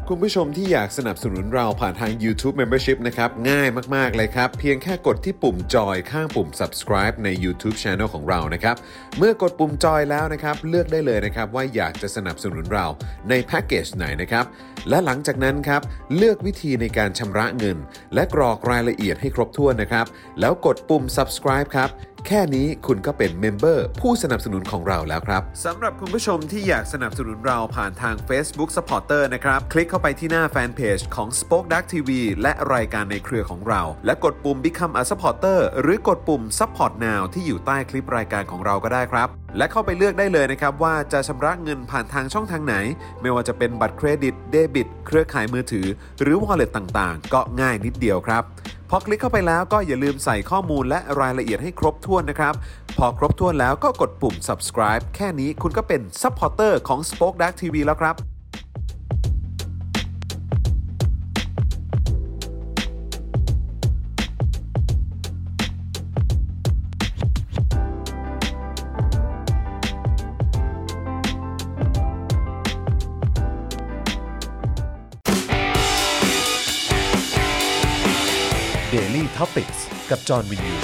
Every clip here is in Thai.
คุณผู้ชมที่อยากสนับสนุนเราผ่านทาง YouTube Membership นะครับง่ายมากๆเลยครับเพียงแค่กดที่ปุ่มจอยข้างปุ่ม subscribe ใน YouTube Channel ของเรานะครับเมื่อกดปุ่มจอยแล้วนะครับเลือกได้เลยนะครับว่าอยากจะสนับสนุนเราในแพ็กเกจไหนนะครับและหลังจากนั้นครับเลือกวิธีในการชำระเงินและกรอกรายละเอียดให้ครบถ้วนนะครับแล้วกดปุ่ม subscribe ครับแค่นี้คุณก็เป็นเมมเบอร์ผู้สนับสนุนของเราแล้วครับสำหรับคุณผู้ชมที่อยากสนับสนุนเราผ่านทาง Facebook Supporter นะครับคลิกเข้าไปที่หน้าแฟนเพจของ Spoke Dark TV และรายการในเครือของเราและกดปุ่ม Become a Supporter หรือกดปุ่ม Support Now ที่อยู่ใต้คลิปรายการของเราก็ได้ครับและเข้าไปเลือกได้เลยนะครับว่าจะชำระเงินผ่านทางช่องทางไหนไม่ว่าจะเป็นบัตรเครดิตเดบิตเครือข่ายมือถือหรือ Wallet ต่างๆก็ง่ายนิดเดียวครับพอคลิกเข้าไปแล้วก็อย่าลืมใส่ข้อมูลและรายละเอียดให้ครบถ้วนนะครับพอครบถ้วนแล้วก็กดปุ่ม subscribe แค่นี้คุณก็เป็น supporter ของ Spoke Dark TV แล้วครับ Daily Topics กับจอห์นวินยู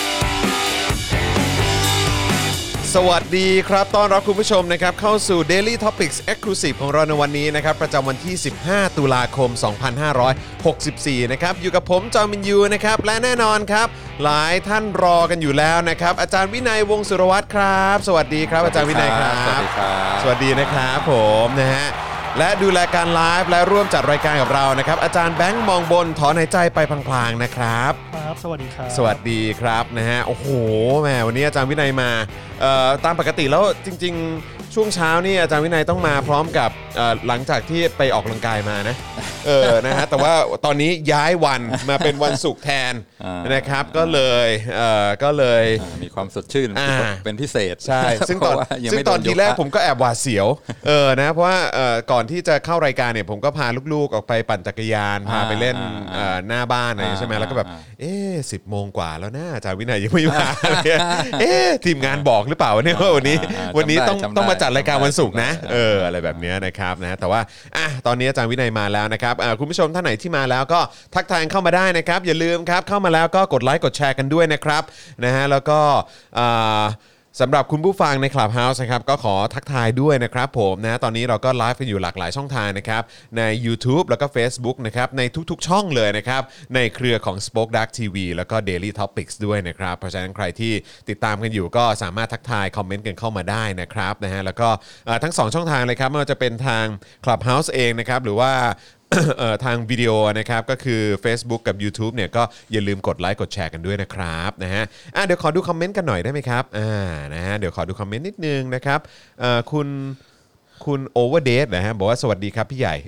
สวัสดีครับต้อนรับคุณผู้ชมนะครับเข้าสู่ Daily Topics Exclusive ของเราในวันนี้นะครับประจำวันที่15ตุลาคม2564นะครับอยู่กับผมจอห์นวินยูนะครับและแน่นอนครับหลายท่านรอกันอยู่แล้วนะครับอาจารย์วินัยวงศ์สุรวัตรครับสวัสดีครับอาจารย์วินัยครับสวัสดีครับสวัสดีนะครับผมนะฮะและดูแลการไลฟ์และร่วมจัดรายการกับเรานะครับอาจารย์แบงค์มองบนถอนหายใจไปพลางๆนะครับครับสวัสดีครับสวัสดีครับนะฮะโอ้โหแหมวันนี้อาจารย์วินัยมาตามปกติแล้วจริงๆช่วงเช้านี่อาจารย์วินัยต้องมาพร้อมกับหลังจากที่ไปออกกำลังกายมานะนะฮะแต่ว่าตอนนี้ย้ายวันมาเป็นวันศุกร์แทนนะครับก็เลยมีความสดชื่นเป็นพิเศษใช่ซึ่งตอนทีแรกผมก็แอบหวาดเสียวนะเพราะว่าก่อนที่จะเข้ารายการเนี่ยผมก็พาลูกๆออกไปปั่นจักรยานพาไปเล่นหน้าบ้านอะไรใช่ไหมแล้วก็แบบ10 โมงกว่าแล้วนะอาจารย์วินัยยังไม่มาทีมงานบอกหรือเปล่าเนี่ยว่าวันนี้ต้องมาจัดรายการวันศุกร์นะอะไรแบบนี้นะครับนะแต่ว่าตอนนี้อาจารย์วินัยมาแล้วนะครับคุณผู้ชมท่านไหนที่มาแล้วก็ทักทายเข้ามาได้นะครับอย่าลืมครับเข้ามาแล้วก็กดไลค์กดแชร์กันด้วยนะครับนะฮะแล้วก็สำหรับคุณผู้ฟังใน Clubhouse นะครับก็ขอทักทายด้วยนะครับผมนะตอนนี้เราก็ไลฟ์กันอยู่หลากหลายช่องทางนะครับใน YouTube แล้วก็ Facebook นะครับในทุกๆช่องเลยนะครับในเครือของ Spoke Dark TV แล้วก็ Daily Topics ด้วยนะครับเพราะฉะนั้นใครที่ติดตามกันอยู่ก็สามารถทักทายคอมเมนต์กันเข้ามาได้นะครับนะฮะแล้วก็ทั้ง2ช่องทางเลยครับไม่ว่าจะเป็นทาง Clubhouse เองนะครับหรือว่าทางวิดีโอนะครับก็คือ Facebook กับ YouTube เนี่ยก็อย่าลืมกดไลค์กดแชร์กันด้วยนะครับนะฮะเดี๋ยวขอดูคอมเมนต์กันหน่อยได้ไหมครับนะฮะเดี๋ยวขอดูคอมเมนต์นิดนึงนะครับคุณโอเวอร์เดทนะฮะบอกว่าสวัสดีครับพี่ใหญ่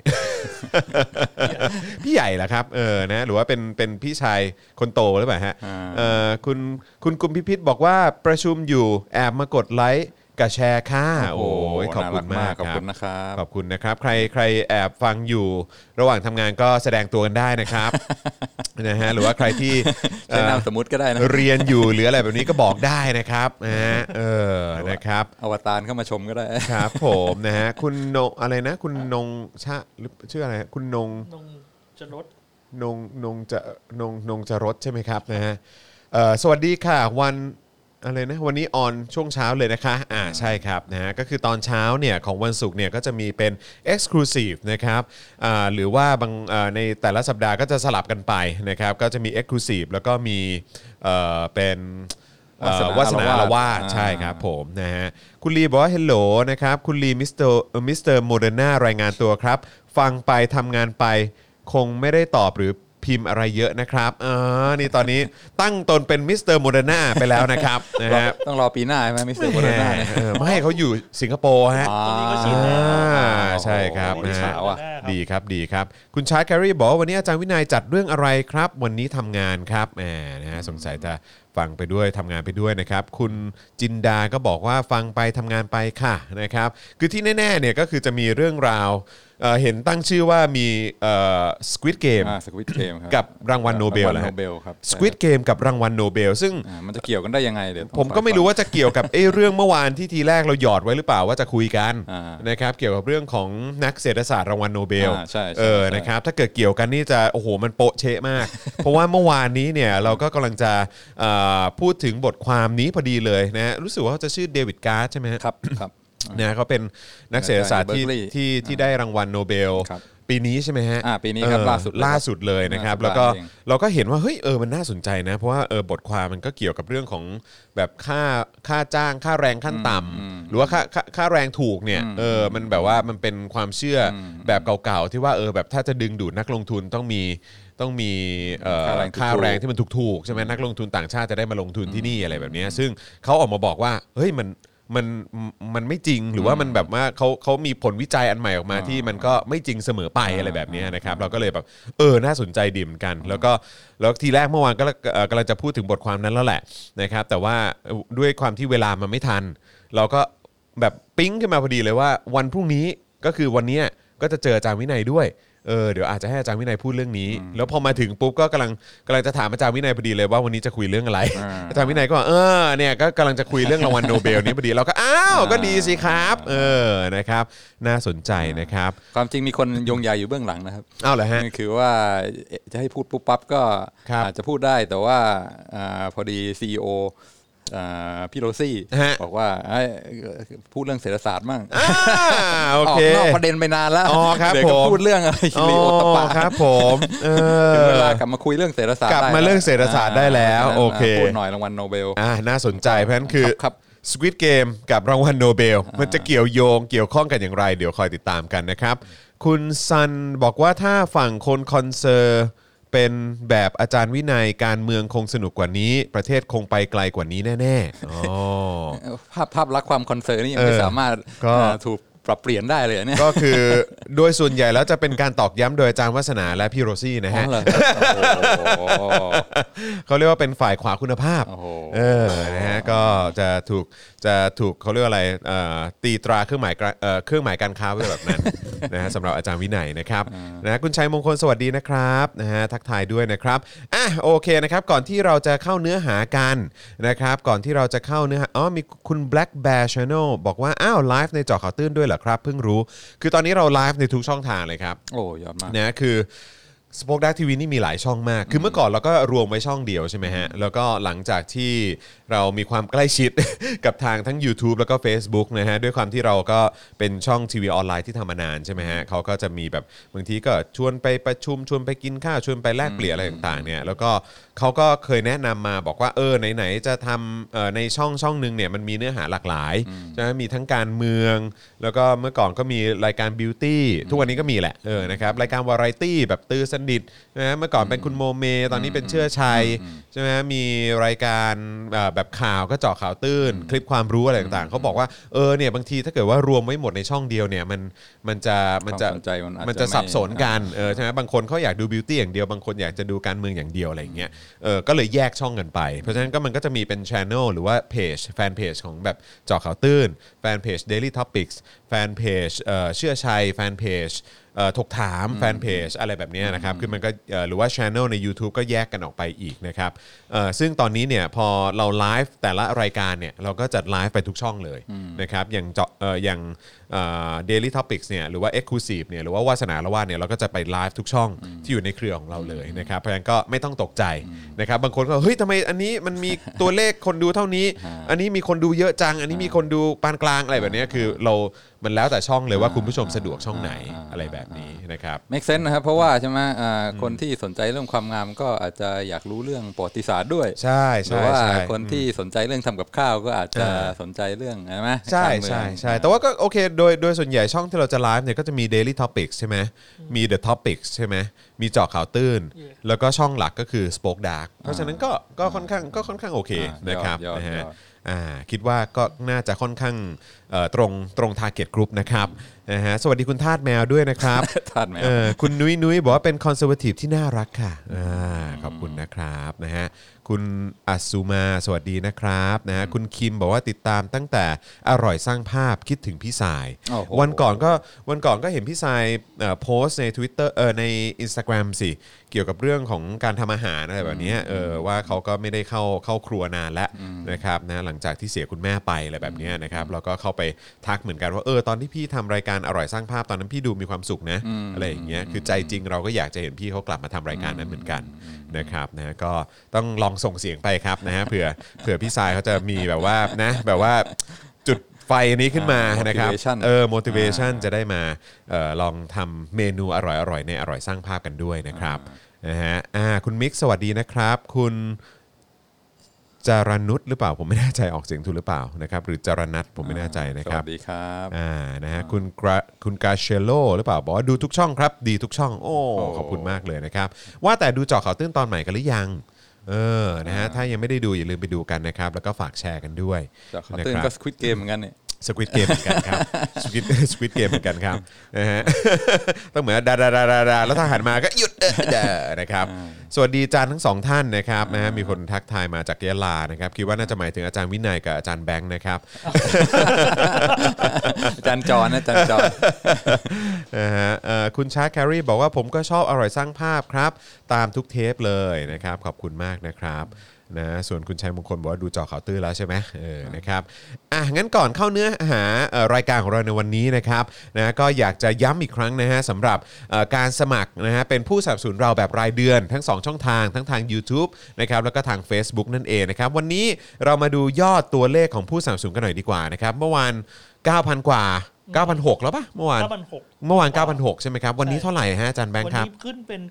พี่ใหญ่เหรอครับนะหรือว่าเป็นพี่ชายคนโตหรือเปล่าฮะคุณกุมพิพิธบอกว่าประชุมอยู่แอบมากดไลค์กับแชร์ค่ะโอ้ยขอบคุณมากขอบคุณนะครับขอบคุณนะครับใครแอบฟังอยู่ระหว่างทำงานก็แสดงตัวกันได้นะครับนะฮะหรือว่าใครที่ใช้นามสมมุติก็ได้นะเรียนอยู่หรืออะไรแบบนี้ก็บอกได้นะครับนะครับอวตารเข้ามาชมก็ได้ครับผมนะฮะคุณนงอะไรนะคุณนงชื่ออะไรคุณนงจะรถนงจะรถใช่ไหมครับนะฮะสวัสดีค่ะวันอะไรนะวันนี้ออนช่วงเช้าเลยนะคะใช่ครับนะฮะก็คือตอนเช้าเนี่ยของวันศุกร์เนี่ยก็จะมีเป็น Exclusive นะครับหรือว่าบางในแต่ละสัปดาห์ก็จะสลับกันไปนะครับก็จะมี Exclusive แล้วก็มีเป็นวาสนาละวาดใช่ครับผมนะฮะคุณลีบอกว่า Hello นะครับคุณลีมิสเตอร์โมเดอร์นารายงานตัวครับฟังไปทำงานไปคงไม่ได้ตอบหรือพิมพ์อะไรเยอะนะครับนี่ตอนนี้ตั้งตนเป็นมิสเตอร์โมเดอร์นาไปแล้วนะครับนะฮะต้องรอปีหน้าใช่ไหมมิสเตอร์โมเดอร์นาไม่ให้เขาอยู่สิงคโปร์ฮะใช่ครับนะฮะดีครับคุณชาร์ตแครีบอกว่าวันนี้อาจารย์วินัยจัดเรื่องอะไรครับวันนี้ทำงานครับนะฮะสงสัยจะฟังไปด้วยทำงานไปด้วยนะครับคุณจินดาก็บอกว่าฟังไปทำงานไปค่ะนะครับคือที่แน่ๆเนี่ยก็คือจะมีเรื่องราวเห็นตั้งชื่อว่ามีSquid Game Squid Game ครับกับรางวัลโนเบลรางวัลนะโนฮะเบลครับ Squid Game กับรางวัลโนเบลซึ่งมันจะเกี่ยวกันได้ยังไงเดี๋ยวผมก็ไม่รู้ว่าจะเกี่ยวกับเรื่องเมื่อวานที่ทีแรกเราหยอดไว้หรือเปล่าว่าจะคุยกันนะครับเกี่ยวกับเรื่องของนักเศรษฐศาสตร์รางวัลโนเบลใช่นะครับถ้าเกิดเกี่ยวกันนี่จะโอ้โหมันโปะเชะมาก เพราะว่าเมื่อวานนี้เนี่ยเราก็กำลังจะพูดถึงบทความนี้พอดีเลยนะรู้สึกว่าเขาจะชื่อเดวิดการ์ดใช่ไหมครับนะเขาเป็นนักเศรษฐศาสตร์ที่ได้รางวัลโนเบลปีนี้ใช่ไหมฮะปีนี้ครับล่าสุดเลยนะครับแล้วก็เราก็เห็นว่าเฮ้ยมันน่าสนใจนะเพราะว่าบทความมันก็เกี่ยวกับเรื่องของแบบค่าจ้างค่าแรงขั้นต่ำหรือว่าค่าแรงถูกเนี่ยมันแบบว่ามันเป็นความเชื่อแบบเก่าๆที่ว่าแบบถ้าจะดึงดูดนักลงทุนต้องมีค่าแรงที่มันถูกๆใช่ไหมนักลงทุนต่างชาติจะได้มาลงทุนที่นี่อะไรแบบนี้ซึ่งเขาออกมาบอกว่าเฮ้ยมันไม่จริงหรือว่ามันแบบว่าเขามีผลวิจัยอันใหม่ออกมาที่มันก็ไม่จริงเสมอไปอะไรแบบนี้นะครับเราก็เลยแบบน่าสนใจดีเหมือนกันแล้วทีแรกเมื่อวานก็กำลังจะพูดถึงบทความนั้นแล้วแหละนะครับแต่ว่าด้วยความที่เวลามันไม่ทันเราก็แบบปิ๊งขึ้นมาพอดีเลยว่าวันพรุ่งนี้ก็คือวันนี้ก็จะเจออาจารย์วินัยด้วยเดี๋ยวอาจจะให้อาจารย์วินัยพูดเรื่องนี้แล้วพอมาถึงปุ๊บก็กำลังจะถามอาจารย์วินัยพอดีเลยว่าวันนี้จะคุยเรื่องอะไรอาจารย์วินัยก็เนี่ยก็กำลังจะคุยเรื่องรางวัลโนเบลนี้พอดีเราก็ก็ดีสิครับนะครับน่าสนใจนะครับความจริงมีคนโยงใยอยู่เบื้องหลังนะครับเหรอฮะคือว่าจะให้พูดปุ๊บปั๊บก็อาจจะพูดได้แต่ว่าพอดี CEOพี่โรซี่บอกว่าพูดเรื่องเศรษฐศาสตร์มั่งโอเคนอกประเด็นไปนานแล้วเดี๋ยวก็พูดเรื่องอะไรฮิริโอตปะครับผมถึงเวลากลับมาคุยเรื่องเศรษฐศาสตร์กลับมาเรื่องเศรษฐศาสตร์ได้แล้วโอเคพูดหน่อยรางวัลโนเบลน่าสนใจเพราะฉะนั้นคือ Squid Game กับรางวัลโนเบลมันจะเกี่ยวข้องกันอย่างไรเดี๋ยวคอยติดตามกันนะครับคุณซันบอกว่าถ้าฝั่งคนคอนเซอร์เป็นแบบอาจารย์วินัยการเมืองคงสนุกกว่านี้ประเทศคงไปไกลกว่านี้แน่ๆภาพลักษณ์ความคอนเซิร์นนี่ยังไม่สามารถถูกปรับเปลี่ยนได้เลยเนี่ยก็คือโดยส่วนใหญ่แล้วจะเป็นการตอกย้ำโดยอาจารย์วัฒนาและพี่โรซี่นะฮะเขาเรียกว่าเป็นฝ่ายขวาคุณภาพนะฮะก็จะถูกเขาเรียกว่าอะไรตีตราเครื่องหมายการค้าไว้แบบนั้นนะฮะสำหรับอาจารย์วินัยนะครับนะคุณชัยมงคลสวัสดีนะครับนะฮะทักทายด้วยนะครับโอเคนะครับก่อนที่เราจะเข้าเนื้อหากันนะครับก่อนที่เราจะเข้าเนื้อหามีคุณ Black Bear Channel บอกว่าไลฟ์ในเจาะข่าวตื้นด้วยเหรอครับเพิ่งรู้คือตอนนี้เราไลฟ์ในทุกช่องทางเลยครับยอดมากนะคือ Spoke Dark TV นี่มีหลายช่องมากคือเมื่อก่อนเราก็รวมไว้ช่องเดียวใช่ไหมฮะแล้วก็หลังจากที่เรามีความใกล้ชิด กับทางทั้ง YouTube แล้วก็ Facebook นะฮะด้วยความที่เราก็เป็นช่องทีวีออนไลน์ที่ทำมานานใช่ไหมฮะเขาก็จะมีแบบบางทีก็ชวนไปประชุมชวนไปกินข้าวชวนไปแลกเปลี่ยนอะไรต่างๆเนี่ยแล้วก็เขาก็เคยแนะนำมาบอกว่าไหนๆจะทำในช่องนึงเนี่ยมันมีเนื้อหาหลากหลายใช่ไหมมีทั้งการเมืองแล้วก็เมื่อก่อนก็มีรายการบิวตี้ทุกวันนี้ก็มีแหละนะครับรายการวาไรตี้แบบตื้อสนิทนะเมื่อก่อนเป็นคุณโมเมตอนนี้เป็นเชื่อชัยใช่ไหมมีรายการแบบข่าวก็เจาะข่าวตื้นคลิปความรู้อะไรต่างๆเขาบอกว่าเนี่ยบางทีถ้าเกิดว่ารวมไว้หมดในช่องเดียวเนี่ยมันจะสับสนกันใช่ไหมบางคนเขาอยากดูบิวตี้อย่างเดียวบางคนอยากจะดูการเมืองอย่างเดียวอะไรอย่างเงี้ยก็เลยแยกช่องกันไปเพราะฉะนั้นมันก็จะมีเป็น channel หรือว่าเพจแฟนเพจของแบบเจาะข่าวตื้นแฟนเพจ Daily Topics แฟนเพจเชื่อชัยแฟนเพจถกถามแฟนเพจอะไรแบบนี้นะครับคือมันก็หรือว่า Channel ใน YouTube ก็แยกกันออกไปอีกนะครับซึ่งตอนนี้เนี่ยพอเราไลฟ์แต่ละรายการเนี่ยเราก็จัดไลฟ์ไปทุกช่องเลยนะครับอย่างDaily Topics เนี่ยหรือว่า Exclusive เนี่ยหรือว่าวาสนาละวาดเนี่ยเราก็จะไปไลฟ์ทุกช่องที่อยู่ในเครือของเราเลยนะครับเพราะฉะนั้นก็ไม่ต้องตกใจนะครับบางคนก็เฮ้ยทำไมอันนี้มันมีตัวเลขคนดูเท่านี้อันนี้มีคนดูเยอะจังอันนี้มีคนดูปานกลางอะไรแบบนี้คือมันแล้วแต่ช่องเลยว่าคุณผู้ชมสะดวกช่องไหนอะไรแบบนี้นะครับ make sense นะครับเพราะว่าใช่ไหมคนที่สนใจเรื่องความงามก็อาจจะอยากรู้เรื่องประวัติศาสตร์ด้วยใช่หรือว่าคนที่สนใจเรื่องทำกับข้าวก็อาจจะสนใจเรื่องใช่ไหมใช่แต่ว่าก็โอเคโดยส่วนใหญ่ช่องที่เราจะไลฟ์เนี่ยก็จะมี Daily Topics ใช่ไหมมี The Topics ใช่ไหมมีเจาะข่าวตื้นแล้วก็ช่องหลักก็คือ Spoke Dark เพราะฉะนั้นก็ค่อนข้างโอเคนะครับนะฮะคิดว่าก็น่าจะค่อนข้างตรง target group นะครับนะฮะสวัสดีคุณทาสแมวด้วยนะครับทาสแมวคุณนุ้ยบอกว่าเป็นคอนเซอร์เวทีฟที่น่ารักค่ะขอบคุณนะครับนะฮะคุณอัสซูมาสวัสดีนะครับนะฮะคุณคิมบอกว่าติดตามตั้งแต่อร่อยสร้างภาพคิดถึงพี่สายวันก่อนก็เห็นพี่สายโพสต์ใน Twitter ใน Instagram สิเกี่ยวกับเรื่องของการทำอาหารอะไรแบบนี้ว่าเขาก็ไม่ได้เข้าครัวนานแล้วนะครับนะหลังจากที่เสียคุณแม่ไปอะไรแบบนี้นะครับแล้วก็เข้าไปทักเหมือนกันว่าตอนที่พี่ทำรายการอร่อยสร้างภาพตอนนั้นพี่ดูมีความสุขนะอะไรอย่างเงี้ยคือใจจริงเราก็อยากจะเห็นพี่เขากลับมาทำรายการนั้นเหมือนกันนะครับนะก็ต้องลองส่งเสียงไปครับนะฮะเผื่อพี่สายเขาจะมีแบบว่านะแบบว่าจุดไฟนี้ขึ้นมานะครับ motivation จะได้มาลองทำเมนูอร่อยๆในอร่อยสร้างภาพกันด้วยนะครับนะฮะคุณมิกสวัสดีนะครับคุณจารนุชหรือเปล่าผมไม่แน่ใจออกเสียงถูกหรือเปล่านะครับหรือจารนัทผมไม่แน่ใจนะครับสวัสดีครับนะฮะคุณกาเชโลหรือเปล่าบอกว่าดูทุกช่องครับดีทุกช่องขอบคุณมากเลยนะครับว่าแต่ดูเจาะข่าวตื้นตอนใหม่กันหรือยังนะฮะถ้ายังไม่ได้ดูอย่าลืมไปดูกันนะครับแล้วก็ฝากแชร์กันด้วยเจาะข่าวตื้นก็ Squid Game เหมือนกันเนี่ยสควิดเกมเหมือนกันครับสควิดเกมเหมือนกันครับนะฮะต้องเหมือนดาแล้วถ้าหันมาก็หยุดนะครับสวัสดีอาจารย์ทั้งสองท่านนะครับนะฮะมีคนทักทายมาจากยะลานะครับคิดว่าน่าจะหมายถึงอาจารย์วินัยกับอาจารย์แบงค์นะครับอาจารย์จอนนะอาจารย์จอนนะฮะคุณชาร์คแครีบอกว่าผมก็ชอบอร่อยสร้างภาพครับตามทุกเทปเลยนะครับขอบคุณมากนะครับนะส่วนคุณชัยมงคลบอกว่าดูเจาะข่าวตื้นแล้วใช่ไหมนะครับงั้นก่อนเข้าเนื้อหารายการของเราในวันนี้นะครับนะก็อยากจะย้ำอีกครั้งนะฮะสำหรับการสมัครนะฮะเป็นผู้สนับสนุนเราแบบรายเดือนทั้ง2ช่องทางทั้งทาง YouTube นะครับแล้วก็ทาง Facebook นั่นเองนะครับวันนี้เรามาดูยอดตัวเลขของผู้สนับสนุนกันหน่อยดีกว่านะครับเมื่อวาน 9,000 กว่า 9,600 แล้วป่ะเมื่อวาน 9,600 ใช่ไหมครับวันนี้เท่าไหร่ฮะอาจารย์แบงค์ครับวันนี้ขึ้นเป็น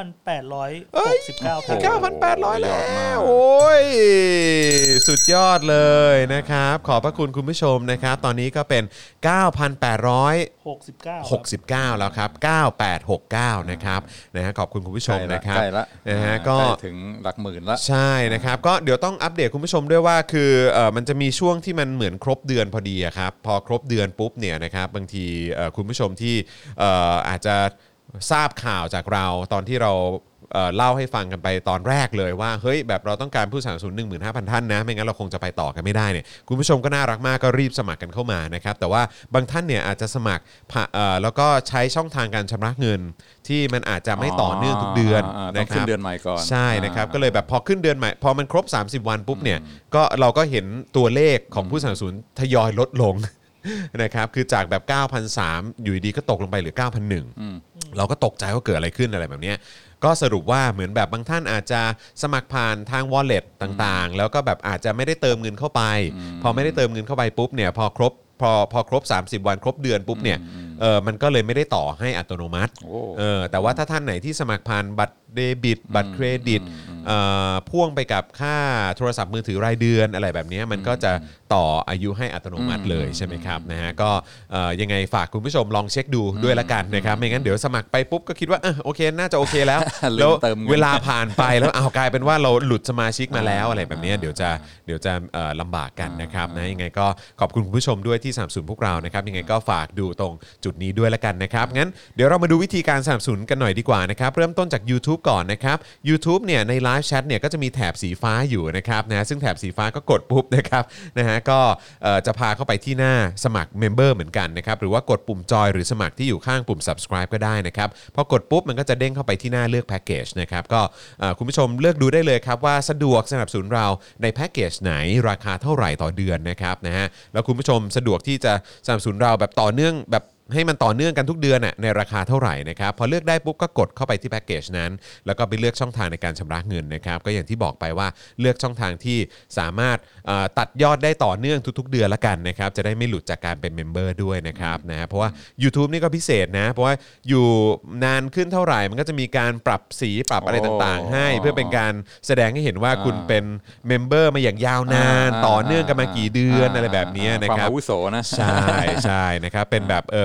9,869 9,800 แล้วโอ้ยสุดยอดเลยนะครับขอบพระคุณคุณผู้ชมนะครับตอนนี้ก็เป็น 9,869 แล้วครับ9869นะครับนะฮะขอบคุณคุณผู้ชมนะครับใกล้ละนะฮะก็ถึงหลักหมื่นละใช่นะครับก็เดี๋ยวต้องอัปเดตคุณผู้ชมด้วยว่าคือมันจะมีช่วงที่มันเหมือนครบเดือนพอดีครับพอครบเดือนปุ๊บเนี่ยนะครับบางทีคุณผู้ชมที่อาจจะทราบข่าวจากเราตอนที่เราเล่าให้ฟังกันไปตอนแรกเลยว่าเฮ้ยแบบเราต้องการผู้สนับสนุน 15,000 ท่านนะไม่งั้นเราคงจะไปต่อกันไม่ได้เนี่ยคุณผู้ชมก็น่ารักมากก็รีบสมัครกันเข้ามานะครับแต่ว่าบางท่านเนี่ยอาจจะสมัครแล้วก็ใช้ช่องทางการชำระเงินที่มันอาจจะไม่ต่อเนื่องทุกเดือนนะครับขึ้นเดือนใหม่ก่อนใช่นะครับก็เลยแบบพอขึ้นเดือนใหม่พอมันครบ30วันปุ๊บเนี่ยก็เราก็เห็นตัวเลขของผู้สนับสนุนทยอยลดลงนะครับคือจากแบบ 9,300 อยู่ดีก็ตกลงไปเหลือ 9,100 เราก็ตกใจว่าเกิดอะไรขึ้นอะไรแบบนี้ก็สรุปว่าเหมือนแบบบางท่านอาจจะสมัครผ่านทาง wallet ต่างๆแล้วก็แบบอาจจะไม่ได้เติมเงินเข้าไปพอไม่ได้เติมเงินเข้าไปปุ๊บเนี่ยพอครบ30วันครบเดือนปุ๊บเนี่ยมันก็เลยไม่ได้ต่อให้อัตโนมัติแต่ว่าถ้าท่านไหนที่สมัครผ่านบัตรเดบิตบัตรเครดิตพ่วงไปกับค่าโทรศัพท์มือถือรายเดือนอะไรแบบนี้มันก็จะต่ออายุให้อัตโนมัติเลยใช่ไหมครับนะฮะก็ยังไงฝากคุณผู้ชมลองเช็คดูด้วยละกันนะครับไม่งั้นเดี๋ยวสมัครไปปุ๊บก็คิดว่าโอเคน่าจะโอเคแล้วแล้วเวลาผ่านไปแล้วกลายเป็นว่าเราหลุดสมาชิกมาแล้วอะไรแบบนี้เดี๋ยวจะลำบากกันนะครับนะยังไงก็ขอบคุณคุณผู้ชมด้วยที่สนับสนุนพวกเรานะครับยังไงก็ฝากดูตรงจุดนี้ด้วยละกันนะครับงั้นเดี๋ยวเรามาดูวิธีการสนับสนุนกันหน่อยดีกว่านะครับเริ่มต้นจาก YouTube ก่อนนะครับ YouTube เนี่ยในไลฟ์แชทเนี่ยก็จะมีแถบสีฟ้าอยู่นะครับนะซึ่งแถบสีฟ้าก็กดปุ๊บนะครับนะฮะก็จะพาเข้าไปที่หน้าสมัครเมมเบอร์เหมือนกันนะครับหรือว่ากดปุ่มจอยหรือสมัครที่อยู่ข้างปุ่ม subscribe ก็ได้นะครับพอกดปุ๊บมันก็จะเด้งเข้าไปที่หน้าเลือกแพ็กเกจนะครับก็คุณผู้ชมเลือกดูได้เลยครับว่าสะดวกสนับสนุนเราในแพ็กเกจไหนราคาเท่าไหร่ต่อเดือนนะครับนะฮะแล้วคุณผู้ชมสะดวกที่จะสนับสนุนเราแบบต่อเนื่องแบบให้มันต่อเนื่องกันทุกเดือนในราคาเท่าไหร่นะครับพอเลือกได้ปุ๊บก็กดเข้าไปที่แพ็กเกจนั้นแล้วก็ไปเลือกช่องทางในการชำระเงินนะครับก็อย่างที่บอกไปว่าเลือกช่องทางที่สามารถตัดยอดได้ต่อเนื่องทุกๆเดือนละกันนะครับจะได้ไม่หลุดจากการเป็นเมมเบอร์ด้วยนะครับนะเพราะว่า YouTube นี่ก็พิเศษนะเพราะว่าอยู่นานขึ้นเท่าไหร่มันก็จะมีการปรับสีปรับอะไรต่างๆให้เพื่อเป็นการแสดงให้เห็นว่าคุณเป็นเมมเบอร์มาอย่างยาวนานต่อเนื่องกันมากี่เดือนอะไรแบบนี้นะครับความอาวุโสนะใช่นะครับเป็นแบบ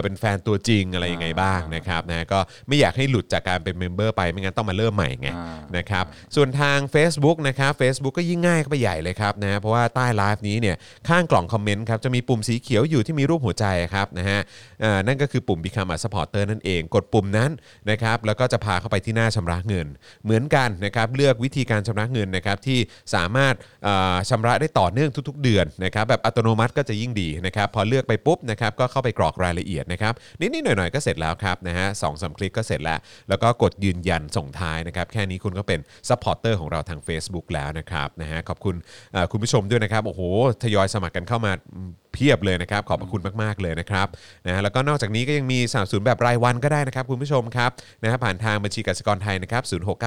เป็นแฟนตัวจริงอะไรยังไงบ้างนะครับนะก็ไม่อยากให้หลุดจากการเป็นเมมเบอร์ไปไม่งั้นต้องมาเริ่มใหม่ไงนะครับส่วนทาง Facebook นะครับ Facebook ก็ยิ่งง่ายเข้าไปใหญ่เลยครับนะเพราะว่าใต้ไลฟ์นี้เนี่ยข้างกล่องคอมเมนต์ครับจะมีปุ่มสีเขียวอยู่ที่มีรูปหัวใจครับนะฮะนั่นก็คือปุ่ม Become a Supporter นั่นเองกดปุ่มนั้นนะครับแล้วก็จะพาเข้าไปที่หน้าชำระเงินเหมือนกันนะครับเลือกวิธีการชำระเงินนะครับที่สามารถชำระได้ต่อเนื่องทุกๆเดือนนะครับแบบอัตโนมัติก็จะยิ่งดีนะครับพอเลือกไปปุ๊บนะครับก็เข้าไปกรอกรายละเอียดนะครับนิดๆหน่อยๆก็เสร็จแล้วครับนะฮะ 2-3 คลิกก็เสร็จแล้วก็กดยืนยันส่งท้ายนะครับแค่นี้คุณก็เป็นซัพพอร์เตอร์ของเราทาง Facebook แล้วนะครับนะฮะขอบคุณคุณผู้ชมด้วยนะครับโอ้โหทยอยสมัครกันเข้ามาเพียบเลยนะครับขอบพระคุณมากๆเลยนะครับนะแล้วก็นอกจากนี้ก็ยังมีสนับสนุนแบบรายวันก็ได้นะครับคุณผู้ชมครับนะฮะผ่านทางบัญชีกสิกรไทยนะครับ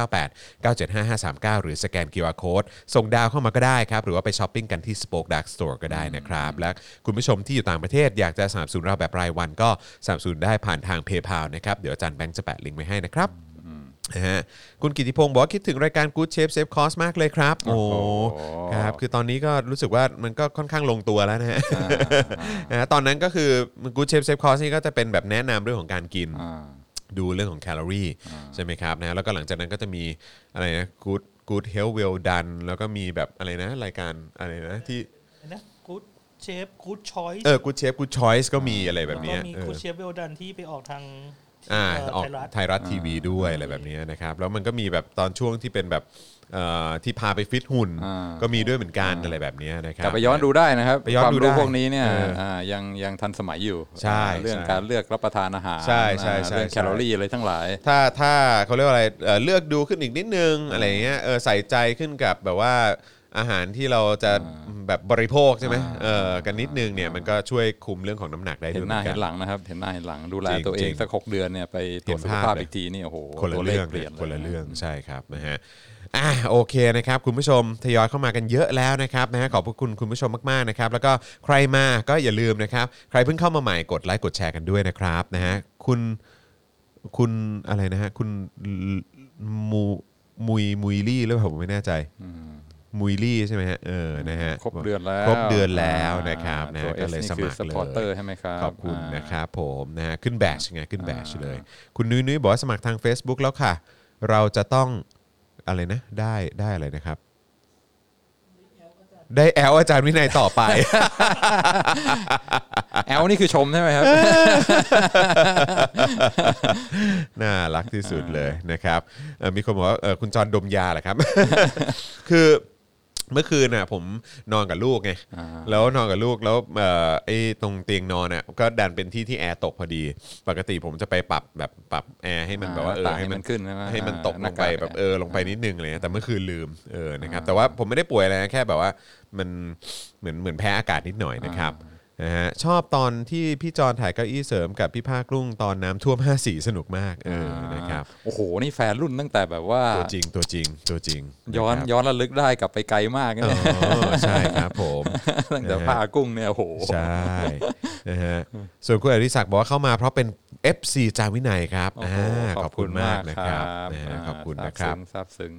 0698975539หรือสแกน QR Code ส่งดาวเข้ามาก็ได้ครับหรือว่าไปช้อปปิ้งกันที่ Spoke Dark Store ก็ได้นะครับและคุณผู้ชมที่อยู่ต่างประเทศอยากจะสนับสนุนเราแบบรายวันก็สนับสนุนได้ผ่านทาง PayPal นะครับเดี๋ยวอาจารย์แบงค์จะแปะลิงก์ไว้ให้นะครับนะฮะคุณกิติพงศ์บอกว่าคิดถึงรายการ Good Chef Save Cost มากเลยครับโอ้ครับคือตอนนี้ก็รู้สึกว่ามันก็ค่อนข้างลงตัวแล้วนะฮะตอนนั้นก็คือ Good Chef Save Cost นี่ก็จะเป็นแบบแนะนำเรื่องของการกินดูเรื่องของแคลอรี่ใช่ไหมครับนะแล้วก็หลังจากนั้นก็จะมีอะไรนะ Good Health Well Done แล้วก็มีแบบอะไรนะรายการอะไรนะที่นะGood Chef Good Choice Good Chef Good Choice ก็มีอะไรแบบนี้ก็มี Good Chef Well Done ที่ไปออกทางออกไทยรัฐทีวีด้วยอะไรแบบนี้นะครับแล้วมันก็มีแบบตอนช่วงที่เป็นแบบที่พาไปฟิตหุ่นก็มีด้วยเหมือนกันอะไรแบบนี้นะครับแต่ไปย้อนดูได้นะครับความรู้พวกนี้เนี่ยยังทันสมัยอยู่เรื่องการเลือกรับประทานอาหารเรื่องแคลอรี่อะไรทั้งหลายถ้าเขาเรียกว่าอะไรเลือกดูขึ้นอีกนิดนึงอะไรเงี้ยใส่ใจขึ้นกับแบบว่าอาหารที่เราจะแบบบริโภคใช่ไหมกันนิดนึงเนี่ยมันก็ช่วยคุมเรื่องของน้ำหนักได้ด้วยเห็นหน้าเห็นหลังนะครับเห็นหน้าเห็นหลังดูแลตัวเองสัก6 เดือนเนี่ยไปตรวจสุขภาพอีกทีนี่โอ้โหคนละเรื่องเปลี่ยนคนละเรื่องใช่ครับนะฮะโอเคนะครับคุณผู้ชมทยอยเข้ามากันเยอะแล้วนะครับนะฮะขอบคุณคุณผู้ชมมากๆนะครับแล้วก็ใครมาก็อย่าลืมนะครับใครเพิ่งเข้ามาใหม่กดไลค์กดแชร์กันด้วยนะครับนะฮะคุณอะไรนะฮะคุณมุยลี่หรือเปล่าผมไม่แน่ใจมุยลี่ใช่ไหมฮะนะฮะครบเดือนแล้วนะครับนะก็เลยสมัครเลยใช่ไหมครับขอบคุณนะครับผมนะฮะขึ้นแบชไงขึ้นแบชเลยคุณนุ้ยบอกว่าสมัครทาง Facebook แล้วค่ะเราจะต้องอะไรนะได้อะไรนะครับได้แอลอาจารย์วินัยต่อไปแอลนี่คือชมใช่ไหมครับน่ารักที่สุดเลยนะครับมีคนบอกว่าคุณจรดมยาเหรอครับคือเมื่อคืนน่ะผมนอนกับลูกไงแล้วนอนกับลูกแล้วไอ้ตรงเตียงนอนน่ะก็ดันเป็นที่แอร์ตกพอดีปกติผมจะไปปรับแอร์ให้มันแบบว่าให้มันขึ้นให้มันตกลงไปแบบลงไปนิดนึงอะไรเงี้ยแต่เมื่อคืนลืมนะครับแต่ว่าผมไม่ได้ป่วยอะไรแค่แบบว่ามันเหมือนแพ้อากาศนิดหน่อยนะครับนะฮะชอบตอนที่พี่จอนถ่ายเก้าอี้เสริมกับพี่ภาครุ่งตอนน้ำท่วม54สนุกมากนะครับโอ้โหนี่แฟนรุ่นตั้งแต่แบบว่าตัวจริงย้อนระลึกได้กลับไปไกลมากนะใช่ครับผมตั้งแต่ภาคกุ้งเนี่ยโอ้โหใช่นะฮะส่วนคุณอริศักดิ์บอกว่าเข้ามาเพราะเป็น FC จาวินัยครับขอบคุณมากนะครับขอบคุณนะครับซาบซึ้ง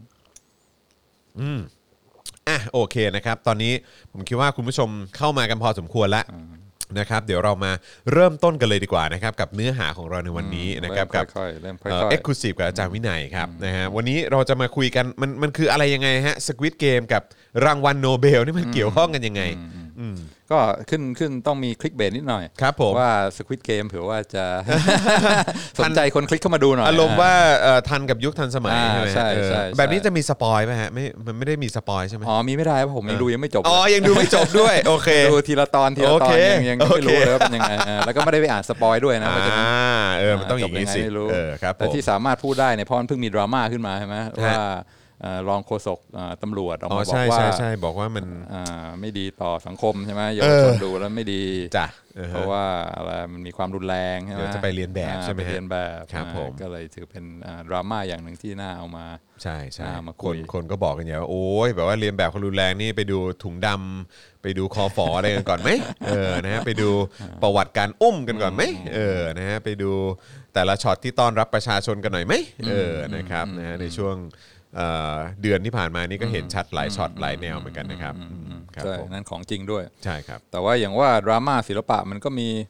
โอเคนะครับตอนนี้ผมคิดว่าคุณผู้ชมเข้ามากันพอสมควรแล้วนะครับเดี๋ยวเรามาเริ่มต้นกันเลยดีกว่านะครับกับเนื้อหาของเราในวันนี้นะครับกับExclusive กับอาจารย์วินัยครับนะฮะวันนี้เราจะมาคุยกันมันคืออะไรยังไงฮะ Squid Game กับรางวัลโนเบลนี่มันเกี่ยวข้องกันยังไงก็ขึ้นต้องมีคลิกเบสนิดหน่อยครับผมว่า Squid Game เผื่อว่าจะสนใจคนคลิกเข้ามาดูหน่อยอารมณ์ว่าทันกับยุคทันสมัยใช่ไหมแบบนี้จะมีสปอยไหมฮะมันไม่ได้มีสปอยใช่ไหมมีไม่ได้เพราะผมยังดูยังไม่จบยังดูไม่จบด้วยโอเคดูทีละตอนยังไม่รู้เลยว่าเป็นยังไงแล้วก็ไม่ได้ไปอ่านสปอยด้วยนะว่าจะมันต้องอย่างนี้สิครับแต่ที่สามารถพูดได้เนี่ยเพราะมันเพิ่งมีดราม่าขึ้นมาใช่ไหมว่ารองโฆษกตำรวจออกมาบอกว่าใช่บอกว่ามันไม่ดีต่อสังคมใช่ไหมเยาวชนดูแล้วไม่ดีจ้ะเพราะว่าอะไรมันมีความรุนแรงใช่ไหมจะไปเรียนแบบใช่ไหมเรียนแบบครับผมก็เลยถือเป็นดราม่าอย่างหนึ่งที่น่าเอามาใช่คนก็บอกกันอย่างว่าโอ้ยแบบว่าเรียนแบบคนรุนแรงนี่ไปดูถุงดำไปดูคอฝออะไรกันก่อนไหมนะฮะไปดูประวัติการอุ้มกันก่อนไหมนะฮะไปดูแต่ละช็อตที่ต้อนรับประชาชนกันหน่อยไหมนะครับนะฮะในช่วงเดือนที่ผ่านมานี่ก็เห็นชัดหลายช็อตหลายแนวเหมือนกันนะครับใช่นั่นของจริงด้วยใช่ครับแต่ว่าอย่างว่าดราม่าศิลปะมันก็มี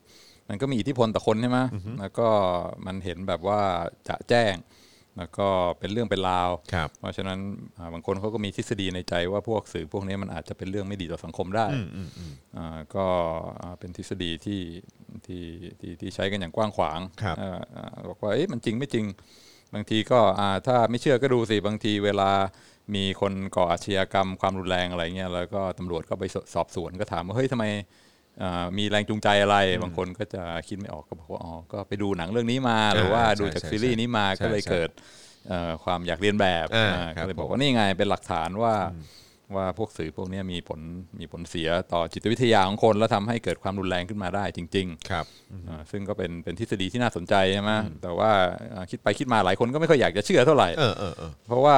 มันก็มีอิทธิพลต่อคนใช่ไหมแล้วก็มันเห็นแบบว่าจะแจ้งแล้วก็เป็นเรื่องเป็นราวเพราะฉะนั้นบางคนเขาก็มีทฤษฎีในใจว่าพวกสื่อพวกนี้มันอาจจะเป็นเรื่องไม่ดีต่อสังคมได้ก็เป็นทฤษฎีที่ใช้กันอย่างกว้างขวางบอกว่ามันจริงไม่จริงบางทีก็ถ้าไม่เชื่อก็ดูสิบางทีเวลามีคนก่ออาชญากรรมความรุนแรงอะไรเงี้ยแล้วก็ตำรวจก็ไปสอบสวนก็ถามว่าเฮ้ยทำไมมีแรงจูงใจอะไรบางคนก็จะคิดไม่ออกก็บอกว่าก็ไปดูหนังเรื่องนี้มาหรือว่าดูจากซีรีส์นี้มาก็เลยเกิดความอยากเรียนแบบก็เลยบอกว่านี่ไงเป็นหลักฐานว่าพวกสื่อพวกนี้มีผลเสียต่อจิตวิทยาของคนแล้วทำให้เกิดความรุนแรงขึ้นมาได้จริงๆซึ่งก็เป็นทฤษฎีที่น่าสนใจใช่ไหมแต่ว่าคิดไปคิดมาหลายคนก็ไม่ค่อยอยากจะเชื่อเท่าไหร่เพราะว่า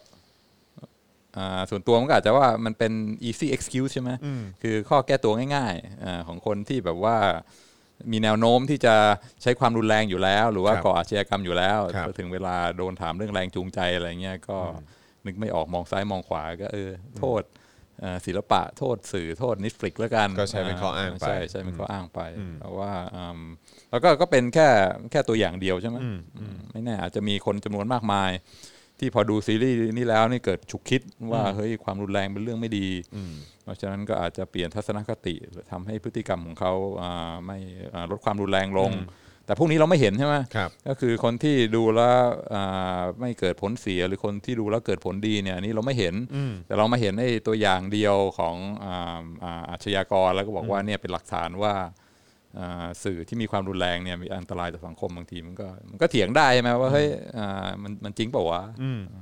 ส่วนตัวมันก็อาจจะว่ามันเป็น easy excuse ใช่ไหมคือข้อแก้ตัวง่ายๆของคนที่แบบว่ามีแนวโน้มที่จะใช้ความรุนแรงอยู่แล้วหรือว่าก่ออาชญากรรมอยู่แล้วพอถึงเวลาโดนถามเรื่องแรงจูงใจอะไรเงี้ยก็นึกไม่ออกมองซ้ายมองขวาก็โทษศิลปะโทษสื่อโทษ Netflix แล้วกันก็ใช้เป็นข้ออ้างไปใช่เป็นข้ออ้างไปเพราะว่าแล้วก็เป็นแค่ตัวอย่างเดียวใช่ไหมไม่แน่อาจจะมีคนจำนวนมากมายที่พอดูซีรีส์นี้แล้วนี่เกิดฉุกคิดว่าเฮ้ยความรุนแรงเป็นเรื่องไม่ดีเพราะฉะนั้นก็อาจจะเปลี่ยนทัศนคติทำให้พฤติกรรมของเขาไม่ลดความรุนแรงลงแต่พวกนี้เราไม่เห็นใช่ไหมก็คือคนที่ดูแล้วไม่เกิดผลเสียหรือคนที่ดูแล้วเกิดผลดีเนี่ยนี่เราไม่เห็นแต่เรามาเห็นไอ้ตัวอย่างเดียวของอาชญากรแล้วก็บอกว่าเนี่ยเป็นหลักฐานว่าสื่อที่มีความรุนแรงเนี่ยมีอันตรายต่อสังคมบางทีมันก็เถียงได้ใช่ไหมว่าเฮ้ยมันจริงเปล่าวะ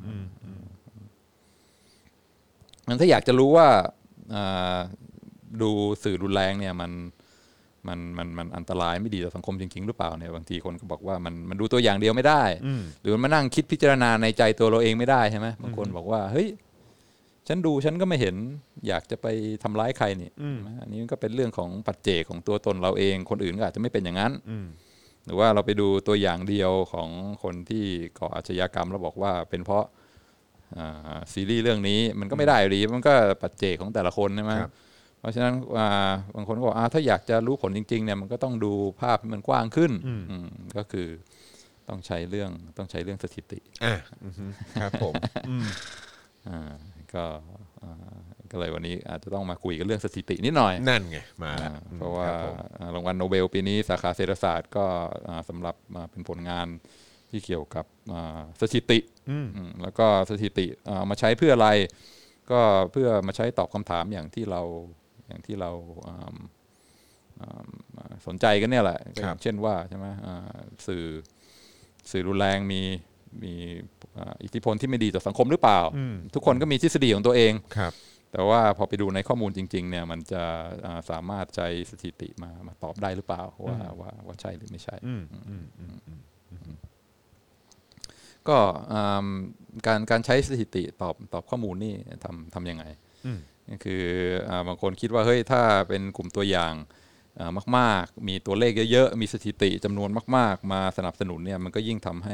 มันถ้าอยากจะรู้ว่าดูสื่อรุนแรงเนี่ยมันอันตรายไม่ดีต่อสังคมจริงๆหรือเปล่าเนี่ยบางทีคนก็บอกว่ามันดูตัวอย่างเดียวไม่ได้หรือมันมานั่งคิดพิจารณาในใจตัวเราเองไม่ได้ใช่ไหมบางคนบอกว่าเฮ้ยฉันก็ไม่เห็นอยากจะไปทำร้ายใครนี่อันนี้ก็เป็นเรื่องของปัจเจกของตัวตนเราเองคนอื่นก็อาจจะไม่เป็นอย่างนั้นหรือว่าเราไปดูตัวอย่างเดียวของคนที่ก่ออาชญากรรมแล้วบอกว่าเป็นเพราะซีรีส์เรื่องนี้มันก็ไม่ได้หรือมันก็ปัจเจกของแต่ละคนใช่ไหมเพราะฉะนั้นบางคนก็บอกถ้าอยากจะรู้ผลจริงๆเนี่ยมันก็ต้องดูภาพมันกว้างขึ้นก็คือต้องใช้เรื่องสถิติครับผมก็เลยวันนี้อาจจะต้องมาคุยกันเรื่องสถิตินิดหน่อยนั่นไงมาแล้วเพราะว่ารางวัลโนเบลปีนี้สาขาเศรษฐศาสตร์ก็สำหรับเป็นผลงานที่เกี่ยวกับสถิติแล้วก็สถิติมาใช้เพื่ออะไรก็เพื่อมาใช้ตอบคำถามอย่างที่เราสนใจกันเนี่ยแหละเช่นว่าใช่ไหมสื่อรุนแรงมีอิทธิพลที่ไม่ดีต่อสังคมหรือเปล่าทุกคนก็มีทฤษฎีของตัวเองแต่ว่าพอไปดูในข้อมูลจริงๆเนี่ยมันจะสามารถใช้สถิติมาตอบได้หรือเปล่าว่าใช่หรือไม่ใช่ก็การใช้สถิติตอบข้อมูลนี่ทำยังไงก็คือบางคนคิดว่าเฮ้ยถ้าเป็นกลุ่มตัวอย่างมากๆมีตัวเลขเยอะๆมีสถิติจำนวนมากๆมาสนับสนุนเนี่ยมันก็ยิ่งทำให้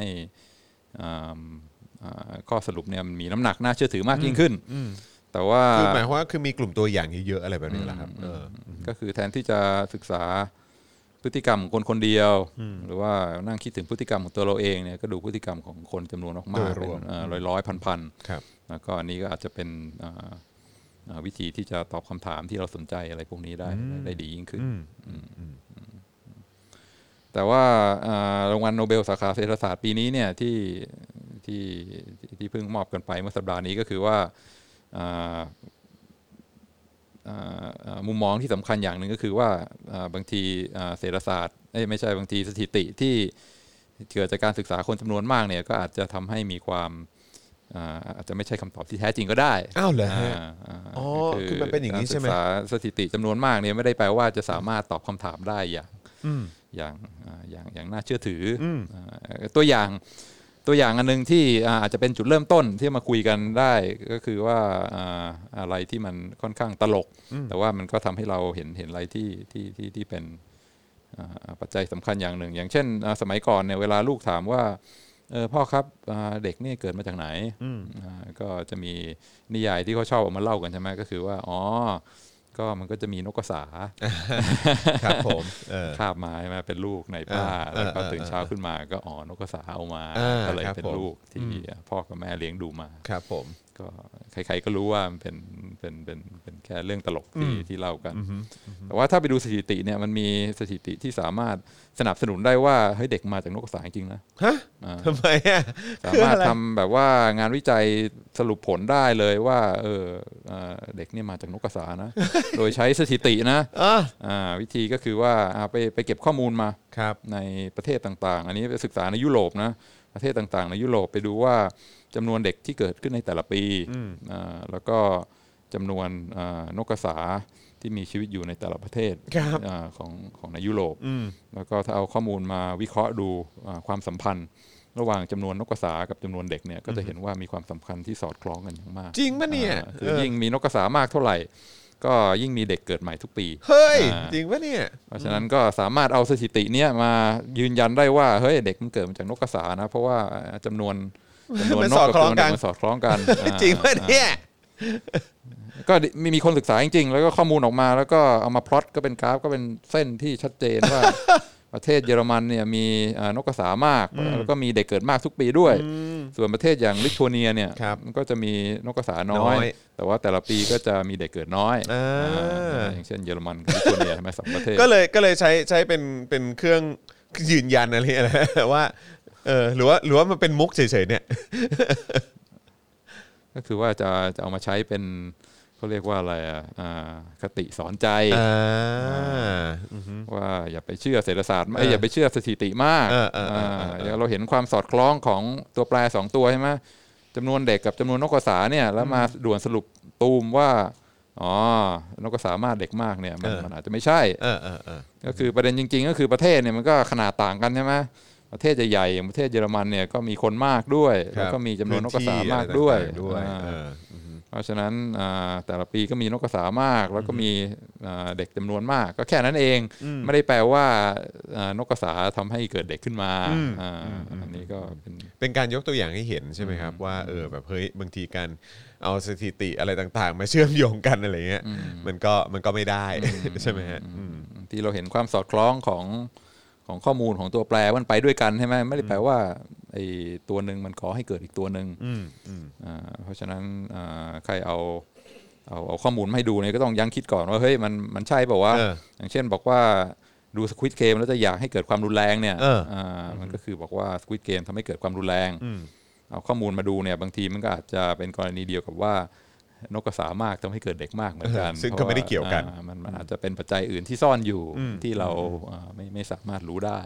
ข้อสรุปเนี่ยมันมีน้ำหนักน่าเชื่อถือมากยิ่งขึ้นแต่ว่าคือหมายความว่าคือมีกลุ่มตัวอย่างเยอะๆอะไรแบบนี้แหละครับก็คือแทนที่จะศึกษาพฤติกรรมของคนเดียวหรือว่านั่งคิดถึงพฤติกรรมของตัวเราเองเนี่ยก็ดูพฤติกรรมของคนจำนวนมากๆเป็นร้อยพันแล้วก็อันนี้ก็อาจจะเป็นวิธีที่จะตอบคำถามที่เราสนใจอะไรพวกนี้ได้ดียิ่งขึ้นแต่ว่ารางวัลโนเบลสาขาเศรษฐศาสตร์ปีนี้เนี่ยที่เพิ่งมอบกันไปเมื่อสัปดาห์นี้ก็คือว่ามุมมองที่สำคัญอย่างหนึ่งก็คือว่าบางทีเศรษฐศาสตร์ไม่ใช่บางทีสถิติที่เกิดจากการศึกษาคนจำนวนมากเนี่ยก็อาจจะทำให้มีความอาจจะไม่ใช่คำตอบที่แท้จริงก็ได้อ้าวเหรอฮะคือมันเป็นอย่างนี้ใช่ไหมสถิติจำนวนมากเนี่ยไม่ได้แปลว่าจะสามารถตอบคำถามได้อย่างน่าเชื่อถือตัวอย่างอันนึงที่อาจจะเป็นจุดเริ่มต้นที่มาคุยกันได้ก็คือว่าอะไรที่มันค่อนข้างตลกแต่ว่ามันก็ทำให้เราเห็นอะไรที่เป็นปัจจัยสำคัญอย่างหนึ่งอย่างเช่นสมัยก่อนเนี่ยเวลาลูกถามว่าพ่อครับเด็กนี่เกิดมาจากไหนก็จะมีนิยายที่เขาชอบเอามาเล่ากันใช่ไหมก็คือว่าก็มันก็จะมีนกกระสาครับผมคาบมาใช่ไหมเป็นลูกในผ้าแล้วก็ตื่นเช้าขึ้นมาก็นกกระสาเอามาก็เลยเป็นลูกที่พ่อกับแม่เลี้ยงดูมาครับผมก็ใครๆก็รู้ว่ามันเป็นแค่เรื่องตลกที่เล่ากันแต่ว่าถ้าไปดูสถิติเนี่ยมันมีสถิติที่สามารถสนับสนุนได้ว่าเฮ้ยเด็กมาจากนกกระสาจริงๆนะฮะทำไมอ่ะสามารถทำแบบว่างานวิจัยสรุปผลได้เลยว่าเด็กเนี่ยมาจากนกกระสานะโดยใช้สถิตินะวิธีก็คือว่าไปเก็บข้อมูลมาในประเทศต่างๆอันนี้ไปศึกษาในยุโรปนะประเทศต่างๆในยุโรปไปดูว่าจำนวนเด็กที่เกิดขึ้นในแต่ละปีแล้วก็จำนวนนกกระสาที่มีชีวิตอยู่ในแต่ละประเทศของในยุโรปแล้วก็ถ้าเอาข้อมูลมาวิเคราะห์ดูความสัมพันธ์ระหว่างจำนวนนกกระสากับจำนวนเด็กเนี่ยก็จะเห็นว่ามีความสำคัญที่สอดคล้องกันอย่างมากจริงปะเนี่ยคือยิ่งมีนกกระสามากเท่าไหร่ก็ยิ่งมีเด็กเกิดใหม่ทุกปีเฮ้ยจริงปะเนี่ยเพราะฉะนั้นก็สามารถเอาสถิติเนี้ยมายืนยันได้ว่าเฮ้ยเด็กมันเกิดมาจากนกกระสานะเพราะว่าจำนวนนกกับจำนวนเด็กมันสอดคล้องกันจริงปะเนี่ยก็มีคนศึกษาจริงๆแล้วก็ข้อมูลออกมาแล้วก็เอามาพลอตก็เป็นกราฟก็เป็นเส้นที่ชัดเจนว่าประเทศเยอรมันเนี่ยมีนกกระสามากแล้วก็มีเด็กเกิดมากทุกปีด้วยส่วนประเทศอย่างลิทัวเนียเนี่ยมันก็จะมีนกกระสาน้อยแต่ว่าแต่ละปีก็จะมีเด็กเกิดน้อยอย่างเช่นเยอรมันกับลิทัวเนียใช่ไหม2ประเทศก็เลยใช้เป็นเครื่องยืนยันอะไรว่าหรือว่ามันเป็นมุกเฉยๆเนี่ยก็คือว่าจะเอามาใช้เป็นเขาเรียกว่าอะไรคติสอนใจว่าอย่าไปเชื่อเศรษฐศาสตร์อย่าไปเชื่อสถิติมากเราเห็นความสอดคล้องของตัวแปร2ตัวใช่ไหมจำนวนเด็กกับจำนวนนกกระสาเนี่ยแล้วมาด่วนสรุปตูมว่านกกระสามากเด็กมากเนี่ยมันอาจจะไม่ใช่ก็คือประเด็นจริงๆก็คือประเทศเนี่ยมันก็ขนาดต่างกันใช่ไหมประเทศใหญ่ๆอย่างประเทศเยอรมันเนี่ยก็มีคนมากด้วยแล้วก็มีจำนวนนกกระสามากด้วยเพราะฉะนั้นแต่ละปีก็มีนกกระสามากแล้วก็มีเด็กจำนวนมากก็แค่นั้นเองไม่ได้แปลว่านกกระสาทำให้เกิดเด็กขึ้นมาอันนี้ก็เป็นการยกตัวอย่างให้เห็นใช่ไหมครับว่าแบบเฮ้ยบางทีการเอาสถิติอะไรต่างๆมาเชื่อมโยงกันอะไรเงี้ยมันก็ไม่ได้ใช่ไหมฮะที่เราเห็นความสอดคล้องของข้อมูลของตัวแปรมันไปด้วยกันใช่ไหมไม่ได้แปลว่าไอ้ตัวหนึ่งมันขอให้เกิดอีกตัวหนึ่งเพราะฉะนั้นใครเอาข้อมูลมาให้ดูเนี่ยก็ต้องยั้งคิดก่อนว่าเฮ้ยมันใช่เปล่าวะอย่างเช่นบอกว่าดู Squid Game แล้วจะอยากให้เกิดความรุนแรงเนี่ยมันก็คือบอกว่า Squid Game ทำให้เกิดความรุนแรงเอาข้อมูลมาดูเนี่ยบางทีมันก็อาจจะเป็นกรณีเดียวกับว่านกกระสามากทำให้เกิดเด็กมากเหมือนกันซึ่งก็ไม่ได้เกี่ยวกันมันอาจจะเป็นปัจจัยอื่นที่ซ่อนอยู่ที่เราไม่สามารถรู้ได้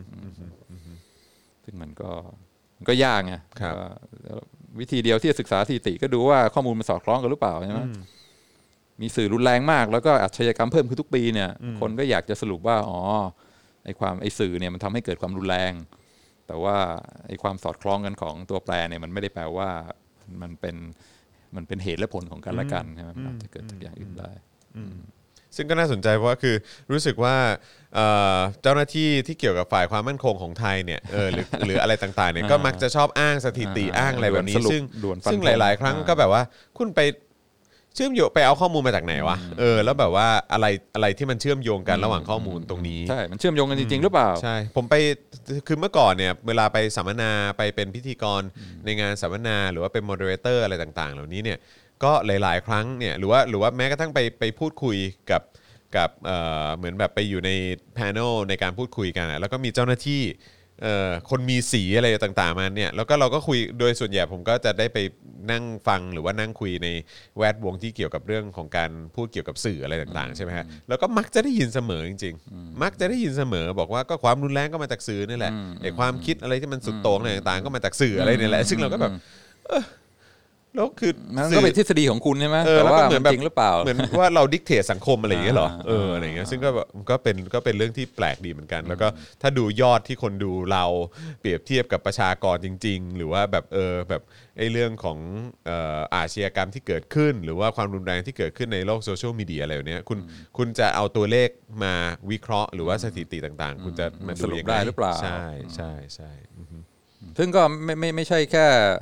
ซึ่งมันก็ยากไงวิธีเดียวที่จะศึกษาสถิติก็ดูว่าข้อมูลมันสอดคล้องกันหรือเปล่าใช่ไหมมีสื่อรุนแรงมากแล้วก็อาชญากรรมเพิ่มขึ้นทุกปีเนี่ยคนก็อยากจะสรุปว่าไอ้สื่อเนี่ยมันทำให้เกิดความรุนแรงแต่ว่าไอ้ความสอดคล้องกันของตัวแปรเนี่ยมันไม่ได้แปลว่ามันเป็นเหตุและผลของกันและกันใช่ไหมมันอาจจะเกิดจากอย่างอื่นได้ซึ่งก็น่าสนใจเพราะว่าคือรู้สึกว่าเจ้าหน้าที่ที่เกี่ยวกับฝ่ายความมั่นคงของไทยเนี่ยหรืออะไรต่างๆเนี่ยก็มักจะชอบอ้างสถิติอ้างอะไรแบบนี้ซึ่งหลายๆครั้งก็แบบว่าคุณไปเชื่อมโยงไปเอาข้อมูลมาจากไหนวะแล้วแบบว่าอะไรที่มันเชื่อมโยงกันระหว่างข้อมูลตรงนี้ใช่มันเชื่อมโยงกันจริงๆหรือเปล่าใช่ผมไปคือเมื่อก่อนเนี่ยเวลาไปสัมมนาไปเป็นพิธีกรในงานสัมมนาหรือว่าเป็นโมเดเลเตอร์อะไรต่างๆเหล่านี้เนี่ยก็หลายๆครั้งเนี่ยหรือว่าแม้กระทั่งไปพูดคุยกับเหมือนแบบไปอยู่ในแพนเนลในการพูดคุยกันแล้วก็มีเจ้าหน้าที่คนมีสีอะไรต่างๆมาเนี่ยแล้วก็เราก็คุยโดยส่วนใหญ่ผมก็จะได้ไปนั่งฟังหรือว่านั่งคุยในแวดวงที่เกี่ยวกับเรื่องของการพูดเกี่ยวกับสื่ออะไรต่างๆใช่ไหมฮะแล้วก็มักจะได้ยินเสมอจริงๆมักจะได้ยินเสมอบอกว่าก็ความรุนแรงก็มาจากสื่อนี่แหละไอ้ความคิดอะไรที่มันสุดโต่งอะไรต่างๆก็มาจากสื่ออะไรนี่แหละซึ่งเราก็แบบแล้วคือมันก็เป็นทฤษฎีของคุณใช่ไหมแต่ว่ามันจริงหรือเปล่าเหมือนว่าเราดิกเทตสังคมอะไรอย่างเงี้ยเหรออะไรอย่างเงี้ยซึ่งก็เป็นเรื่องที่แปลกดีเหมือนกันแล้วก็ถ้าดูยอดที่คนดูเราเปรียบเทียบกับประชากรจริงๆหรือว่าแบบแบบไอ้เรื่องของอาชญากรรมที่เกิดขึ้นหรือว่าความรุนแรงที่เกิดขึ้นในโลกโซเชียลมีเดียอะไรแบบนี้คุณจะเอาตัวเลขมาวิเคราะห์หรือว่าสถิติต่างๆคุณจะสรุปได้หรือเปล่าใช่ใช่ใช่ซึ่งก็ไม่ใช่แค่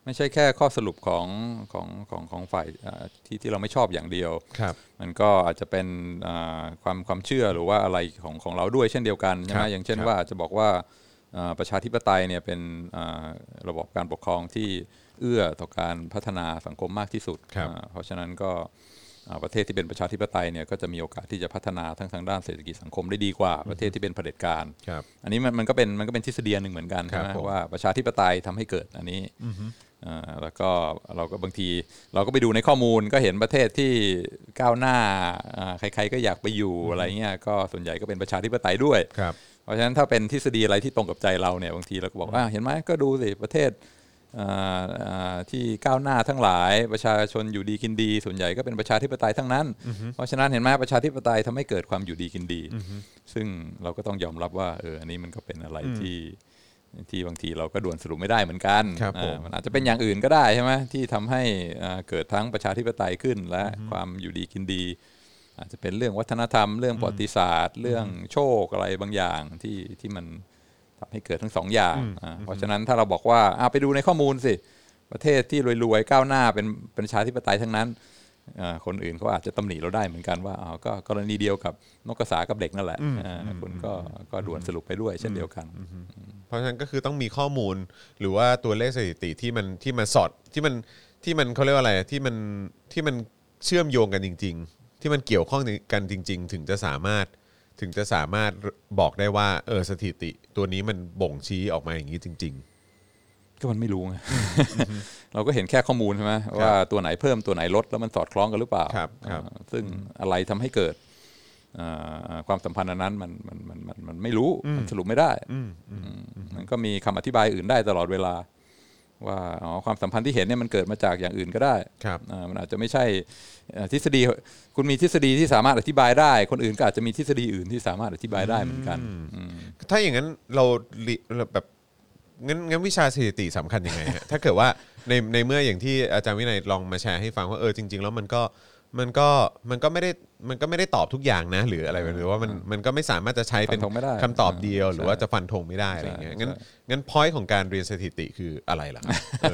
ไม่ใช่แค่ข้อสรุปของฝ่ายที่เราไม่ชอบอย่างเดียวมันก็อาจจะเป็นความเชื่อหรือว่าอะไรของเราด้วยเช่นเดียวกันใช่ไหมอย่างเช่นว่าจะบอกว่าประชาธิปไตยเนี่ยเป็นระบบการปกครองที่เอื้อต่อการพัฒนาสังคมมากที่สุดเพราะฉะนั้นก็ประเทศที่เป็นประชาธิปไตยเนี่ยก็จะมีโอกาสที่จะพัฒนาทั้งทางด้านเศรษฐกิจสังคมได้ดีกว่าประเทศที่เป็นเผด็จการอันนี้มันก็เป็นทฤษฎีหนึ่งเหมือนกันใช่ไหมว่าประชาธิปไตยทำให้เกิดอันนี้แล้วก็เราก็บางทีเราก็ไปดูในข้อมูลก็เห็นประเทศที่ก้าวหน้าใครๆก็อยากไปอยู่อะไรเงี้ยก็ส่วนใหญ่ก็เป็นประชาธิปไตยด้วยเพราะฉะนั้นถ้าเป็นทฤษฎีอะไรที่ตรงกับใจเราเนี่ยบางทีเราก็บอกว่าเห็นไหมก็ดูสิประเทศที่ก้าวหน้าทั้งหลายประชาชนอยู่ดีกินดีส่วนใหญ่ก็เป็นประชาธิปไตยทั้งนั้นเพราะฉะนั้นเห็นไหมประชาธิปไตยทำให้เกิดความอยู่ดีกินดีซึ่งเราก็ต้องยอมรับว่าอันนี้มันก็เป็นอะไรที่บางทีเราก็ด่วนสรุปไม่ได้เหมือนกันมันอาจจะเป็นอย่างอื่นก็ได้ใช่ไหมที่ทำให้เกิดทั้งประชาธิปไตยขึ้นและความอยู่ดีกินดีอาจจะเป็นเรื่องวัฒนธรรมเรื่องประวัติศาสตร์เรื่องโชคอะไรบางอย่างที่มันทำให้เกิดทั้งสองอย่างเพราะฉะนั้นถ้าเราบอกว่าไปดูในข้อมูลสิประเทศที่รวยๆก้าวหน้าเป็นประชาธิปไตยทั้งนั้นคนอื่นเขาอาจจะตำหนิเราได้เหมือนกันว่าก็กรณีเดียวกับนกกระสากับเด็กนั่นแหละคุณก็ด่วนสรุปไปด้วยเช่นเดียวกันเพราะฉะนั้นก็คือต้องมีข้อมูลหรือว่าตัวเลขสถิติที่มันสอดที่มันเขาเรียกว่าอะไรที่มันเชื่อมโยงกันจริงๆที่มันเกี่ยวข้องกันจริงๆถึงจะสามารถบอกได้ว่าสถิติตัวนี้มันบ่งชี้ออกมาอย่างนี้จริงๆก็มันไม่รู้ไง เราก็เห็นแค่ข้อมูลใช่ไหมว่าตัวไหนเพิ่มตัวไหนลดแล้วมันสอดคล้องกันหรือเปล่าซึ่งอะไรทำให้เกิดความสัมพันธ์นั้นมันไม่รู้มันสรุปไม่ได้มันก็มีคำอธิบายอื่นได้ตลอดเวลาว่าความสัมพันธ์ที่เห็นเนี่ยมันเกิดมาจากอย่างอื่นก็ได้มันอาจจะไม่ใช่ทฤษฎีคุณมีทฤษฎีที่สามารถอธิบายได้คนอื่นก็อาจจะมีทฤษฎีอื่นที่สามารถอธิบายได้เหมือนกันถ้าอย่างนั้นเราแบบงั้นวิชาสถิติสำคัญยังไงฮะถ้าเกิดว่าในเมื่ออย่างที่อาจารย์วินัยลองมาแชร์ให้ฟังว่าจริงๆแล้วมันก็ไม่ได้ตอบทุกอย่างนะหรืออะไรหรือว่ามันก็ไม่สามารถจะใช้เป็นคำตอบเดียวหรือว่าจะฟันธงไม่ได้อะไรเงี้ยงั้น point ของการเรียนสถิติคืออะไรล่ะ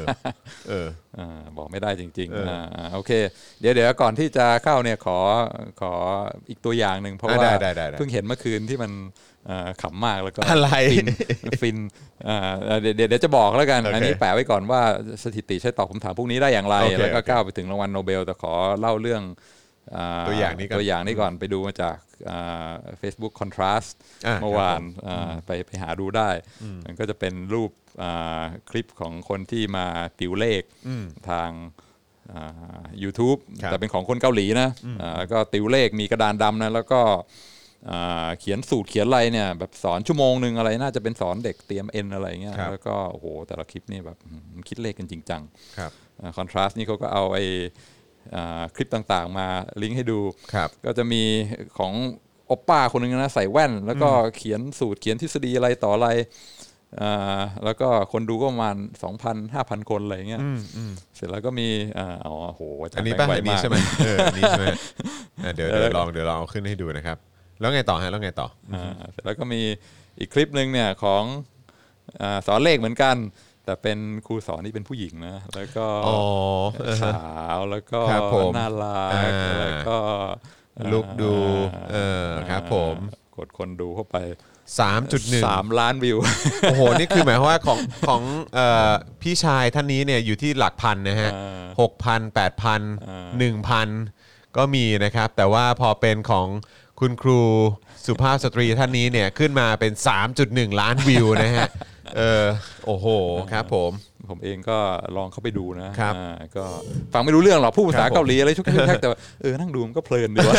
บอกไม่ได้จริงๆโอเคเดี๋ยวก่อนที่จะเข้าเนี่ยขออีกตัวอย่างหนึ่งเพราะว่าเพิ่งเห็นเมื่อคืนที่มันขำมากแล้วก็ฟินเดี๋ยวจะบอกแล้วกันอันนี้แปะไว้ก่อนว่าสถิติใช้ตอบคำถามพวกนี้ได้อย่างไรแล้วก็ก้าวไปถึงรางวัลโนเบลแต่ขอเล่าเรื่องตัวอย่างนี้ก่อนไปดูมาจากFacebook Contrast เมื่อวานไปหาดูได้มันก็จะเป็นรูปคลิปของคนที่มาติวเลขทางYouTube แต่เป็นของคนเกาหลีนะแล้วก็ติวเลขมีกระดานดำนะแล้วก็เขียนสูตรเขียนอะไรเนี่ยแบบสอนชั่วโมงนึงอะไรน่าจะเป็นสอนเด็กเตรียมเอ็นอะไรเงี้ยแล้วก็โอ้โหแต่ละคลิปนี่แบบคิดเลขกันจริงจังคอนทราสต์นี่เขาก็เอาไอ้คลิปต่างๆมาลิงก์ให้ดูก็จะมีของโอปป้าคนนึงนะใส่แว่นแล้วก็เขียนสูตรเขียนทฤษฎีอะไรต่ออะไรแล้วก็คนดูก็ประมาณ 2,000-5,000 คนอะไรเงี้ยเสร็จแล้วก็มีโอ้โหอันนี้ป่ะอันนี้ใช่ไหมนี่ใช่ไหมเดี๋ยวลองเอาขึ้นให้ดูนะครับแล้วไงต่อฮะแล้วไงต่อเสร็จแล้วก็มีอีกคลิปนึงเนี่ยของสอนเลขเหมือนกันแต่เป็นครูสอนที่เป็นผู้หญิงนะแล้วก็ขาวแล้วก็น่ารักแล้วก็ลุกดูครับผมกดคนดูเข้าไป 3.1 ล้านวิวโอ้โหนี่คือหมายความว่าของพี่ชายท่านนี้เนี่ยอยู่ที่หลักพันนะฮะ 6,000 8,000 1,000 ก็มีนะครับแต่ว่าพอเป็นของคุณครูสุภาพสตรีท่านนี้เนี่ยขึ้นมาเป็น 3.1 ล้านวิวนะฮะโอ้โหครับผมเองก็ลองเข้าไปดูนะก็ฟังไม่รู้เรื่องหรอกผู้ภาษาเกาหลีอะไรชุกแทกแต่นั่งดูมันก็เพลินดีวะ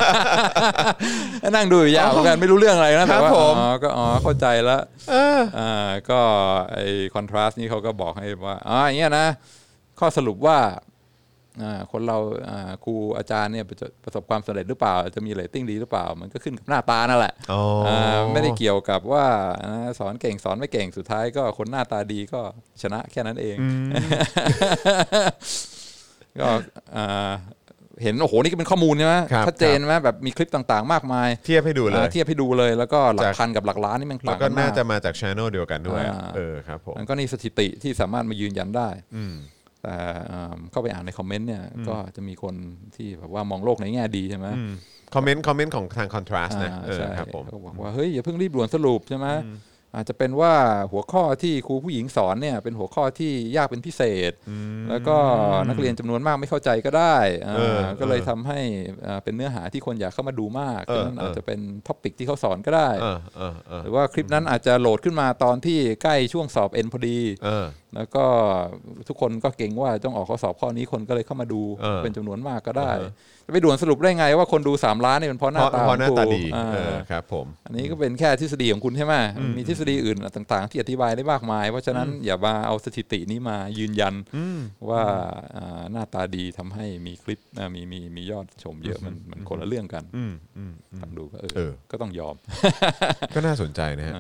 นั่งดูยาวเหมือนกันไม่รู้เรื่องอะไรนะแต่ว่าก็เข้าใจแล้วก็ไอ้คอนทราสต์นี่เขาก็บอกให้ว่าอย่างเงี้ยนะข้อสรุปว่าคนเราครูอาจารย์เนี่ยประสบความสำเร็จหรือเปล่าจะมีเรตติ้งดีหรือเปล่ามันก็ขึ้นกับหน้าตานั่นแหละไม่ได้เกี่ยวกับว่าสอนเก่งสอนไม่เก่งสุดท้ายก็คนหน้าตาดีก็ชนะแค่นั้นเองก็เห็นโอ้โหนี่ก็เป็นข้อมูลใช่ไหมชัดเจนไหมแบบมีคลิปต่างๆมากมายเทียบให้ดูเลยแล้วก็หลักพันกับหลักล้านนี่มันต่างกันมากแล้วก็น่าจะมาจาก channel เดียวกันด้วยครับผมมันก็นี่สถิติที่สามารถมายืนยันได้แต่เข้าไปอ่านในคอมเมนต์เนี่ยก็จะมีคนที่แบบว่ามองโลกในแง่ดีใช่ไหมคอมเมนต์ของทาง Contrast นะครับผมเขาบอกว่าเฮ้ยอย่าเพิ่งรีบด่วนสรุปใช่ไหมอาจจะเป็นว่าหัวข้อที่ครูผู้หญิงสอนเนี่ยเป็นหัวข้อที่ยากเป็นพิเศษแล้วก็นักเรียนจำนวนมากไม่เข้าใจก็ได้ก็เลยทำให้เป็นเนื้อหาที่คนอยากเข้ามาดูมากนั้นอาจจะเป็นท็อปิกที่เขาสอนก็ได้หรือว่าคลิปนั้นอาจจะโหลดขึ้นมาตอนที่ใกล้ช่วงสอบเอ็นพอดีแล้วก็ทุกคนก็เก่งว่าต้องออกข้อสอบข้อนี้คนก็เลยเข้ามาดูเป็นจำนวนมากก็ได้จะไปด่วนสรุปได้ไงว่าคนดู3 ล้านนี่เป็นเพราะหน้าตาดีครับผมอันนี้ก็เป็นแค่ทฤษฎีของคุณใช่ไหมมีทฤษฎีอื่นต่างๆที่อธิบายได้มากมายเพราะฉะนั้นอย่ามาเอาสถิตินี้มายืนยันว่าหน้าตาดีทำให้มีคลิปมียอดชมเยอะมันคนละเรื่องกันฟังดูก็ต้องยอมก็น่าสนใจนะฮะ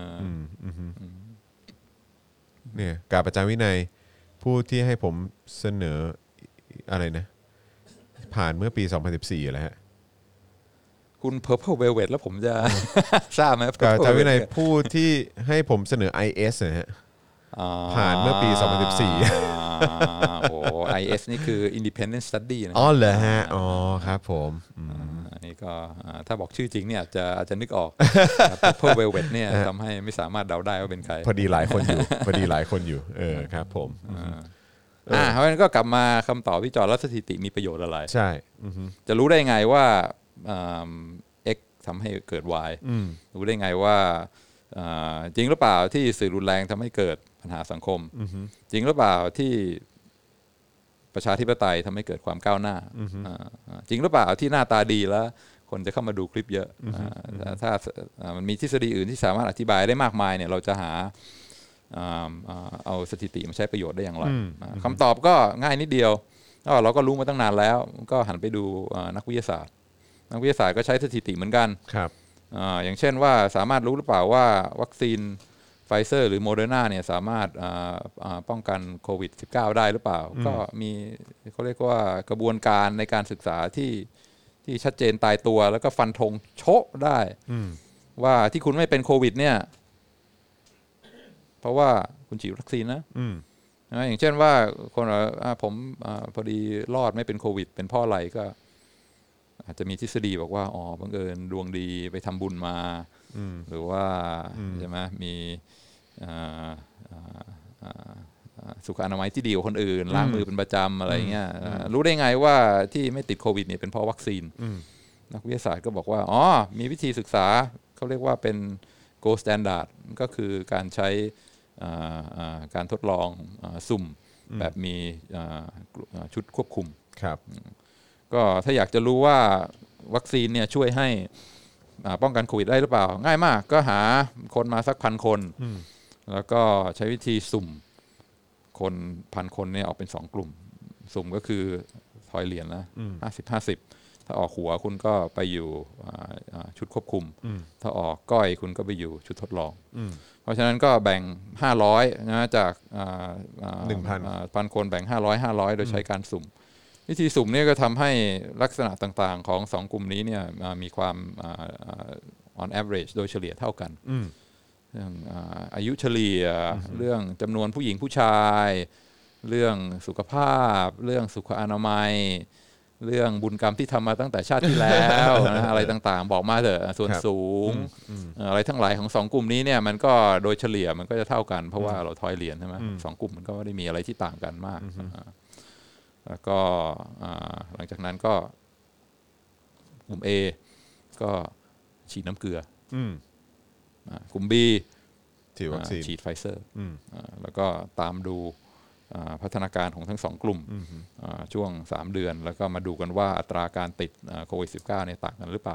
เนี่ยการประจำวินัยผู้ที่ให้ผมเสนออะไรนะผ่านเมื่อปี2014แล้วฮะคุณ Purple Velvet แล้วผมจะทราบไหมการประจำวินัยผู้ที่ให้ผมเสนอ IS นะฮะผ่านเมื่อปี2014 โอ้ IS นี่คือ Independent Study นะอ๋อเหรอฮะอ๋อครับผมนี่ก็ถ้าบอกชื่อจริงเนี่ยอาจจะนึกออก Purple Velvet เนี่ยทำให้ไม่สามารถเดาได้ว่าเป็นใครพอดีหลายคนอยู่ครับผมเพราะฉะนั้นก็กลับมาคำตอบที่จอดแล้วสถิติมีประโยชน์อะไรใช่จะรู้ได้ไงว่าX ทำให้เกิด Y รู้ได้ไงว่าจริงหรือเปล่าที่สื่อรุนแรงทำให้เกิดปัญหาสังคมจริงหรือเปล่าที่ประชาธิปไตยทำให้เกิดความก้าวหน้าจริงหรือเปล่าที่หน้าตาดีแล้วคนจะเข้ามาดูคลิปเยอะถ้ามันมีทฤษฎีอื่นที่สามารถอธิบายได้มากมายเนี่ยเราจะหาเอาสถิติมาใช้ประโยชน์ได้อย่างไรคำตอบก็ง่ายนิดเดียวเราก็รู้มาตั้งนานแล้วก็หันไปดูนักวิทยาศาสตร์ก็ใช้สถิติเหมือนกันอย่างเช่นว่าสามารถรู้หรือเปล่าว่าวัคซีนไฟเซอร์หรือโมเดอร์นาเนี่ยสามารถป้องกันโควิด -19 ได้หรือเปล่าก็มีเขาเรียกว่ากระบวนการในการศึกษาที่ชัดเจนตายตัวแล้วก็ฟันธงโชะได้ว่าที่คุณไม่เป็นโควิดเนี่ยเพราะว่าคุณฉีดวัคซีนนะอย่างเช่นว่าคนผมพอดีรอดไม่เป็นโควิดเป็นเพราะอะไรก็อาจจะมีทฤษฎีบอกว่าบังเอิญดวงดีไปทำบุญมาหรือว่าใช่ไหมมีสุขอนามัยที่ดีกว่าคนอื่นล้างมือเป็นประจำอะไรเงี้ยรู้ได้ไงว่าที่ไม่ติดโควิดเนี่ยเป็นเพราะวัคซีนนักวิทยาศาสตร์ก็บอกว่ามีวิธีศึกษาเขาเรียกว่าเป็น gold standard ก็คือการใช้การทดลองสุ่มแบบมีชุดควบคุมครับก็ถ้าอยากจะรู้ว่าวัคซีนเนี่ยช่วยให้ป้องกันโควิดได้หรือเปล่าง่ายมากก็หาคนมาสัก1,000 คนแล้วก็ใช้วิธีสุ่มคน1,000 คนเนี่ยออกเป็น2 กลุ่มสุ่มก็คือทอยเหรียญนะ50-50ถ้าออกหัวคุณก็ไปอยู่ชุดควบคุมถ้าออกก้อยคุณก็ไปอยู่ชุดทดลองเพราะฉะนั้นก็แบ่ง500นะจาก1,000 คนแบ่ง500โดยใช้การสุ่มวิธีสุ่มนี่ก็ทำให้ลักษณะต่างๆของ2 กลุ่มนี้เนี่ยมีความon average โดยเฉลี่ยเท่ากันเรื่องอายุเฉลี่ยเรื่องจำนวนผู้หญิงผู้ชายเรื่องสุขภาพเรื่องสุขอนามัยเรื่องบุญกรรมที่ทำมาตั้งแต่ชาติที่แล้วนะอะไรต่างๆบอกมาเถอะส่วนสูงอะไรทั้งหลายของ2 กลุ่มนี้เนี่ยมันก็โดยเฉลี่ยมันก็จะเท่ากันเพราะว่าเราทอยเหรียญใช่ไหม2 กลุ่มมันก็ไม่ได้มีอะไรที่ต่างกันมากแล้วก็หลังจากนั้นก็กลุ่ม A ก็ฉีดน้ำเกลือกลุ่ม B ฉีดไฟเซอร์แล้วก็ตามดูพัฒนาการของทั้ง2 กลุ่มช่วง3 เดือนแล้วก็มาดูกันว่าอัตราการติดโควิด -19 เนี่ยต่างกันหรือเปล่า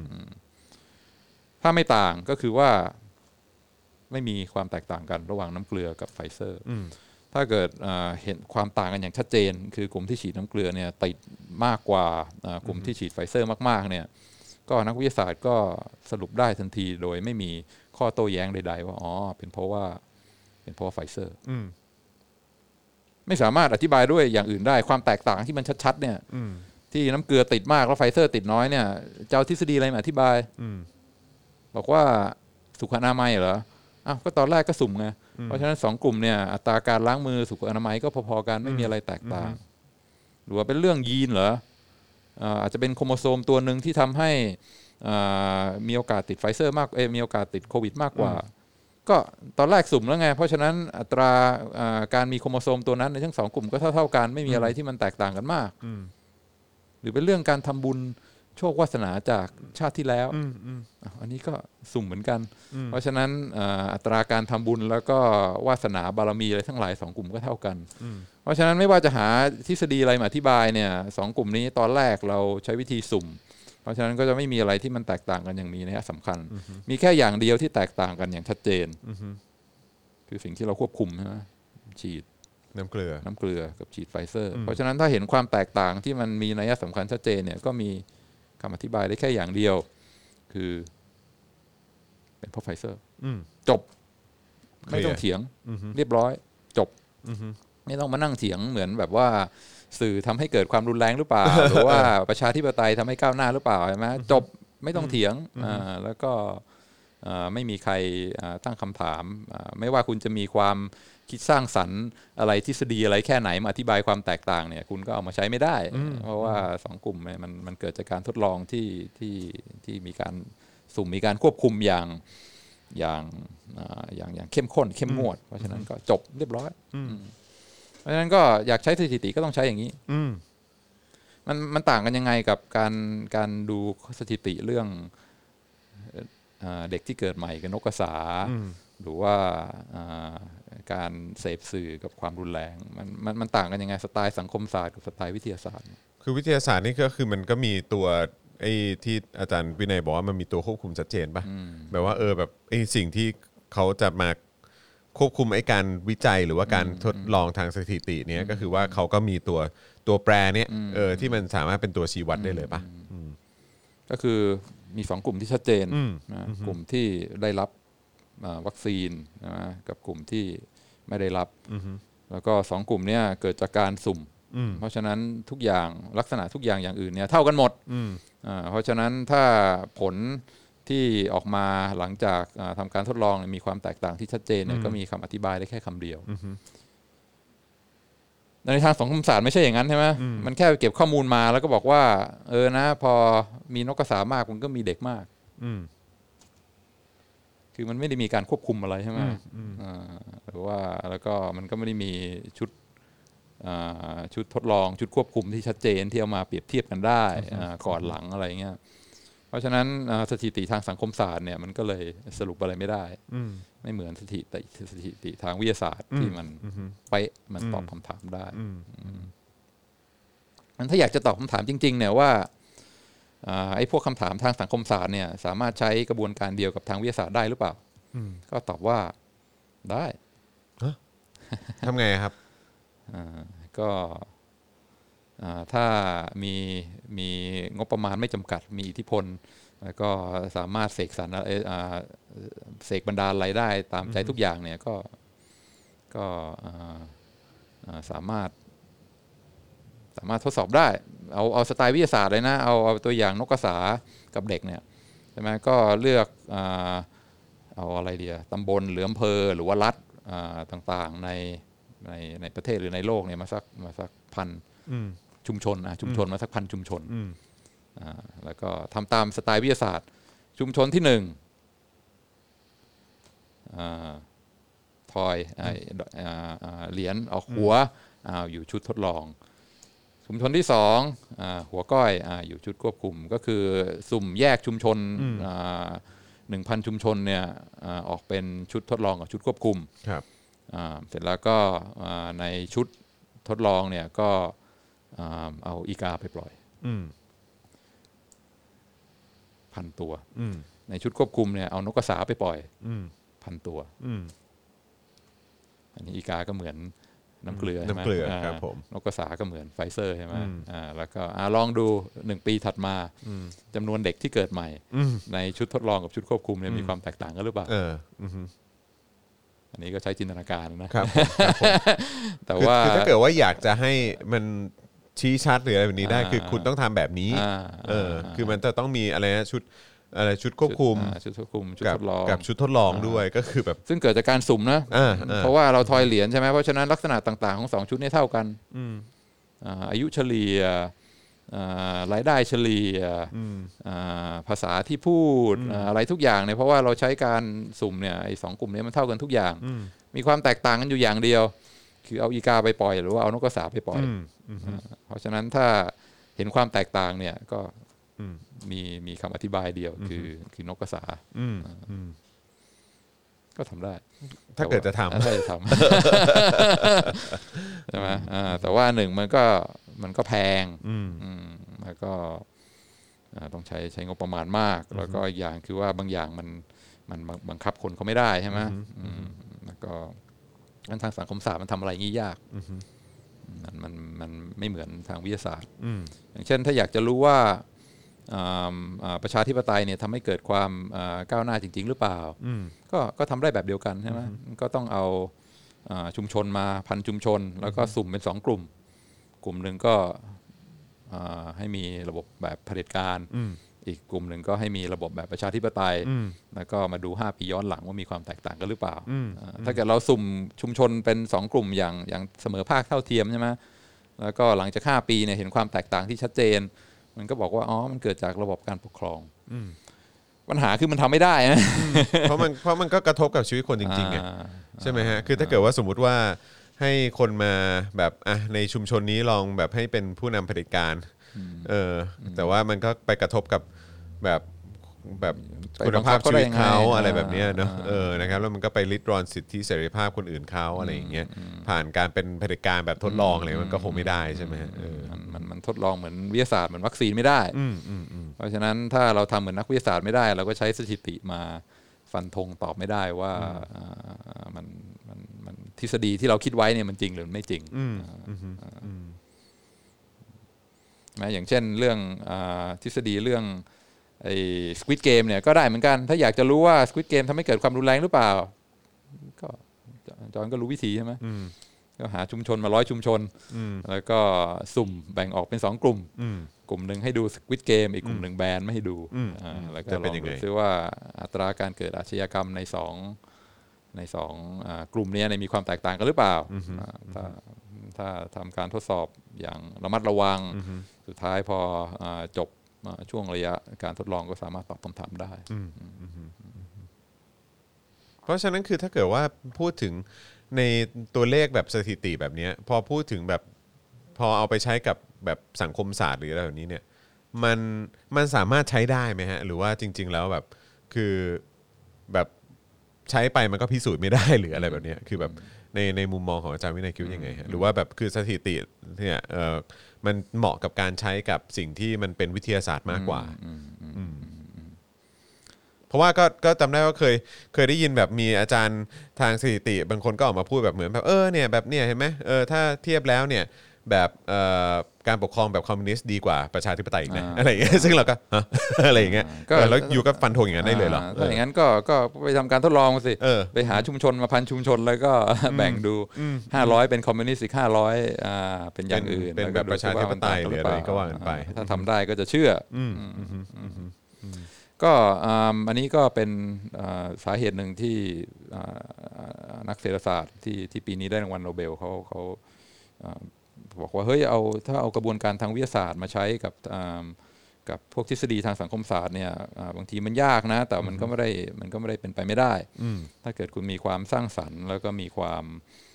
ถ้าไม่ต่างก็คือว่าไม่มีความแตกต่างกันระหว่างน้ำเกลือกับไฟเซอร์ถ้าเกิดเห็นความต่างกันอย่างชัดเจนคือกลุ่มที่ฉีดน้ำเกลือเนี่ยติดมากกว่ากลุ่มที่ฉีดไฟเซอร์มากๆเนี่ยก็นักวิทยาศาสตร์ก็สรุปได้ทันทีโดยไม่มีข้อโต้แย้งใดๆว่าเป็นเพราะว่าไฟเซอร์ไม่สามารถอธิบายด้วยอย่างอื่นได้ความแตกต่างที่มันชัดๆเนี่ยที่น้ำเกลือติดมากแล้วไฟเซอร์ติดน้อยเนี่ยจะเอาทฤษฎีอะไรมาอธิบายบอกว่าสุขอนามัยเหรออ้าวก็ตอนแรกก็สุ่มไงเพราะฉะนั้น2กลุ่มเนี่ยอัตราการล้างมือสุขอนามัยก็พอๆกันไม่มีอะไรแตกต่างหรือว่าเป็นเรื่องยีนเหรออาจจะเป็นโครโมโซมตัวหนึ่งที่ทำให้มีโอกาสติดไฟเซอร์มากมีโอกาสติดโควิดมากกว่าก็ตอนแรกสุ่มแล้วไงเพราะฉะนั้นอัตราการมีโครโมโซมตัวนั้นในทั้ง2กลุ่มก็เท่ากันไม่มีอะไรที่มันแตกต่างกันมากหรือเป็นเรื่องการทำบุญโชควาสนาจากชาติที่แล้วอันนี้ก็สุ่มเหมือนกันเพราะฉะนั้นอัตราการทำบุญแล้วก็วาสนาบารมีอะไรทั้งหลาย2กลุ่มก็เท่ากันเพราะฉะนั้นไม่ว่าจะหาทฤษฎีอะไรมาอธิบายเนี่ย2กลุ่มนี้ตอนแรกเราใช้วิธีสุ่มเพราะฉะนั้นก็จะไม่มีอะไรที่มันแตกต่างกันอย่างมีนัยสำคัญมีแค่อย่างเดียวที่แตกต่างกันอย่างชัดเจนคือสิ่งที่เราควบคุมนะฉีดน้ำเกลือกับฉีดไฟเซอร์เพราะฉะนั้นถ้าเห็นความแตกต่างที่มันมีนัยสำคัญชัดเจนเนี่ยก็มีคำอธิบายได้แค่อย่างเดียวคือเป็นเพราะไฟเซอร์จบไม่ต้องเถียงเรียบร้อยจบไม่ต้องมานั่งเถียงเหมือนแบบว่าสื่อทำให้เกิดความรุนแรงหรือเปล่า หรือว่าประชาธิปไตยทำให้ก้าวหน้าหรือเปล่าใช่ไหมจบไม่ต้องเถียงแล้วก็ไม่มีใครตั้งคำถามไม่ว่าคุณจะมีความคิดสร้างสรรค์อะไรทฤษฎีอะไรแค่ไหนมาอธิบายความแตกต่างเนี่ยคุณก็เอามาใช้ไม่ได้เพราะว่า2กลุ่มมันเกิดจากการทดลองที่มีการสุ่มมีการควบคุมอย่างเข้มข้นเข้มงวดเพราะฉะนั้นก็จบเรียบร้อยเพราะฉะนั้นก็อยากใช้สถิติก็ต้องใช้อย่างนี้มันต่างกันยังไงกับการดูสถิติเรื่องเด็กที่เกิดใหม่กับนกกระสาหรือว่าการเสพสื่อกับความรุนแรงมันต่างกันยังไงสไตล์สังคมศาสตร์กับสไตล์วิทยาศาสตร์คือวิทยาศาสตร์นี่ก็คือมันก็มีตัวไอ้ที่อาจารย์วินัยบอกว่ามันมีตัวควบคุมชัดเจนป่ะแบบว่าแบบไอ้สิ่งที่เขาจะมาควบคุมไอ้การวิจัยหรือว่าการทดลองทางสถิติเนี้ยก็คือว่าเขาก็มีตัวแปรเนี้ยที่มันสามารถเป็นตัวชี้วัดได้เลยป่ะก็คือมี2กลุ่มที่ชัดเจนนะกลุ่มที่ได้รับวัคซีนนะกับกลุ่มที่ไม่ได้รับแล้วก็2กลุ่มนี้เกิดจากการสุ่มเพราะฉะนั้นทุกอย่างลักษณะทุกอย่างอย่างอื่นเนี่ยเท่ากันหมดเพราะฉะนั้นถ้าผลที่ออกมาหลังจากทำการทดลองมีความแตกต่างที่ชัดเจนเนี่ยก็มีคำอธิบายได้แค่คำเดียวในทางสังคมศาสตร์ไม่ใช่อย่างนั้นใช่ไหมมันแค่เก็บข้อมูลมาแล้วก็บอกว่านะพอมีนกกระสามากมันก็มีเด็กมากคือมันไม่ได้มีการควบคุมอะไรใช่ไหมหรือว่าแล้วก็มันก็ไม่ได้มีชุดทดลองชุดควบคุมที่ชัดเจนที่เอามาเปรียบเทียบกันได้ก่อนหลังอะไรเงี้ยเพราะฉะนั้นสถิติทางสังคมศาสตร์เนี่ยมันก็เลยสรุปอะไรไม่ได้ไม่เหมือนสถิติทางวิทยาศาสตร์ที่มันไปมันตอบคำถามได้มันถ้าอยากจะตอบคำถามจริงๆเนี่ยว่าไอ้พวกคำถามทางสังคมศาสตร์เนี่ยสามารถใช้กระบวนการเดียวกับทางวิทยาศาสตร์ได้หรือเปล่าก็ตอบว่าได้ทำไงครับก็ถ้ามีงบประมาณไม่จำกัดมีอิทธิพลแล้วก็สามารถเสกสรรเสกบันดาลอะไรได้ตามใจทุกอย่างเนี่ยก็สามารถทดสอบได้เอาสไตล์วิทยาศาสตร์เลยนะเอาตัวอย่างนกกระสากับเด็กเนี่ยใช่ไหมก็เลือกเอาอะไรเดียตำบลหรืออำเภอหรือว่ารัฐต่างๆในประเทศหรือในโลกเนี่ยมาสักพันชุมชนมาสักพันชุมชนแล้วก็ทำตามสไตล์วิทยาศาสตร์ชุมชนที่1ทอยเหรียญออกหัวอยู่ชุดทดลองชุมชนที่2หัวก้อยอยู่ชุดควบคุมก็คือสุ่มแยกชุมชน1,000 ชุมชนเนี่ยออกเป็นชุดทดลองกับชุดควบคุมเสร็จแล้วก็ในชุดทดลองเนี่ยก็เอาอีกาไปปล่อย1,000 ตัวในชุดควบคุมเนี่ยเอานกกระสาไปปล่อย1,000 ตัวอันนี้อีกาก็เหมือนน้ำเกลือใช่ไหมครับผมนกกระสาก็เหมือนไฟเซอร์ใช่ไหมแล้วก็ลองดู1 ปีถัดมาจำนวนเด็กที่เกิดใหม่ในชุดทดลองกับชุดควบคุมเนี่ยมีความแตกต่างกันหรือเปล่าอันนี้ก็ใช้จินตนาการนะครับแต่ว่าถ้าเกิดว่าอยากจะให้มันชี้ชัดหรืออะไรแบบนี้ได้คือคุณต้องทำแบบนี้คือมันจะต้องมีอะไรนะชุดควบคุมชุดควบคุมชุดทดลองกับชุดทดลองด้วยก็คือแบบซึ่งเกิดจากการสุ่มนะเพราะว่าเราทอยเหรียญใช่ไหมเพราะฉะนั้นลักษณะต่างๆของ2ชุดนี้เท่ากันอายุเฉลี่ยรายได้เฉลี่ยภาษาที่พูดอะไรทุกอย่างเนี่ยเพราะว่าเราใช้การสุ่มเนี่ยไอ้2กลุ่มนี้มันเท่ากันทุกอย่างมีความแตกต่างกันอยู่อย่างเดียวคือเอาอีกาไปปล่อยหรือว่าเอานกกระสาไปปล่อยเพราะฉะนั้นถ้าเห็นความแตกต่างเนี่ยก็มีคำอธิบายเดียวคือนกกระสาก็ทำได้ถ้าเกิดจะทำถ้าจะทำใช่ไหมแต่ว่าหนึ่งมันก็แพงแล้วก็ต้องใช้งบประมาณมากแล้วก็อีกอย่างคือว่าบางอย่างมันบังคับคนเขาไม่ได้ใช่ไหมแล้วก็ทางสังคมศาสตร์มันทำอะไรงี้ยากมันไม่เหมือนทางวิทยาศาสตร์อย่างเช่นถ้าอยากจะรู้ว่าประชาธิปไตยเนี่ยทำให้เกิดความก้าวหน้าจริงๆหรือเปล่าก็ทำได้แบบเดียวกันใช่ไหมก็ต้องเอาชุมชนมาพันชุมชนแล้วก็สุ่มเป็น2กลุ่มหนึ่งก็ให้มีระบบแบบเผด็จการอีกกลุ่มหนึ่งก็ให้มีระบบแบบประชาธิปไตยแล้วก็มาดู5 ปีย้อนหลังว่ามีความแตกต่างกันหรือเปล่าถ้าเกิดเราสุ่มชุมชนเป็น2กลุ่มอย่างเสมอภาคเท่าเทียมใช่ไหมแล้วก็หลังจาก5 ปีเนี่ยเห็นความแตกต่างที่ชัดเจนมันก็บอกว่ามันเกิดจากระบบการปกครองปัญหาคือมันทำไม่ได้นะเพราะมันก็กระทบกับชีวิตคนจริงๆไงใช่ไหมฮะคือถ้าเกิดว่าสมมุติว่าให้คนมาแบบในชุมชนนี้ลองแบบให้เป็นผู้นำเผด็จการแต่ว่ามันก็ไปกระทบกับแบบคุณภาพชีวิตเขาอะไรแบบนี้เนาะนะครับแล้วมันก็ไปริดรอนสิทธิเสรีภาพคนอื่นเขาอะไรอย่างเงี้ยผ่านการเป็นเผด็จการแบบทดลองอะไรมันก็คงไม่ได้ใช่ไหมมันทดลองเหมือนวิทยาศาสตร์เหมือนวัคซีนไม่ได้เพราะฉะนั้นถ้าเราทำเหมือนนักวิทยาศาสตร์ไม่ได้เราก็ใช้สถิติมาฟันธงตอบไม่ได้ว่ามันทฤษฎีที่เราคิดไว้เนี่ยมันจริงหรือไม่จริงอย่างเช่นเรื่องทฤษฎีเรื่องไอ้ Squid Game เนี่ยก็ได้เหมือนกันถ้าอยากจะรู้ว่า Squid Game ทำให้เกิดความรุนแรงหรือเปล่าก็จอนก็รู้วิธีใช่ไหมก็หาชุมชนมา100 ชุมชนแล้วก็สุ่มแบ่งออกเป็น2 กลุ่มกลุ่มหนึ่งให้ดู Squid Game อีกกลุ่มหนึ่งแบนไม่ให้ดูแล้วก็ลองดูซิว่าอัตราการเกิดอาชญากรรมใน2กลุ่มนี้มีความแตกต่างกันหรือเปล่าถ้าทำการทดสอบอย่างระมัดระวังสุดท้ายพอจบช่วงระยะการทดลองก็สามารถตอบคำถามได้เพราะฉะนั้นคือถ้าเกิดว่าพูดถึงในตัวเลขแบบสถิติแบบนี้พอพูดถึงแบบพอเอาไปใช้กับแบบสังคมศาสตร์หรืออะไรแบบนี้เนี่ยมันสามารถใช้ได้ไหมฮะหรือว่าจริงๆแล้วแบบคือแบบใช้ไปมันก็พิสูจน์ไม่ได้หรืออะไรแบบนี้คือแบบในมุมมองของอาจารย์วินัยคิดยังไงฮะหรือว่าแบบคือสถิติเนี่ยมันเหมาะกับการใช้กับสิ่งที่มันเป็นวิทยาศาสตร์มากกว่าเพราะว่าก็จำได้ว่าเคยได้ยินแบบมีอาจารย์ทางสถิติบางคนก็ออกมาพูดแบบเหมือนแบบเนี่ยแบบเนี่ยเห็นไหมถ้าเทียบแล้วเนี่ยแบบการปกครองแบบคอมมิวนิสต์ดีกว่าประชาธิปไตยอีกนะอะไรอย่างเงี้ยซึ่งเราก็อะไรอย่างเงี้ยแล้วอยู่ก็ฟันธงอย่างนั้นได้เลยเหรอถ้าอย่างนั้นก็ไปทำการทดลองมาสิไปหาชุมชนมาพันชุมชนแล้วก็แบ่งดู500เป็นคอมมิวนิสต์อีก500เป็นอย่างอื่นเป็นแบบประชาธิปไตยหรืออะไรก็ว่ากันไปถ้าทำได้ก็จะเชื่อก็อันนี้ก็เป็นสาเหตุหนึ่งที่นักเศรษฐศาสตร์ที่ปีนี้ได้รางวัลโนเบลเขาบอกว่าเฮ้ยถ้าเอากระบวนการทางวิทยาศาสตร์มาใช้กับพวกทฤษฎีทางสังคมศาสตร์เนี่ยบางทีมันยากนะแต่มันก็ไม่ได้เป็นไปไม่ได้ถ้าเกิดคุณมีความสร้างสรรค์แล้วก็มีความ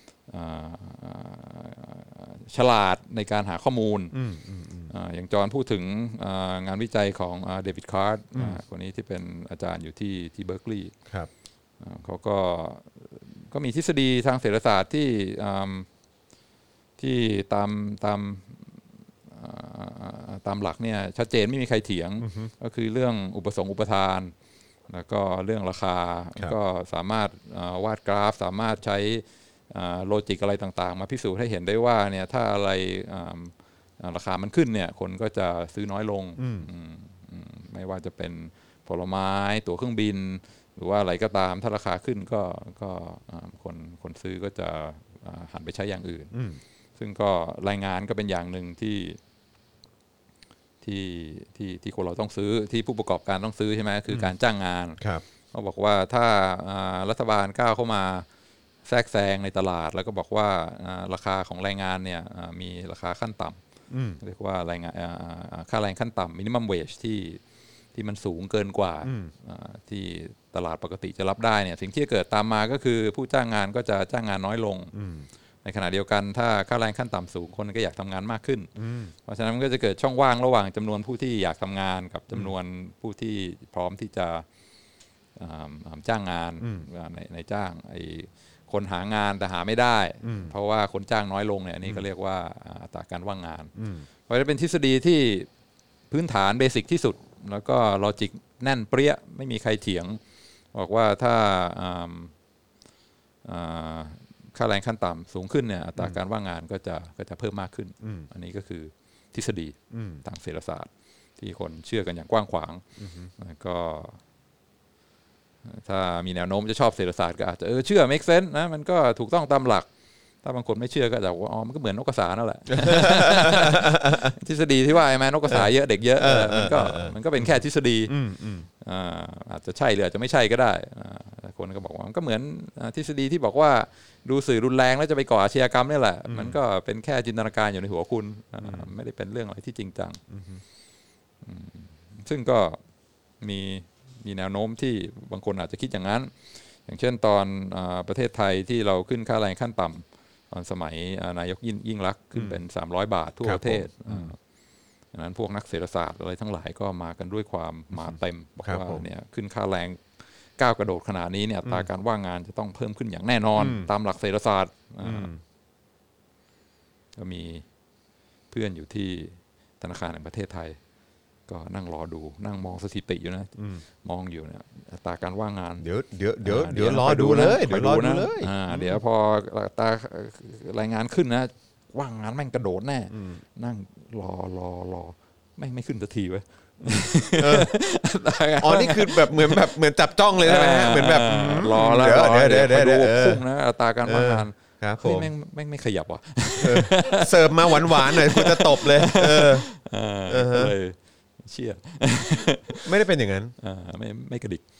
ฉลาดในการหาข้อมูลอย่างจอห์นพูดถึงงานวิจัยของเดวิดคาร์ดคนนี้ที่เป็นอาจารย์อยู่ที่เบิร์กลีย์เขาก็มีทฤษฎีทางเศรษฐศาสตร์ที่ตามหลักเนี่ยชัดเจนไม่มีใครเถียงก็คือเรื่องอุปสงค์อุปทานแล้วก็เรื่องราคาก็สามารถวาดกราฟสามารถใช้โลจิกอะไรต่างๆมาพิสูจน์ให้เห็นได้ว่าเนี่ยถ้าอะไรราคามันขึ้นเนี่ยคนก็จะซื้อน้อยลงไม่ว่าจะเป็นผลไม้ตั๋วเครื่องบินหรือว่าอะไรก็ตามถ้าราคาขึ้นก็คนซื้อก็จะหันไปใช้อย่างอื่นซึ่งก็รายงานก็เป็นอย่างหนึ่งที่คนเราต้องซื้อที่ผู้ประกอบการต้องซื้อใช่ไหมคือการจ้างงานเขาบอกว่าถ้ารัฐบาลก้าวเข้ามาแทรกแซงในตลาดแล้วก็บอกว่าราคาของแรงงานเนี่ยมีราคาขั้นต่ำเรียกว่าแรงงานค่าแรงขั้นต่ำ minimum wage ที่มันสูงเกินกว่าที่ตลาดปกติจะรับได้เนี่ยสิ่งที่เกิดตามมาก็คือผู้จ้างงานก็จะจ้างงานน้อยลงในขณะเดียวกันถ้าค่าแรงขั้นต่ำสูงคนก็อยากทำงานมากขึ้นเพราะฉะนั้นมันก็จะเกิดช่องว่างระหว่างจำนวนผู้ที่อยากทำงานกับจำนวนผู้ที่พร้อมที่จะจ้างงานในจ้างไอ้คนหางานแต่หาไม่ได้เพราะว่าคนจ้างน้อยลงเนี่ยนี่ก็เรียกว่าอัตราการว่างงานเพราะฉะนั้นเป็นทฤษฎีที่พื้นฐานเบสิกที่สุดแล้วก็ลอจิกแน่นเปรี้ยไม่มีใครเถียงบอกว่าถ้าค่าแรงขั้นต่ำสูงขึ้นเนี่ยอัตราการว่างงานก็จะเพิ่มมากขึ้นอันนี้ก็คือทฤษฎีทางเศรษฐศาสตร์ที่คนเชื่อกันอย่างกว้างขวางแล้วก็ถ้ามีแนวโน้มจะชอบเศรษฐศาสตร์ก็อาจจะเชื่อ make sense นะมันก็ถูกต้องตามหลักถ้าบางคนไม่เชื่อก็จะว่ามันก็เหมือนนกกระสานั่นแหละ ทฤษฎีที่ว่าไอ้แม่นกกระสาเยอะเด็กเยอะมันก็เป็นแค่ทฤษฎีอาจจะใช่หรืออาจจะไม่ใช่ก็ได้คนก็บอกว่ามันก็เหมือนทฤษฎีที่บอกว่าดูสื่อรุนแรงแล้วจะไปก่ออาชญากรรมนี่แหละมันก็เป็นแค่จินตนาการอยู่ในหัวคุณไม่ได้เป็นเรื่องอะไรที่จริงจังซึ่งก็มีแนวโน้มที่บางคนอาจจะคิดอย่างนั้นอย่างเช่นตอนประเทศไทยที่เราขึ้นค่าแรงขั้นต่ำตอนสมัยนายกยิ่งลักษณ์ขึ้นเป็น300 บาททั่วประเทศดังนั้นพวกนักเศรษฐศาสตร์อะไรทั้งหลายก็มากันด้วยความมาเต็มบอกว่าเนี่ยขึ้นค่าแรงก้าวกระโดดขนาดนี้เนี่ยอัตราการว่างงานจะต้องเพิ่มขึ้นอย่างแน่นอนตามหลักเศรษฐศาสตร์ก็มีเพื่อนอยู่ที่ธนาคารแห่งประเทศไทยก็นั่งรอดูนั่งมองสถิติอยู่นะมองอยู่เนี่ยอัตราการว่างงานเดี๋ยวรอดูเลยเดี๋ยวรอดูเลยเดี๋ยวพออัตรารายงานขึ้นนะว่างงานแม่งกระโดดแน่นั่งรอไม่ขึ้นสักทีเว้ยอ๋อนี่คือแบบเหมือนจับจ้องเลยใช่ไหมเหมือนแบบรอแล้วเดี๋ยวดูพุ่งนะอัตราการว่างงานแม่งไม่ขยับว่ะเสิร์ฟมาหวานๆหน่อยคุณจะตบเลยเลยเชี่ยไม่ได้เป็นอย่างนั้นไม่กระดิก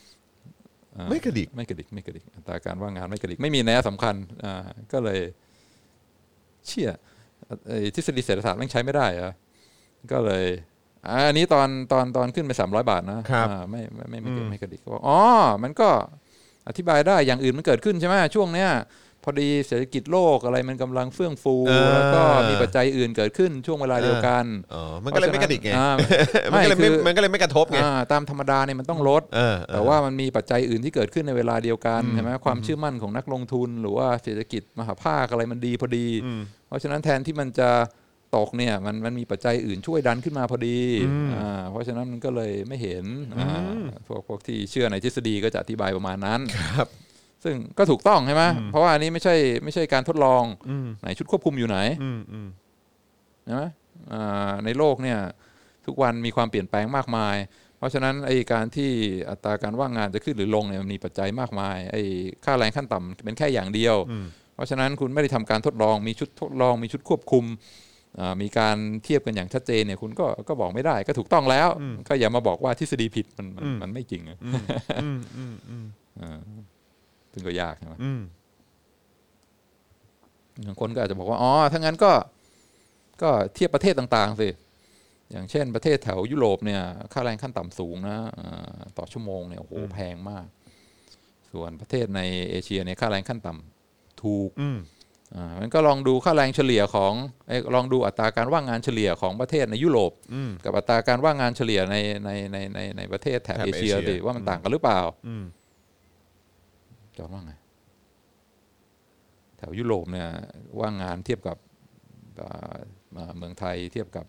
อัตราการว่างงานไม่กระดิกไม่มีนัยสำคัญก็เลยเชี่ยทฤษฎีเศรษฐศาสตร์แม่งใช้ไม่ได้อะก็เลยอันนี้ตอนขึ้นไป300 บาทนะไม่กระดิกอ๋อมันก็อธิบายได้อย่างอื่นมันเกิดขึ้นใช่ไหมช่วงเนี้ยพอดีเศรษฐกิจโลกอะไรมันกำลังเฟื่องฟูแล้วก็มีปัจจัยอื่นเกิดขึ้นช่วงเวลาเดียวกันมันก็เลยไม่กระดิกไงมันก็เลยไม่กระทบไงตามธรรมดาเนี่ยมันต้องลดแต่ว่ามันมีปัจจัยอื่นที่เกิดขึ้นในเวลาเดียวกันใช่ไหมความเชื่อมั่นของนักลงทุนหรือว่าเศรษฐกิจมหาภาคอะไรมันดีพอดีเพราะฉะนั้นแทนที่มันจะตกเนี่ยมันมีปัจจัยอื่นช่วยดันขึ้นมาพอดีเพราะฉะนั้นมันก็เลยไม่เห็นพวกที่เชื่อในทฤษฎีก็จะอธิบายประมาณนั้นซึ่งก็ถูกต้องใช่ไหมเพราะว่าอันนี้ไม่ใช่การทดลองไหนชุดควบคุมอยู่ไหนใช่ไหมในโลกเนี่ยทุกวันมีความเปลี่ยนแปลงมากมายเพราะฉะนั้นไอ้การที่อัตราการว่างงานจะขึ้นหรือลงเนี่ยมันมีปัจจัยมากมายไอ้ค่าแรงขั้นต่ำเป็นแค่อย่างเดียวเพราะฉะนั้นคุณไม่ได้ทำการทดลองมีชุดทดลองมีชุดควบคุมมีการเทียบกันอย่างชัดเจนเนี่ยคุณก็บอกไม่ได้ก็ถูกต้องแล้วก็อย่ามาบอกว่าทฤษฎีผิดมันไม่จริงซึ่งก็ยากใช่ไหมบางคนก็อาจจะบอกว่าอ๋อถ้างั้นก็เทียบประเทศต่างๆสิอย่างเช่นประเทศแถวยุโรปเนี่ยค่าแรงขั้นต่ำสูงนะต่อชั่วโมงเนี่ยโอ้โหแพงมากส่วนประเทศในเอเชียเนี่ยค่าแรงขั้นต่ำถูกมันก็ลองดูค่าแรงเฉลี่ยของลองดูอัตราการว่างงานเฉลี่ยของประเทศในยุโรปกับอัตราการว่างงานเฉลี่ยในประเทศแถบเอเชียสิว่ามันต่างกันหรือเปล่าจอว่าไงแถวยุโรปเนี่ยว่างงานเทียบกับเมืองไทยเทียบกับ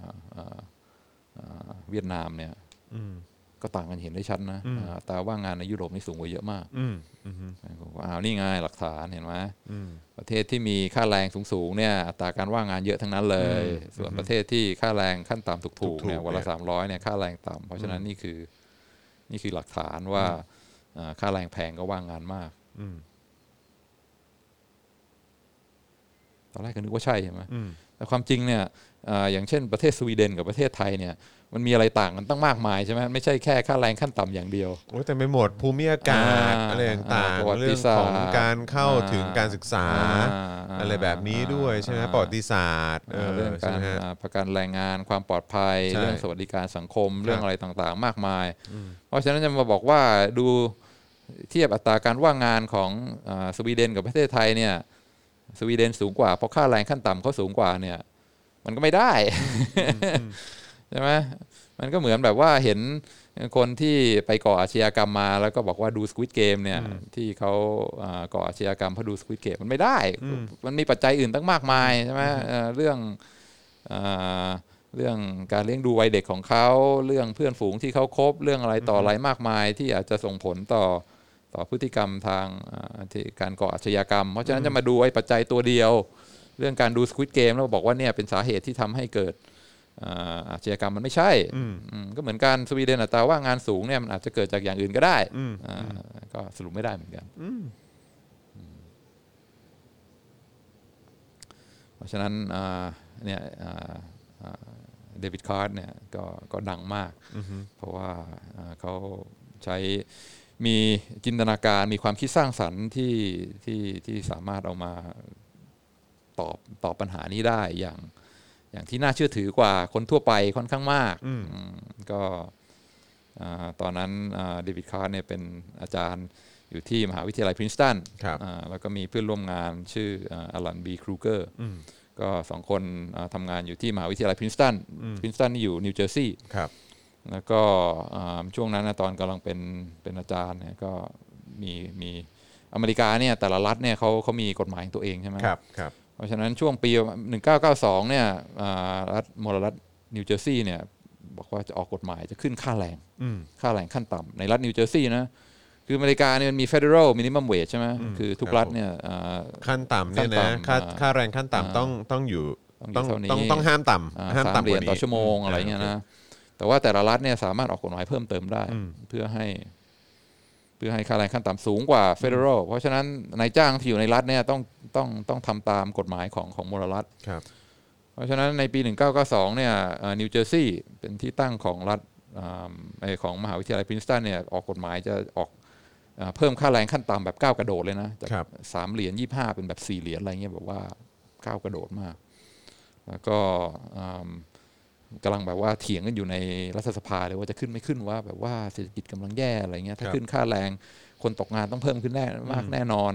เวียดนามเนี่ยก็ต่างกันเห็นได้ชัดนะแต่ว่างงานในยุโรปนี่สูงกว่าเยอะมากนี่ไงหลักฐานเห็นไหมประเทศที่มีค่าแรงสูงๆเนี่ยอัตราการว่างงานเยอะทั้งนั้นเลยส่วนประเทศที่ค่าแรงขั้นต่ำถูกๆเนี่ยวันละ300เนี่ยค่าแรงต่ำเพราะฉะนั้นนี่คือหลักฐานว่าค่าแรงแพงก็ว่างงานมากตอนแรกก็นึกว่าใช่ใช่ไหมแต่ความจริงเนี่ยอย่างเช่นประเทศสวีเดนกับประเทศไทยเนี่ยมันมีอะไรต่างกันตั้งมากมายใช่ไหมไม่ใช่แค่ค่าแรงขั้นต่ำอย่างเดียวโอ้แต่ไม่หมดภูมิอากาศอะไรต่างๆเรื่องของการเข้าถึงการศึกษาอะไรแบบนี้ด้วยใช่ไหมประวัติศาสตร์เรื่องการประกันแรงงานความปลอดภัยเรื่องสวัสดิการสังคมเรื่องอะไรต่างๆมากมายเพราะฉะนั้นจะมาบอกว่าดูเทียบอัตราการว่างงานของสวีเดนกับประเทศไทยเนี่ยสวีเดนสูงกว่าเพราะค่าแรงขั้นต่ำเขาสูงกว่าเนี่ยมันก็ไม่ได้ใช่ไหมมันก็เหมือนแบบว่าเห็นคนที่ไปก่ออาชญากรรมมาแล้วก็บอกว่าดู Squid Game เนี่ยที่เขาก่ออาชญากรรมเพราะดู Squid Game มันไม่ได้มันมีปัจจัยอื่นตั้งมากมายใช่ไหมเรื่องการเลี้ยงดูวัยเด็กของเขาเรื่องเพื่อนฝูงที่เขาคบเรื่องอะไรต่ออะไรมากมายที่อาจจะส่งผลต่อพฤติกรรมทางการก่ออาชญากรรมเพราะฉะนั้นจะมาดูไอ้ปัจจัยตัวเดียวเรื่องการดู Squid Game แล้วบอกว่าเนี่ยเป็นสาเหตุที่ทำให้เกิดอาชญากรรมมันไม่ใช่ก็เหมือนกันสวีเดนอัตราว่างงานสูงเนี่ยมันอาจจะเกิดจากอย่างอื่นก็ได้ก็สรุปไม่ได้เหมือนกันเพราะฉะนั้นเนี่ยเดวิดคาร์ดเนี่ยก็ดังมากเพราะว่าเขาใช้มีจินตนาการมีความคิดสร้างสรรค์ที่สามารถเอามาตอบปัญหานี้ได้อย่างที่น่าเชื่อถือกว่าคนทั่วไปค่อนข้างมากก็ตอนนั้นเดวิดคาร์ดเนี่ยเป็นอาจารย์อยู่ที่มหาวิทยาลัยพรินสตันแล้วก็มีเพื่อนร่วมงานชื่ออลันบีครูเกอร์ก็2คนทำงานอยู่ที่มหาวิทยาลัยพรินสตันนี่อยู่นิวเจอร์ซีย์แล้วก็ช่วงนั้นตอนกำลังเป็นอาจารย์เนี่ยก็มีอเมริกาเนี่ยแต่ละรัฐเนี่ยเขามีกฎหมายของตัวเองใช่ไหมครับเพราะฉะนั้นช่วงปี1992เนี่ยมลรัฐนิวเจอร์ซีย์เนี่ยบอกว่าจะออกกฎหมายจะขึ้นค่าแรงขั้นต่ำในรัฐนิวเจอร์ซีย์นะคืออเมริกาเนี่ยมันมี Federal Minimum Wage ใช่ไหมคือทุกรัฐเนี่ยขั้นต่ำเนี่ยนะค่าแรงขั้นต่ำต้องอยู่ต้องห้ามต่ำ 3 เหรียญต่อชั่วโมงอะไรเงี้ยนะแต่ว่าแต่ละรัฐเนี่ยสามารถออกกฎหมายเพิ่มเติมได้เพื่อให้ค่าแรงขั้นต่ำสูงกว่า Federal เพราะฉะนั้นนายจ้างที่อยู่ในรัฐเนี่ยต้องทำตามกฎหมายของมลรัฐเพราะฉะนั้นในปี1992เนี่ยนิวเจอร์ซีย์เป็นที่ตั้งของรัฐของมหาวิทยาลัยพรินสตันเนี่ยออกกฎหมายจะออกเพิ่มค่าแรงขั้นต่ำแบบก้าวกระโดดเลยนะจาก3 เหรียญ 25เป็นแบบ4 เหรียญอะไรเงี้ยแบบว่าก้าวกระโดดมากแล้วก็กำลังแบบว่าเถียงกันอยู่ในรัฐสภาเลยว่าจะขึ้นไม่ขึ้นว่าแบบว่าเศรษฐกิจกำลังแย่อะไรเงี้ยถ้าขึ้นค่าแรงคนตกงานต้องเพิ่มขึ้นแน่นอน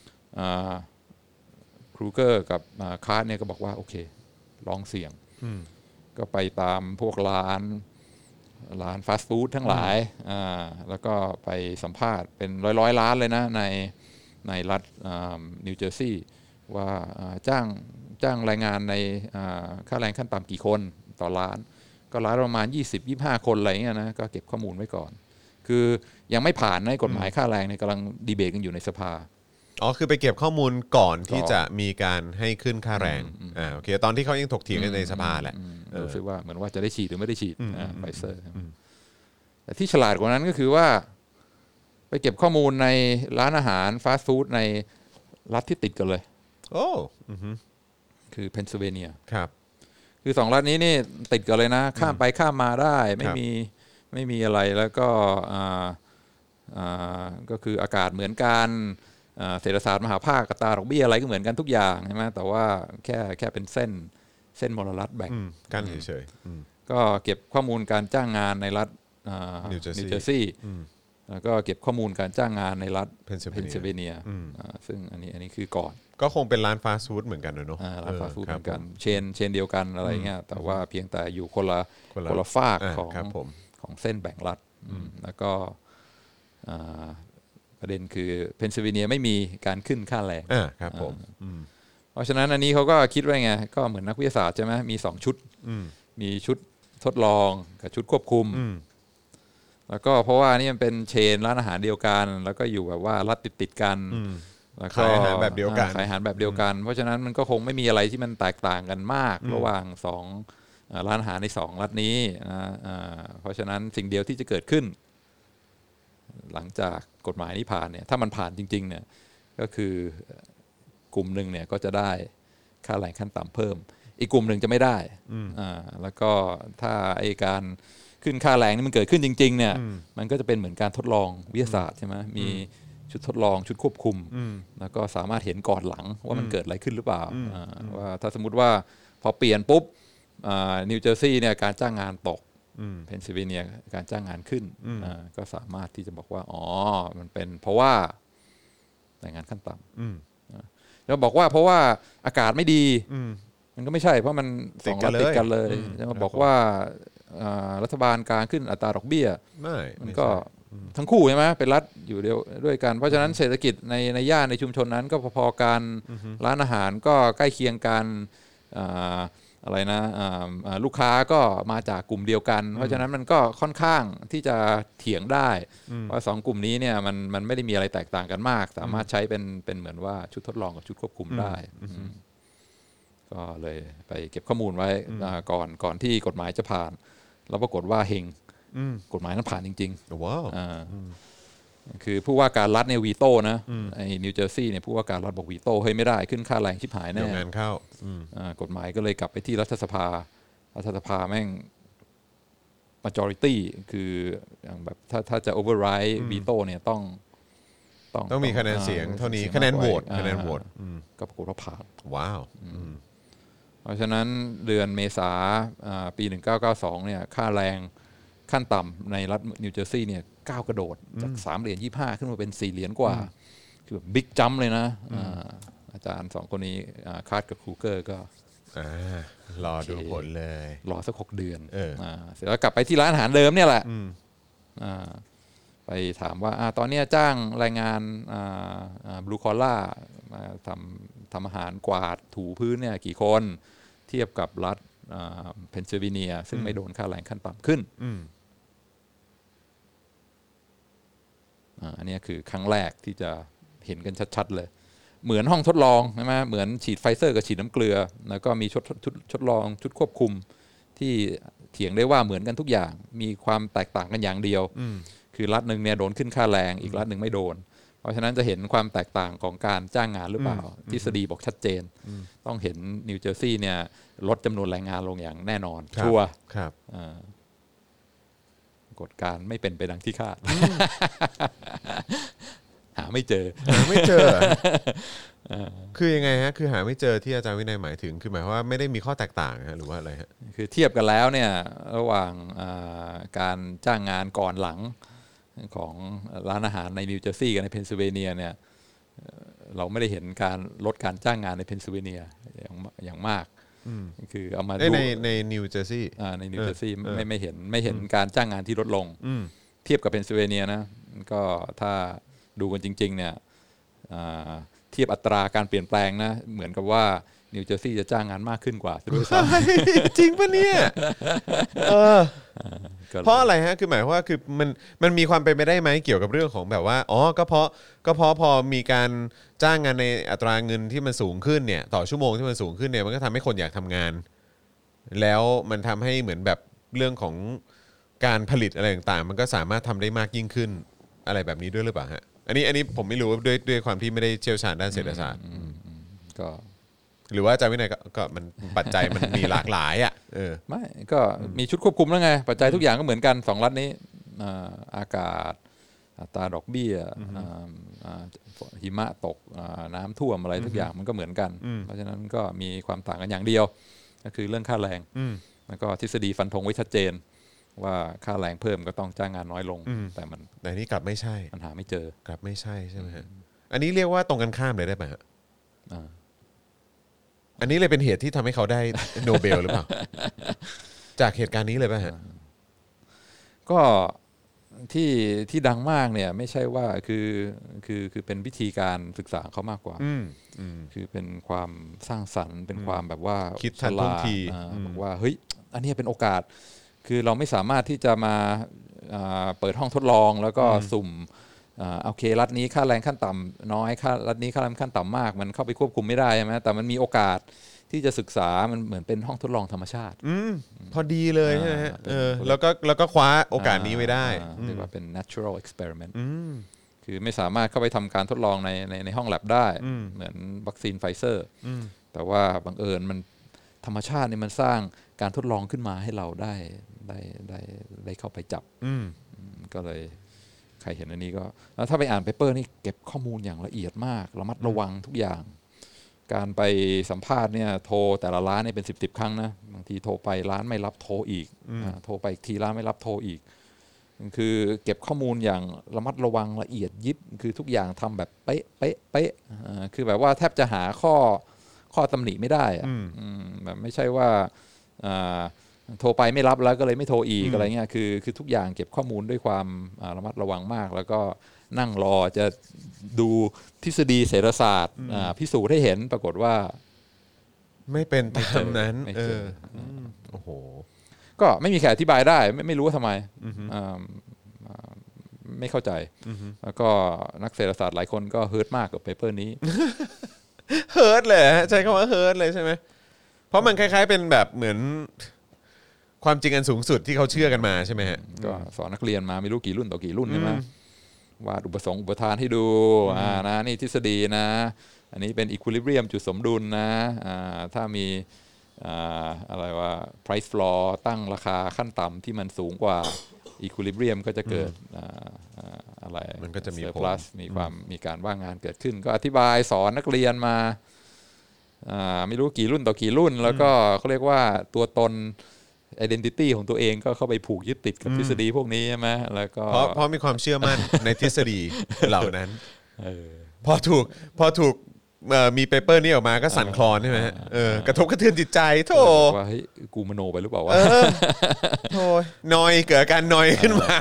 ครูเกอร์กับคาร์ทเนี่ยก็บอกว่าโอเคลองเสี่ยงก็ไปตามพวกร้านฟาสต์ฟู้ดทั้งหลายแล้วก็ไปสัมภาษณ์เป็นร้อยล้านเลยนะในรัฐนิวเจอร์ซีย์ว่าจ้างแรงงานในค่าแรงขั้นต่ำกี่คนต่อล้านก็ล้านประมาณ 20-25 คนอะไรเงี้ยนะก็เก็บข้อมูลไว้ก่อนคือยังไม่ผ่านในกฎหมายค่าแรงเนี่ยกำลังดีเบตกันอยู่ในสภาคือไปเก็บข้อมูลก่อนที่จะมีการให้ขึ้นค่าแรงโอเคตอนที่เขายังถกเถียงกันในสภาแหละรู้สึกว่าเหมือนว่าจะได้ฉีดหรือไม่ได้ฉีดไฟเซอร์แต่ที่ฉลาดกว่านั้นก็คือว่าไปเก็บข้อมูลในร้านอาหารฟาสต์ฟู้ดในรัฐที่ติดกันเลยคือเพนซิลเวเนียคือ2รัฐนี้นี่ติดกันเลยนะข้ามไปข้ามมาได้ไม่มีอะไรแล้วก็คืออากาศเหมือนกันเศรษฐศาสตร์มหาภาคกับตาดอกเบี้ยอะไรก็เหมือนกันทุกอย่างใช่ไหมแต่ว่าแค่เป็นเส้นมลรัฐแบ่งกันเฉยๆก็เก็บข้อมูลการจ้างงานในรัฐนิวเจอร์ซีย์แล้วก็เก็บข้อมูลการจ้างงานในรัฐเพนซิลเวเนียซึ่งอันนี้คือก่อนก็คงเป็นร้านฟาสต์ฟู้ดเหมือนกันเนอะร้านฟาสต์ฟู้ดเหมือนกันเชนเดียวกันอะไรเงี้ยแต่ว่าเพียงแต่อยู่คนละฝากของเส้นแบ่งรัฐแล้วก็ประเด็นคือเพนซิลเวเนียไม่มีการขึ้นค่าแรงครับผมเพราะฉะนั้นอันนี้เขาก็คิดว่าไงก็เหมือนนักวิทยาศาสตร์ใช่ไหมมี2ชุดมีชุดทดลองกับชุดควบคุมแล้วก็เพราะว่านี่มันเป็นเชนร้านอาหารเดียวกันแล้วก็อยู่แบบว่ารัฐติดกันแล้วก็ขายอาหารแบบเดียวกันเพราะฉะนั้นมันก็คงไม่มีอะไรที่มันแตกต่างกันมากระหว่าง2ร้านอาหารใน2รัฐนี้เพราะฉะนั้นสิ่งเดียวที่จะเกิดขึ้นหลังจากกฎหมายนี้ผ่านเนี่ยถ้ามันผ่านจริงๆเนี่ยก็คือกลุ่มหนึ่งเนี่ยก็จะได้ค่าแรงขั้นต่ำเพิ่มอีกกลุ่มหนึ่งจะไม่ได้แล้วก็ถ้าไอการขึ้นค่าแรงนี่มันเกิดขึ้นจริงๆเนี่ยมันก็จะเป็นเหมือนการทดลองวิทยาศาสตร์ใช่ไหมมีชุดทดลองชุดควบคุมแล้วก็สามารถเห็นก่อนหลังว่ามันเกิดอะไรขึ้นหรือเปล่าว่าถ้าสมมุติว่าพอเปลี่ยนปุ๊บนิวเจอร์ซีย์เนี่ยการจ้างงานตกเพนซิลเวเนียการจ้างงานขึ้นก็สามารถที่จะบอกว่าอ๋อมันเป็นเพราะว่าแรงงานขั้นต่ำแล้วบอกว่าเพราะว่าอากาศไม่ดีมันก็ไม่ใช่เพราะมันสองรัฐติดกันเลยจะมาบอกว่ารัฐบาลกลางขึ้นอัตราดอกเบี้ยมันก็ทั้งคู่ใช่ไหมเป็นรัฐอยู่เดียวด้วยกันเพราะฉะนั้นเศรษฐกิจในย่านในชุมชนนั้นก็พอๆกันร้านอาหารก็ใกล้เคียงกันอะไรนะลูกค้าก็มาจากกลุ่มเดียวกันเพราะฉะนั้นมันก็ค่อนข้างที่จะเถียงได้ว่าสองกลุ่มนี้เนี่ยมันไม่ได้มีอะไรแตกต่างกันมากสามารถใช้เป็นเหมือนว่าชุดทดลองกับชุดควบคุมได้ก็เลยไปเก็บข้อมูลไว้ก่อนที่กฎหมายจะผ่านแล้วปรากฏว่าเฮงกฎหมายนั้นผ่านจริงๆว้าวคือผู้ว่าการรัฐเนี่ยวีโต้นะไอ้นิวเจอร์ซีย์เนี่ยผู้ว่าการรัฐบอกวีโต้เฮ้ยไม่ได้ขึ้นค่าแรงชิบหายแน่งานเข้ากฎหมายก็เลยกลับไปที่รัฐสภาแม่ง majority คืออย่างแบบถ้าจะ override วีโต้เนี่ยต้องมีคะแนนเสียงเท่านี้คะแนนโหวตก็ปรากฏว่าผ่านว้าวเพราะฉะนั้นเดือนเมษาปี1992เนี่ยค่าแรงขั้นต่ำในรัฐนิวเจอร์ซีย์เนี่ยก้าวกระโดดจาก$3.25ขึ้นมาเป็น$4กว่าคือแบบบิ๊กจัมป์เลยนะอาจารย์2คนนี้คาร์ดกับครูเกอร์ก็รอดูผลเลยรอสัก6 เดือนเสร็จแล้วกลับไปที่ร้านอาหารเดิมเนี่ยแหละไปถามว่าตอนนี้จ้างแรงงานบลูคอลล่ามาทำอาหารกวาดถูพื้นเนี่ยกี่คนเทียบกับรัฐเพนซิลเวเนียซึ่งไม่โดนค่าแรงขั้นต่ำขึ้นอันนี้คือครั้งแรกที่จะเห็นกันชัดๆเลยเหมือนห้องทดลองใช่ไหมเหมือนฉีดไฟเซอร์กับฉีดน้ำเกลือแล้วก็มีชุดทดลองชุดควบคุมที่เถียงได้ว่าเหมือนกันทุกอย่างมีความแตกต่างกันอย่างเดียวคือรัฐหนึ่งเนี่ยโดนขึ้นค่าแรงอีกรัฐหนึ่งไม่โดนเพราะฉะนั้นจะเห็นความแตกต่างของการจ้างงานหรือเปล่าทฤษฎีบอกชัดเจนต้องเห็นนิวเจอร์ซีย์เนี่ยลดจำนวนแรงงานลงอย่างแน่นอนชัวร์กฎการไม่เป็นไปดังที่คาดหาไม่เจอคือยังไงฮะคือหาไม่เจอที่อาจารย์วินัยหมายถึงคือหมายว่าไม่ได้มีข้อแตกต่างฮะหรือว่าอะไรฮะคือเทียบกันแล้วเนี่ยระหว่างการจ้างงานก่อนหลังของร้านอาหารในนิวเจอร์ซีย์กับในเพนซิลเวเนียเนี่ยเราไม่ได้เห็นการลดการจ้างงานในเพนซิลเวเนียอย่างมากคือเอามาดูในนิวเจอร์ซีย์ในนิวเจอร์ซีย์ไม่เห็นการจ้างงานที่ลดลงเทียบกับเพนซิลเวเนียนะก็ถ้าดูกันจริงๆเนี่ยเทียบอัตราการเปลี่ยนแปลงนะเหมือนกับว่านิวเจอร์ซีย์จะจ้างงานมากขึ้นกว่าด้วยซ้ำจริงปะเนี่ยเพราะอะไรฮะคือหมายว่าคือมันมีความเป็นไปได้ไหมเกี่ยวกับเรื่องของแบบว่าก็เพราะพอมีการจ้างงานในอัตราเงินที่มันสูงขึ้นเนี่ยต่อชั่วโมงที่มันสูงขึ้นเนี่ยมันก็ทำให้คนอยากทำงานแล้วมันทำให้เหมือนแบบเรื่องของการผลิตอะไรต่างๆมันก็สามารถทำได้มากยิ่งขึ้นอะไรแบบนี้ด้วยหรือเปล่าฮะอันนี้ผมไม่รู้ด้วยความที่ไม่ได้เชี่ยวชาญด้านเศรษฐศาสตร์ก็หรือว่าอาจารย์วินัยก็มันปัจจัยมันมีหลากหลายอ่ะไม่ก็มีชุดควบคุมแล้วไงปัจจัยทุกอย่างก็เหมือนกัน2รัฐนี้อากาศอัตราดอกเบี้ยหิมะตกน้ำท่วมอะไรทุกอย่างมันก็เหมือนกันเพราะฉะนั้นก็มีความต่างกันอย่างเดียวก็คือเรื่องค่าแรงแล้วก็ทฤษฎีฟันธงไว้ชัดเจนว่าค่าแรงเพิ่มก็ต้องจ้างงานน้อยลงแต่นี่กลับไม่ใช่ปัญหาไม่เจอกลับไม่ใช่ใช่ไหมฮะอันนี้เรียกว่าตรงกันข้ามเลยได้ไหมฮะอันนี้เลยเป็นเหตุที่ทำให้เขาได้โนเบลหรือเปล่าจากเหตุการณ์นี้เลยป่ะฮะก็ที่ดังมากเนี่ยไม่ใช่ว่าคือเป็นวิธีการศึกษาเขามากกว่าคือเป็นความสร้างสรรค์เป็นความแบบว่าคิดทันท่วงทีบอกว่าเฮ้ยอันนี้เป็นโอกาสคือเราไม่สามารถที่จะมาเปิดห้องทดลองแล้วก็สุ่มโอเครัฐนี้ค่าแรงขั้นต่ำน้อยค่ารัฐนี้ค่าแรงขั้นต่ำมากมันเข้าไปควบคุมไม่ได้ใช่ไหมแต่มันมีโอกาสที่จะศึกษามันเหมือนเป็นห้องทดลองธรรมชาติพอดีเลยใช่ไหมฮะแล้วก็คว้าโอกาสนี้ไว้ได้เรียกว่าเป็น natural experiment คือไม่สามารถเข้าไปทำการทดลองในห้องแลบได้เหมือนวัคซีนไฟเซอร์แต่ว่าบังเอิญมันธรรมชาติเนี่ยมันสร้างการทดลองขึ้นมาให้เราได้เข้าไปจับก็เลยใครเห็นอันนี้ก็แล้วถ้าไปอ่านเปเปอร์นี่เก็บข้อมูลอย่างละเอียดมากระมัดระวังทุกอย่างการไปสัมภาษณ์เนี่ยโทรแต่ละร้านเนี่ยเป็น10ครั้งนะบางทีโทรไปร้านไม่รับโทรอีกโทรไปอีกทีร้านไม่รับโทรอีกคือเก็บข้อมูลอย่างระมัดระวังละเอียดยิบคือทุกอย่างทำแบบเป๊ะเป๊ะเป๊ะคือแบบว่าแทบจะหาข้อตำหนิไม่ได้แบบไม่ใช่ว่าโทรไปไม่รับแล้วก็เลยไม่โทรอีกอะไรเงี้ยคือทุกอย่างเก็บข้อมูลด้วยความระมัดระวังมากแล้วก็นั่งรอจะดูทฤษฎีเศรษฐศาสตร์พิสูจน์ให้เห็นปรากฏว่าไม่เป็นตามนั้นโอ้โหก็ไม่มีใครอธิบายได้ไม่รู้ว่าทำไมไม่เข้าใจแล้วก็นักเศรษฐศาสตร์หลายคนก็เฮิร์ตมากกับเปเปอร์นี้เฮิร์ตเลยใช้คำว่าเฮิร์ตเลยใช่ไหมเพราะมันคล้ายๆเป็นแบบเหมือนความจริงอันสูงสุดที่เขาเชื่อกันมาใช่ไหมฮะก็สอนนักเรียนมาไม่รู้กี่รุ่นต่อกี่รุ่นใช่ไหมวาดอุปสงค์อุปทานให้ดูนะนี่ทฤษฎีนะอันนี้เป็น equilibrium จุดสมดุลนะถ้ามีอะไรว่า price floor ตั้งราคาขั้นต่ำที่มันสูงกว่า equilibrium ก็จะเกิดอะไรมันก็จะมี surplus มีการว่างงานเกิดขึ้นก็อธิบายสอนนักเรียนมาไม่รู้กี่รุ่นต่อกี่รุ่นแล้วก็เขาเรียกว่าตัวตนidentity ของตัวเองก็เข้าไปผูกยึดติดกับทฤษฎีพวกนี้ใช่ไหมแล้วก็เพราะมีความเชื่อมั่นในทฤษฎีเหล่านั้นพอถูกมีเปเปอร์นี้ออกมาก็สั่นคลอนใช่ไหมกระทบกระเทือนจิตใจโธ่ว่าเฮ้ยกูมโนไปหรือเปล่าวะโธ่นอยเกิดการนอยขึ้นมา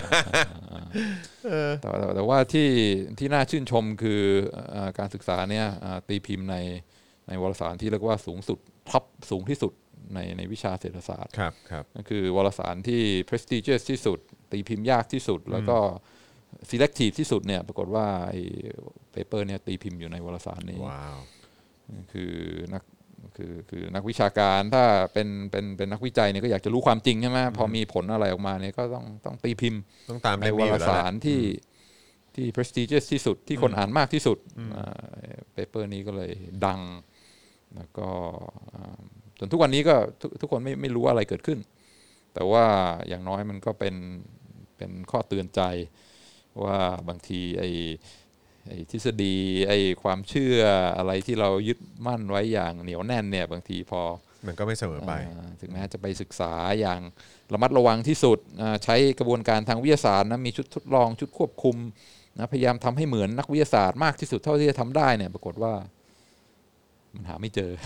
แต่ว่าที่น่าชื่นชมคือการศึกษาเนี่ยตีพิมพ์ในวารสารที่เรียกว่าสูงสุดท็อปสูงที่สุดในวิชาเศรษฐศาสตร์ครับนั่นคือวารสารที่ prestigious ที่สุดตีพิมพ์ยากที่สุดแล้วก็ selective ที่สุดเนี่ยปรากฏว่าไอ้เปเปอร์เนี่ยตีพิมพ์อยู่ในวารสารนี้คือนักวิชาการถ้าเป็นนักวิจัยเนี่ยก็อยากจะรู้ความจริงใช่ไหมพอมีผลอะไรออกมาเนี่ยก็ต้องตีพิมพ์ต้องตามในวารสารที่ prestigious ที่สุดที่คนอ่านมากที่สุดเปเปอร์นี้ก็เลยดังแล้วก็จนทุกวันนี้ก็ทุกคนไม่รู้อะไรเกิดขึ้นแต่ว่าอย่างน้อยมันก็เป็นข้อเตือนใจว่าบางทีไอ้ทฤษฎีไอ้ความเชื่ออะไรที่เรายึดมั่นไว้อย่างเหนียวแน่นเนี่ยบางทีพอมันก็ไม่เสมอไปถึงแม้จะไปศึกษาอย่างระมัดระวังที่สุดใช้กระบวนการทางวิทยาศาสตร์นะมีชุดทดลองชุดควบคุมนะพยายามทำให้เหมือนนักวิทยาศาสตร์มากที่สุดเท่าที่จะทำได้เนี่ยปรากฏว่ามันหาไม่เจอ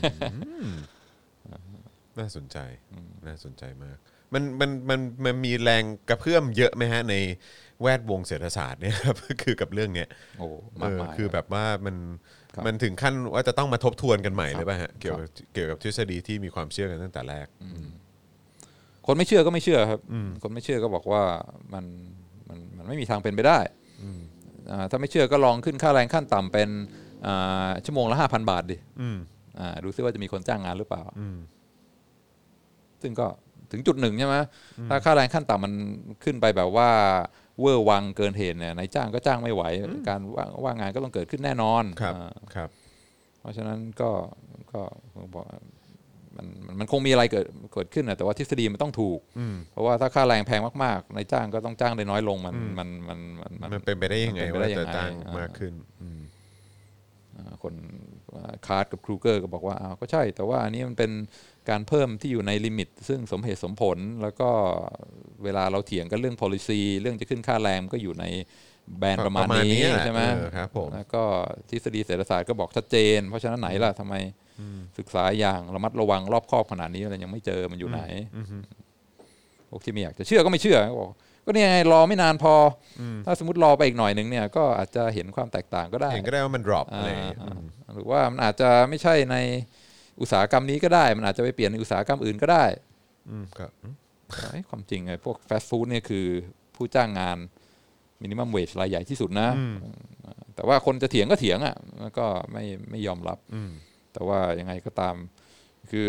น่าสนใจมากมันมีแรงกระเพื่อมเยอะไหมฮะในแวดวงเศรษฐศาสตร์เนี่ยครับคือกับเรื่องเนี้ยคือแบบว่ามันถึงขั้นว่าจะต้องมาทบทวนกันใหม่เลยป่ะฮะเกี่ยวกับทฤษฎีที่มีความเชื่อกันตั้งแต่แรกคนไม่เชื่อก็ไม่เชื่อครับคนไม่เชื่อก็บอกว่ามันไม่มีทางเป็นไปได้ถ้าไม่เชื่อก็ลองขึ้นค่าแรงขั้นต่ำเป็นชั่วโมงละ 5,000 บาทดิดูซิว่าจะมีคนจ้างงานหรือเปล่าซึ่งก็ถึงจุดหนึ่งใช่ไหมถ้าค่าแรงขั้นต่ำมันขึ้นไปแบบว่าเวอร์วังเกินเหตุเนี่ยนายจ้างก็จ้างไม่ไหวการว่างงานก็ต้องเกิดขึ้นแน่นอนครับเพราะฉะนั้นก็บอกมันคงมีอะไรเกิดขึ้นนะแต่ว่าทฤษฎีมันต้องถูกเพราะว่าถ้าค่าแรงแพงมากๆนายจ้างก็ต้องจ้างได้น้อยลงมันเป็นไปได้ยังไงว่าจะจ้างมากขึ้นคนคาร์ดกับครูเกอร์ก็บอกว่าก็ใช่แต่ว่าอันนี้มันเป็นการเพิ่มที่อยู่ในลิมิตซึ่งสมเหตุสมผลแล้วก็เวลาเราเถียงกันเรื่อง policy เรื่องจะขึ้นค่าแรงก็อยู่ในแบรนด์ประมาณนี้ใช่ไหมแล้วก็ทฤษฎีเศรษฐศาสตร์ก็บอกชัดเจนเพราะฉะนั้นไหนล่ะทำไมศึกษาอย่างระมัดระวังรอบคอบขนาดนี้อะไรยังไม่เจอมันอยู่ไหนพวกที่ไม่อยากจะเชื่อก็ไม่เชื่อบอกก็นี่ไงรอไม่นานพอถ้าสมมติรอไปอีกหน่อยนึงเนี่ยก็อาจจะเห็นความแตกต่างก็ได้เห็นก็ได้ว่ามัน drop อะไรหรือว่ามันอาจจะไม่ใช่ในอุตสาหกรรมนี้ก็ได้มันอาจจะไปเปลี่ยนในอุตสาหกรรมอื่นก็ได้ครับความจริงไอ้พวกฟาสต์ฟู้ดเนี่ยคือผู้จ้างงานมินิมัมเวจรายใหญ่ที่สุดนะแต่ว่าคนจะเถียงก็เถียงอ่ะแล้วก็ไม่ยอมรับแต่ว่ายังไงก็ตามคือ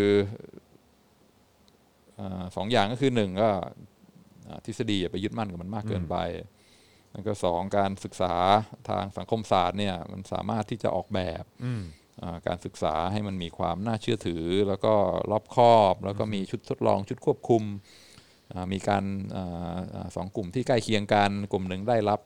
สองอย่างก็คือหนึ่งก็ทฤษฎีอย่าไปยึดมั่นกับมันมากเกินไปแล้วก็สองการศึกษาทางสังคมศาสตร์เนี่ยมันสามารถที่จะออกแบบการศึกษาให้มันมีความน่าเชื่อถือแล้วก็รอบคอบ แล้วก็มีชุดทดลองชุดควบคุมมีการสองกลุ่มที่ใกล้เคียงกันกลุ่มหนึ่งได้รับ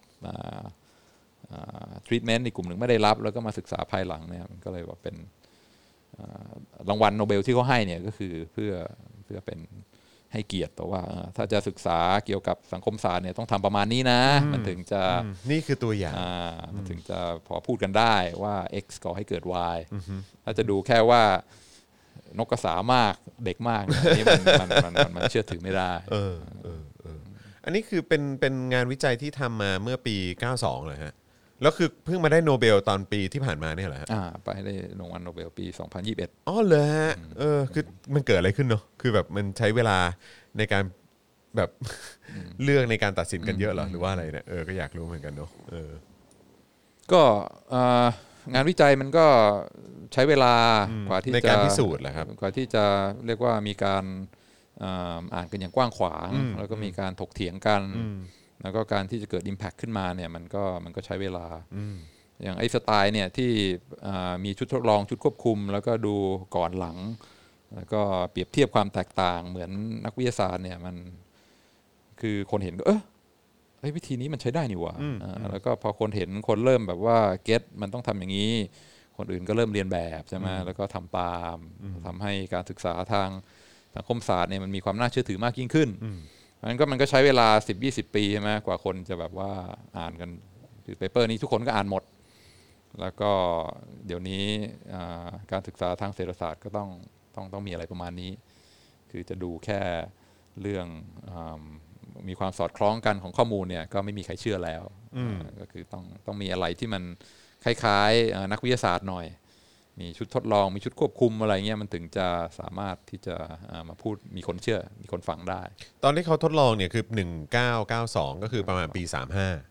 ทรีทเมนต์อีกกลุ่มหนึ่งไม่ได้รับแล้วก็มาศึกษาภายหลังเนี่ยมันก็เลยว่าเป็นรางวัลโนเบลที่เขาให้เนี่ยก็คือเพื่อเป็นให้เกียรติแต่ว่าถ้าจะศึกษาเกี่ยวกับสังคมศาสตร์เนี่ยต้องทำประมาณนี้นะมันถึงจะนี่คือตัวอย่างมันถึงจะพอพูดกันได้ว่า X ก่อให้เกิด Y ถ้าจะดูแค่ว่านกกระสามากเด็กมากนี่มันเชื่อถือไม่ได้อันนี้คือเป็นงานวิจัยที่ทำมาเมื่อปี92เลยฮะแล้วคือเพิ่งมาได้โนเบลตอนปีที่ผ่านมาเนี่ยเหรอฮะไปได้รางวัลโนเบลปี2021 อ๋อเหรอฮะคือมันเกิดอะไรขึ้นเนาะคือแบบมันใช้เวลาในการแบบเลือกในการตัดสินกันเยอะเหรอหรือว่าอะไรเนี่ยก็อยากรู้เหมือนกันเนาะก็งานวิจัยมันก็ใช้เวลากว่าที่จะในการพิสูจน์แหละครับกว่าที่จะเรียกว่ามีการอ่านกันอย่างกว้างขวางแล้วก็มีการถกเถียงกันแล้วก็การที่จะเกิด impact ขึ้นมาเนี่ยมันก็ใช้เวลาอย่างไอ้สไตล์เนี่ยที่มีชุดทดลองชุดควบคุมแล้วก็ดูก่อนหลังแล้วก็เปรียบเทียบความแตกต่างเหมือนนักวิทยาศาสตร์เนี่ยมันคือคนเห็นก็วิธีนี้มันใช้ได้นี่หว่าแล้วก็พอคนเห็นคนเริ่มแบบว่าเก็ตมันต้องทำอย่างนี้คนอื่นก็เริ่มเรียนแบบใช่ไหมแล้วก็ทำตามทำให้การศึกษาทางสังคมศาสตร์เนี่ยมันมีความน่าเชื่อถือมากยิ่งขึ้นมันก็ใช้เวลา 10-20 ปีใช่ไหมกว่าคนจะแบบว่าอ่านกันคือเปเปอร์นี้ทุกคนก็อ่านหมดแล้วก็เดี๋ยวนี้การศึกษาทางเศรษฐศาสตร์ก็ต้องมีอะไรประมาณนี้คือจะดูแค่เรื่องมีความสอดคล้องกันของข้อมูลเนี่ยก็ไม่มีใครเชื่อแล้วก็คือต้องมีอะไรที่มันคล้ายๆนักวิทยาศาสตร์หน่อยมีชุดทดลองมีชุดควบคุมอะไรเงี้ยมันถึงจะสามารถที่จะมาพูดมีคนเชื่อมีคนฟังได้ตอนที่เขาทดลองเนี่ยคือ1992ก็คือประมาณปี35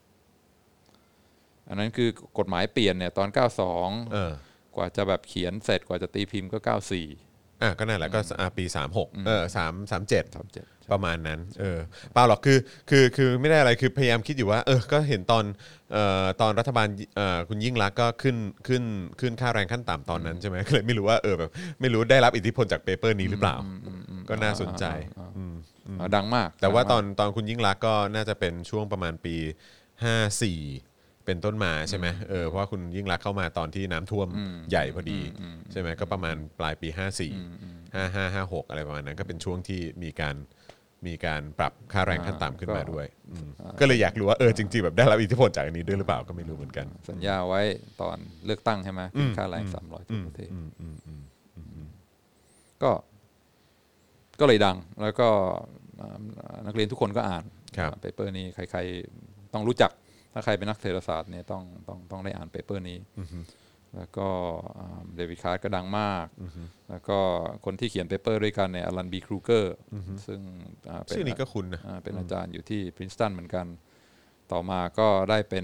อันนั้นคือกฎหมายเปลี่ยนเนี่ยตอน92กว่าจะแบบเขียนเสร็จกว่าจะตีพิมพ์ก็94 ก็นั่นแหละก็ปี3637ประมาณนั้นเปล่าหรอกคือไม่ได้อะไรคือพยายามคิดอยู่ว่าก็เห็นตอนรัฐบาลคุณยิ่งลักษณ์ก็ขึ้นค่าแรงขั้นต่ำตอนนั้นใช่ไหมก็เลยไม่รู้ว่าแบบไม่รู้ได้รับอิทธิพลจากเปเปอร์นี้หรือเปล่าก็น่าสนใจดังมากแต่ว่าตอนคุณยิ่งลักษณ์ก็น่าจะเป็นช่วงประมาณปี54เป็นต้นมาใช่ไหมเพราะว่าคุณยิ่งลักษณ์เข้ามาตอนที่น้ำท่วมใหญ่พอดีใช่ไหมก็ประมาณปลายปี54 55 56อะไรประมาณนั้นก็เป็นช่วงที่มีการปรับค่าแรงขั้นต่ำขึ้นมาด้วยก็เลยอยากรู้ว่าจริงๆแบบได้รับอิทธิพลจากอันนี้ด้วยหรือเปล่าก็ไม่รู้เหมือนกันสัญญาไว้ตอนเลือกตั้งใช่ไหมค่าแรง300ทั่วประเทศก็เลยดังแล้วก็นักเรียนทุกคนก็อ่านเปเปอร์นี้ใครๆต้องรู้จักถ้าใครเป็นนักเศรษฐศาสตร์เนี่ยต้องได้อ่านเปเปอร์นี้แล้วก็เดวิดคาร์ดก็ดังมากแล้วก็คนที่เขียนเปเปอร์ด้วยกันเนี่ยอลันบีครูเกอร์ซึ่งชื่อนี้ก็คุ้นนะเป็นอาจารย์อยู่ที่พรินสตันเหมือนกันต่อมาก็ได้เป็น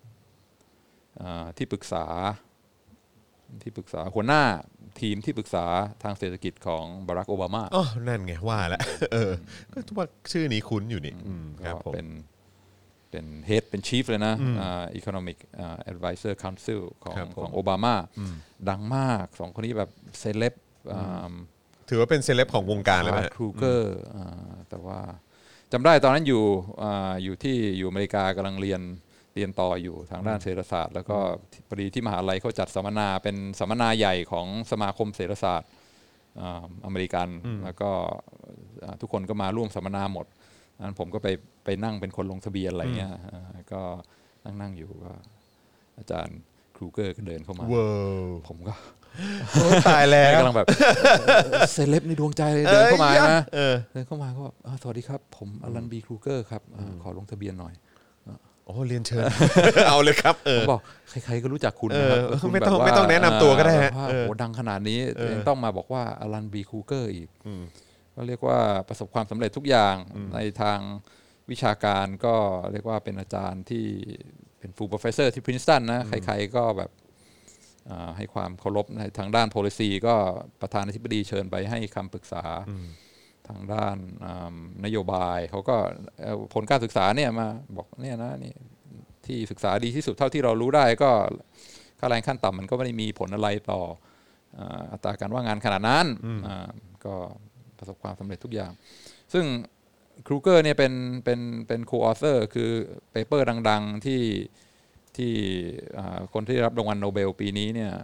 ที่ปรึกษาหัวหน้าทีมที่ปรึกษาทางเศรษฐกิจของบารักโอบามานั่นไงว่าแล้วก็ทุกว่าชื่อนี้คุ้นอยู่นี่ครับผมเป็น head เป็น chief เลยนะ economic advisor council ของโอบามาดังมากสองคนนี้แบบเซเลบถือว่าเป็นเซเลบของวงการเลยไหมครูเกอร์แต่ว่าจำได้ตอนนั้นอยู่อเมริกากำลังเรียนต่ออยู่ทางด้านเศรษฐศาสตร์แล้วก็พอดีที่มหาลัยเขาจัดสัมมนาเป็นสัมมนาใหญ่ของสมาคมเศรษฐศาสตร์อเมริกันแล้วก็ทุกคนก็มาร่วมสัมมนาหมดนั้นผมก็ไปนั่งเป็นคนลงทะเบียนอะไรเงี้ยก็นั่งอยู่ก็อาจารย์ครูเกอร์ก็เดินเข้ามาผมก็ตายแล้วกำลังแบบเซเลบในดวงใจเลยเดินเข้ามานะเดินเข้ามาก็แบบสวัสดีครับผมอลันบีครูเกอร์ครับขอลงทะเบียนหน่อยเรียนเชิญเอาเลยครับผมบอกใครๆก็รู้จักคุณนะครับไม่ต้องแนะนำตัวก็ได้ฮะโอ้ดังขนาดนี้ต้องมาบอกว่าอลันบีครูเกอร์อีกก็เรียกว่าประสบความสำเร็จทุกอย่างในทางวิชาการก็เรียกว่าเป็นอาจารย์ที่เป็นฟูลโปรเฟสเซอร์ที่พรินสตันนะใครๆก็แบบให้ความเคารพในทางด้าน policy ก็ประธานาธิบดีเชิญไปให้คำปรึกษาทางด้านนโยบายเขาก็ผลการศึกษาเนี่ยมาบอกเนี่ยนะนี่ที่ศึกษาดีที่สุดเท่าที่เรารู้ได้ก็คค่าแรงขั้นต่ำมันก็ไม่ได้มีผลอะไรต่ออัตราการว่างงานขนาดนั้นก็ประสบความสำเร็จทุกอย่างซึ่งครูเกอร์เนี่ยเป็นโคออเธอร์คือเปเปอร์ดังๆที่คนที่รับรางวัลโนเบลปีนี้เนี่ย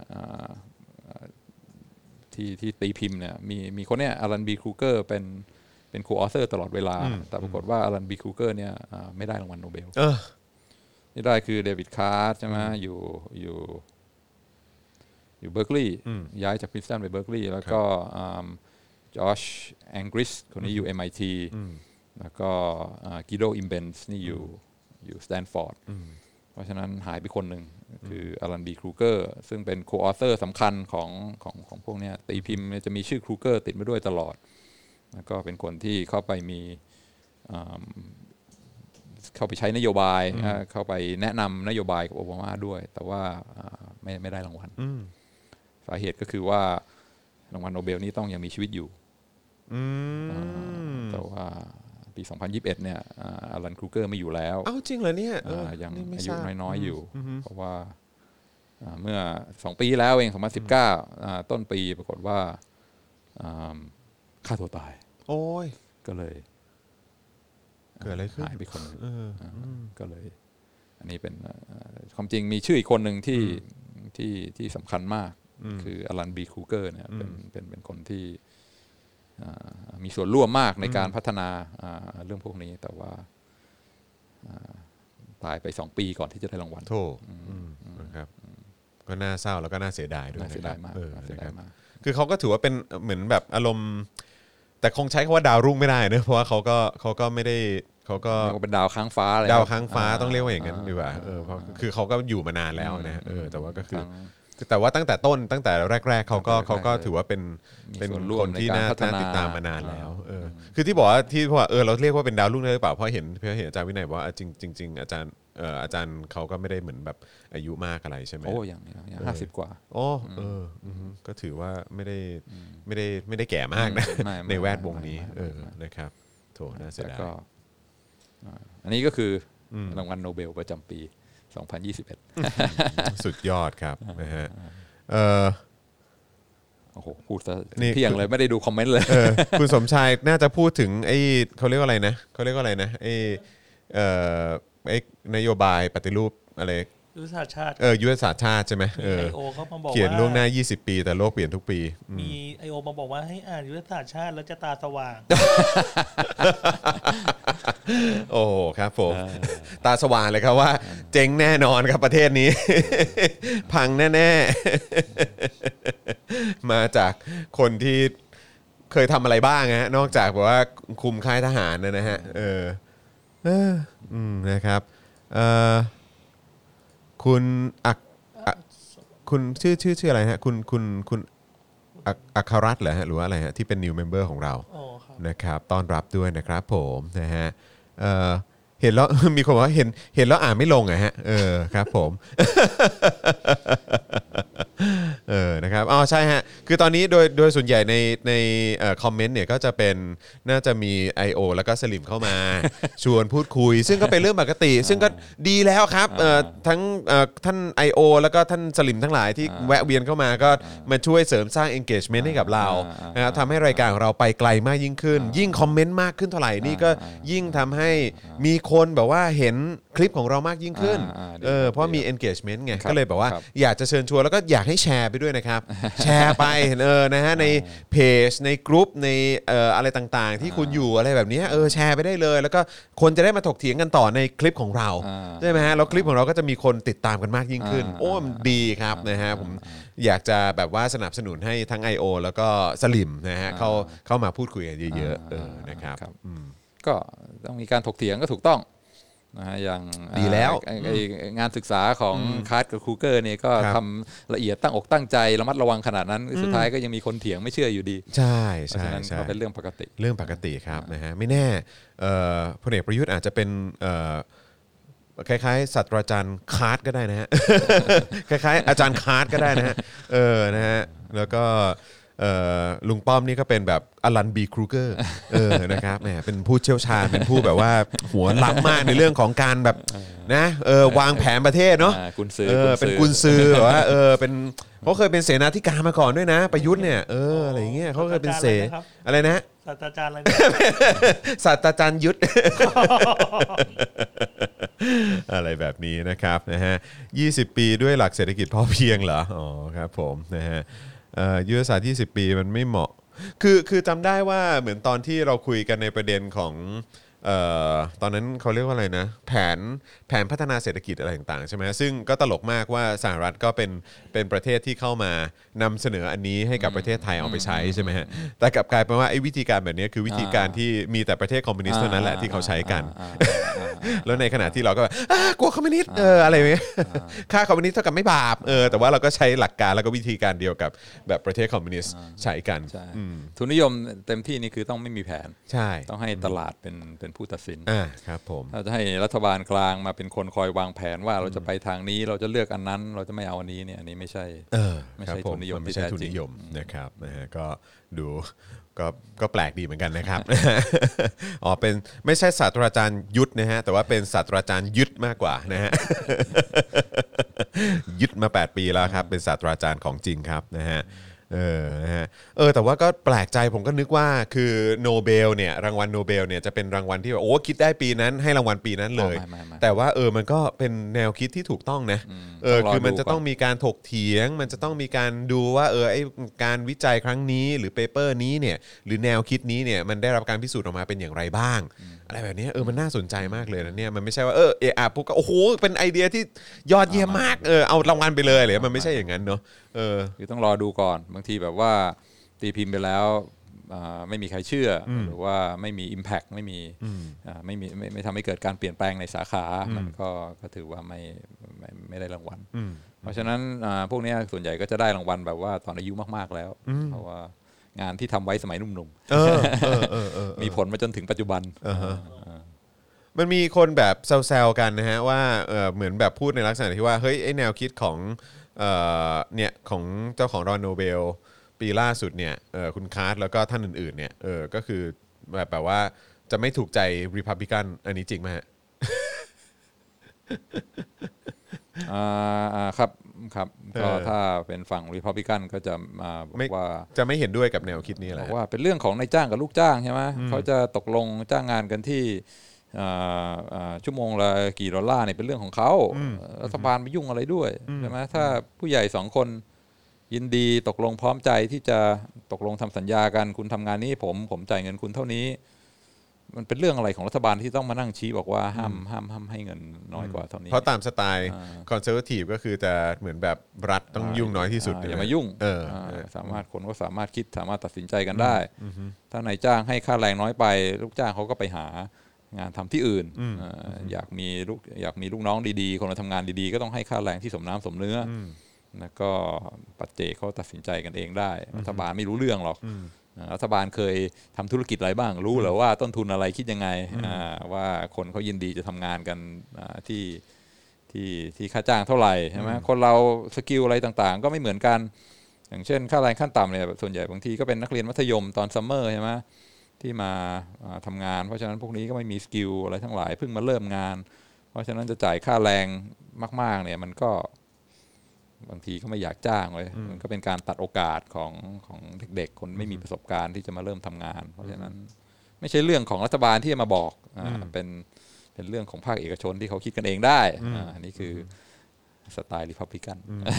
ที่ตีพิมพ์เนี่ยมีคนเนี่ยอลันบีครูเกอร์เป็นโคออเธอร์ตลอดเวลาแต่ปรากฏว่าอลันบีครูเกอร์เนี่ยไม่ได้รางวัลโนเบลที่ได้คือเดวิดคาร์ใช่ไหมอยู่เบอร์กลีย์ย้ายจากพรินสตันไปเบอร์กลีย์แล้วก็จอชแองกริสคนนี้อยู่ MIT แล้วก็กิโดอิมเบนส์นี่อยู่สแตนฟอร์ดเพราะฉะนั้นหายไปคนหนึ่งคืออลันบีครูเกอร์ซึ่งเป็นโคออเธอร์สำคัญของพวกนี้ตีพิมพ์จะมีชื่อครูเกอร์ติดมาด้วยตลอดแล้วก็เป็นคนที่เข้าไปเข้าไปใช้นโยบายเข้าไปแนะนำนโยบายกับโอบามาด้วยแต่ว่าไม่ได้รางวัลสาเหตุก็คือว่ารางวัลโนเบลนี้ต้องยังมีชีวิตอยู่แต่ว่าปี 2021 เนี่ยอลันครูเกอร์ไม่อยู่แล้วอ้าวจริงเหรอเนี่ยยังอายุน้อยๆอยู่เพราะว่าเมื่อ2ปีแล้วเอง2019ต้นปีปรากฏว่าฆ่าตัวตายโอ้ยก็เลยเกิดอะไรขึ้นหายไปคนนึงก็เลยอันนี้เป็นความจริงมีชื่ออีกคนหนึ่งที่สำคัญมากคืออลันบีครูเกอร์เนี่ยเป็นคนที่มีส่วนร่วมมากในการพัฒนาเรื่องพวกนี้แต่ว่าตายไป2 ปีก่อนที่จะได้รางวัลโธ่นะครับก็น่าเศร้าแล้วก็น่าเสียดายด้วยน่าเสียดายมากคือเขาก็ถือว่าเป็นเหมือนแบบอารมณ์แต่คงใช้คำว่าดาวรุ่งไม่ได้เนอะเพราะว่าเขาก็ไม่ได้เขาก็เป็นดาวค้างฟ้าเลยดาวค้างฟ้าต้องเรียกว่าอย่างนั้นดีกว่าเพราะคือเขาก็อยู่มานานแล้วนะแต่ว่าก็คือแต่ว่าตั้งแต่แรกๆเขาก็ถือว่าเป็นคนที่น่าติดตามมานานแล้วคือที่บอกว่าเราเรียกว่าเป็นดาวรุ่งได้หรือเปล่าเพราะเห็นอาจารย์วินัยบอกว่าจริงอาจารย์เขาก็ไม่ได้เหมือนแบบอายุมากอะไรใช่ไหมโอ้อย่าง50 กว่าโอ้ก็ถือว่าไม่ได้แก่มากนะในแวดวงนี้นะครับโถน่าเสียดายอันนี้ก็คือรางวัลโนเบลประจำปี2021 สุดยอดครับนะฮะโอ้โหพูดซะเที่ยงเลยไม่ได้ดูคอมเมนต์เลยคุณสมชายน่าจะพูดถึงไอ้เขาเรียกว่าอะไรนะไอ้นโยบายปฏิรูปอะไรยุทธศาสตร์ชาติยุทธศาสตร์ชาติใช่ไหม IO เขามาบอกเขียนล่วงหน้า20 ปีแต่โลกเปลี่ยนทุกปีมี IO มาบอกว่าให้อ่านยุทธศาสตร์ชาติแล้วจะตาสว่างโอ้ครับผมตาสว่างเลยครับว่าเจ๊งแน่นอนครับประเทศนี้พังแน่ๆมาจากคนที่เคยทำอะไรบ้างฮะนอกจากแบบว่าคุมค่ายทหารนะฮะนะครับคุณชื่ออะไรฮะคุณอัครรัตน์เหรอฮะหรือว่าอะไรฮะที่เป็น new member ของเรานะครับต้อนรับด้วยนะครับผมนะฮะเห็นแล้วมีคนบอกว่าเห็นแล้วอ่านไม่ลงอะฮะครับผมนะครับใช่ฮะคือตอนนี้โดยส่วนใหญ่ในคอมเมนต์เนี่ยก็จะเป็นน่าจะมี IO แล้วก็สลิมเข้ามาชวนพูดคุยซึ่งก็เป็นเรื่องปกติซึ่งก็ดีแล้วครับทั้งท่าน IO แล้วก็ท่านสลิมทั้งหลายที่แวะเวียนเข้ามาก็มาช่วยเสริมสร้าง engagement ให้กับเรานะครับทำให้รายการของเราไปไกลมากยิ่งขึ้นยิ่งคอมเมนต์มากขึ้นเท่าไหร่นี่ก็ยิ่งทำให้มีคนแบบว่าเห็นคลิปของเรามากยิ่งขึ้นเพราะมี engagement ไงก็เลยแบบว่าอยากจะเชิญชวนแล้วก็อยากให้แชร์ไปด้วยนะครับแชร์ไปนะฮะในเพจในกลุ่มในอะไรต่างๆที่คุณอยู่อะไรแบบนี้แชร์ไปได้เลยแล้วก็คนจะได้มาถกเถียงกันต่อในคลิปของเราใช่ไหมฮะแล้วคลิปของเราก็จะมีคนติดตามกันมากยิ่งขึ้นโอ้มันดีครับนะฮะผมอยากจะแบบว่าสนับสนุนให้ทั้ง IO แล้วก็สลิมนะฮะเข้ามาพูดคุยกันเยอะๆนะครับก็ต้องมีการถกเถียงก็ถูกต้องนะฮะอย่างดีแล้วงานศึกษาของคาร์ดกับครูเกอร์นี่ก็ทำละเอียดตั้งอกตั้งใจระมัดระวังขนาดนั้นสุดท้ายก็ยังมีคนเถียงไม่เชื่ออยู่ดีใช่ใช่ก็เป็นเรื่องปกติครับนะฮะไม่แน่พลเอกประยุทธ์อาจจะเป็นคล้ายๆศาสตราจารย์คาร์ดก็ได้นะฮะคล้ายๆอาจารย์คาร์ดก็ได้นะฮะนะฮะแล้วก็ลุงป้อมนี่ก็เป็นแบบอลันบีครูเกอร์นะครับแหมเป็นผู้เชี่ยวชาญเป็นผู้แบบว่าหัวล้ำมากในเรื่องของการแบบนะวางแผนประเทศเนาะเป็นกุนซือแบบว่าเป็นเขาเคยเป็นเสนาธิการมาก่อนด้วยนะประยุทธ์เนี่ยอะไรอย่างเงี้ยเขาเคยเป็นเสอะไรนะศาสตราจารย์อะไรศาสตราจารย์ยุทธอะไรแบบนี้นะครับนะฮะ20 ปีด้วยหลักเศรษฐกิจพอเพียงเหรออ๋อครับผมนะฮะยุทธศาสตร์20 ปีมันไม่เหมาะคือจำได้ว่าเหมือนตอนที่เราคุยกันในประเด็นของตอนนั้นเขาเรียกว่าอะไรนะแผนพัฒนาเศรษฐกิจอะไรต่างๆใช่ไหมซึ่งก็ตลกมากว่าสหรัฐก็เป็นประเทศที่เข้ามานำเสนออันนี้ให้กับประเทศไทยเอาไปใช้ใช่ไหมฮะแต่กลับกลายเป็นว่าไอ้วิธีการแบบนี้คือวิธีการที่มีแต่ประเทศคอมมิวนิสต์เท่านั้นแหละที่เขาใช้กันแล้วในขณะที่เราก็กลัวคอมมิวนิสต์อะไรอย่างเงี้ยค่าคอมมิวนิสต์เท่ากับไม่บาปแต่ว่าเราก็ใช้หลักการแล้วก็วิธีการเดียวกับแบบประเทศคอมมิวนิสต์ใช้กันทุนนิยมเต็มที่นี่คือต้องไม่มีแผนใช่ต้องให้ตลาดเป็นผู้ตัดสินครับผมถ้าจะให้รัฐบาลกลางมาเป็นคนคอยวางแผนว่าเราจะไปทางนี้เราจะเลือกอันนั้นเราจะไม่เอาอันนี้เนี่ยอันนี้ไม่ใช่ทุนนิยมที่แท้จริงนะครับนะฮะก็ดูก็แปลกดีเหมือนกันนะครับอ๋อเป็นไม่ใช่ศาสตราจารย์ยุทธนะฮะแต่ว่าเป็นศาสตราจารย์ยึดมากกว่านะฮะยึดมา8 ปีแล้วครับเป็นศาสตราจารย์ของจริงครับนะฮะนะฮะแต่ว่าก็แปลกใจผมก็นึกว่าคือโนเบลเนี่ยรางวัลโนเบลเนี่ยจะเป็นรางวัลที่แบบโอ้คิดได้ปีนั้นให้รางวัลปีนั้นเลยแต่ว่ามันก็เป็นแนวคิดที่ถูกต้องนะคือมันจะต้องมีการถกเถียงมันจะต้องมีการดูว่าไอ้การวิจัยครั้งนี้หรือเปเปอร์นี้เนี่ยหรือแนวคิดนี้เนี่ยมันได้รับการพิสูจน์ออกมาเป็นอย่างไรบ้างอะไรแบบนี้มันน่าสนใจมากเลยนะเนี่ยมันไม่ใช่ว่าปุ๊บก็โอ้โหเป็นไอเดียที่ยอดเยี่ยมมากเอารางวัลไปเลยอะไรมันไม่ใช่อย่างนั้นเนาะคือต้องรอดูก่อนบางทีแบบว่าตีพิมพ์ไปแล้วไม่มีใครเชื่อหรือว่าไม่มี impact ไม่ทำให้เกิดการเปลี่ยนแปลงในสาขามันก็ถือว่าไม่ได้รางวัลเพราะฉะนั้นพวกนี้ส่วนใหญ่ก็จะได้รางวัลแบบว่าตอนอายุมากๆแล้วเพราะว่างานที่ทำไว้สมัยหนุ่มๆมีผลมาจนถึงปัจจุบันมันมีคนแบบแซวๆกันนะฮะว่าเหมือนแบบพูดในลักษณะที่ว่าเฮ้ยไอ้แนวคิดของเนี่ยของเจ้าของรางวัลโนเบลปีล่าสุดเนี่ยคุณคาร์ทแล้วก็ท่านอื่นๆเนี่ยก็คือแบบว่าจะไม่ถูกใจรีพับลิกันอันนี้จริงไหมฮะครับก็ถ้าเป็นฝั่งรีพับลิกันก็จะบอกว่าจะไม่เห็นด้วยกับแนวคิดนี้แหละบอกว่าเป็นเรื่องของนายจ้างกับลูกจ้างใช่ไหมเขาจะตกลงจ้างงานกันที่ชั่วโมงละกี่ดอลลาร์เนี่ยเป็นเรื่องของเขารัฐบาลไม่ยุ่งอะไรด้วยใช่ไหมถ้าผู้ใหญ่2 คนยินดีตกลงพร้อมใจที่จะตกลงทำสัญญากันคุณทำงานนี้ผมจ่ายเงินคุณเท่านี้มันเป็นเรื่องอะไรของรัฐบาลที่ต้องมานั่งชี้บอกว่าห้ามให้เงินน้อยกว่าเท่านี้เพราะตามสไตล์คอนเซอร์เวทีฟก็คือจะเหมือนแบบรัฐต้องยุ่งน้อยที่สุดอย่ามายุ่งคนก็สามารถคิดสามารถตัดสินใจกันได้ถ้านายจ้างให้ค่าแรงน้อยไปลูกจ้างเขาก็ไปหางานทำที่อื่นอยากมีลูกน้องดีๆคนมาทำงานดีๆก็ต้องให้ค่าแรงที่สมน้ำสมเนื้อแล้วก็ปัจเจกเขาตัดสินใจกันเองได้รัฐบาลไม่รู้เรื่องหรอกรัฐบาลเคยทำธุรกิจอะไรบ้างรู้หรือว่าต้นทุนอะไรคิดยังไงว่าคนเขายินดีจะทำงานกันที่ค่าจ้างเท่าไหร่ใช่ไหมคนเราสกิลอะไรต่างๆก็ไม่เหมือนกันอย่างเช่นค่าแรงขั้นต่ำเนี่ยส่วนใหญ่บางทีก็เป็นนักเรียนมัธยมตอนซัมเมอร์ใช่ไหมที่มาทำงานเพราะฉะนั้นพวกนี้ก็ไม่มีสกิลอะไรทั้งหลายเพิ่งมาเริ่มงานเพราะฉะนั้นจะจ่ายค่าแรงมากๆเนี่ยมันก็บางทีก็ไม่อยากจ้างเลยมันก็เป็นการตัดโอกาสของเด็กๆคนไม่มีประสบการณ์ที่จะมาเริ่มทำงานเพราะฉะนั้นไม่ใช่เรื่องของรัฐบาลที่จะมาบอกเป็นเรื่องของภาคเอกชนที่เขาคิดกันเองได้อันนี้คือสไตล์รีพับลิกัน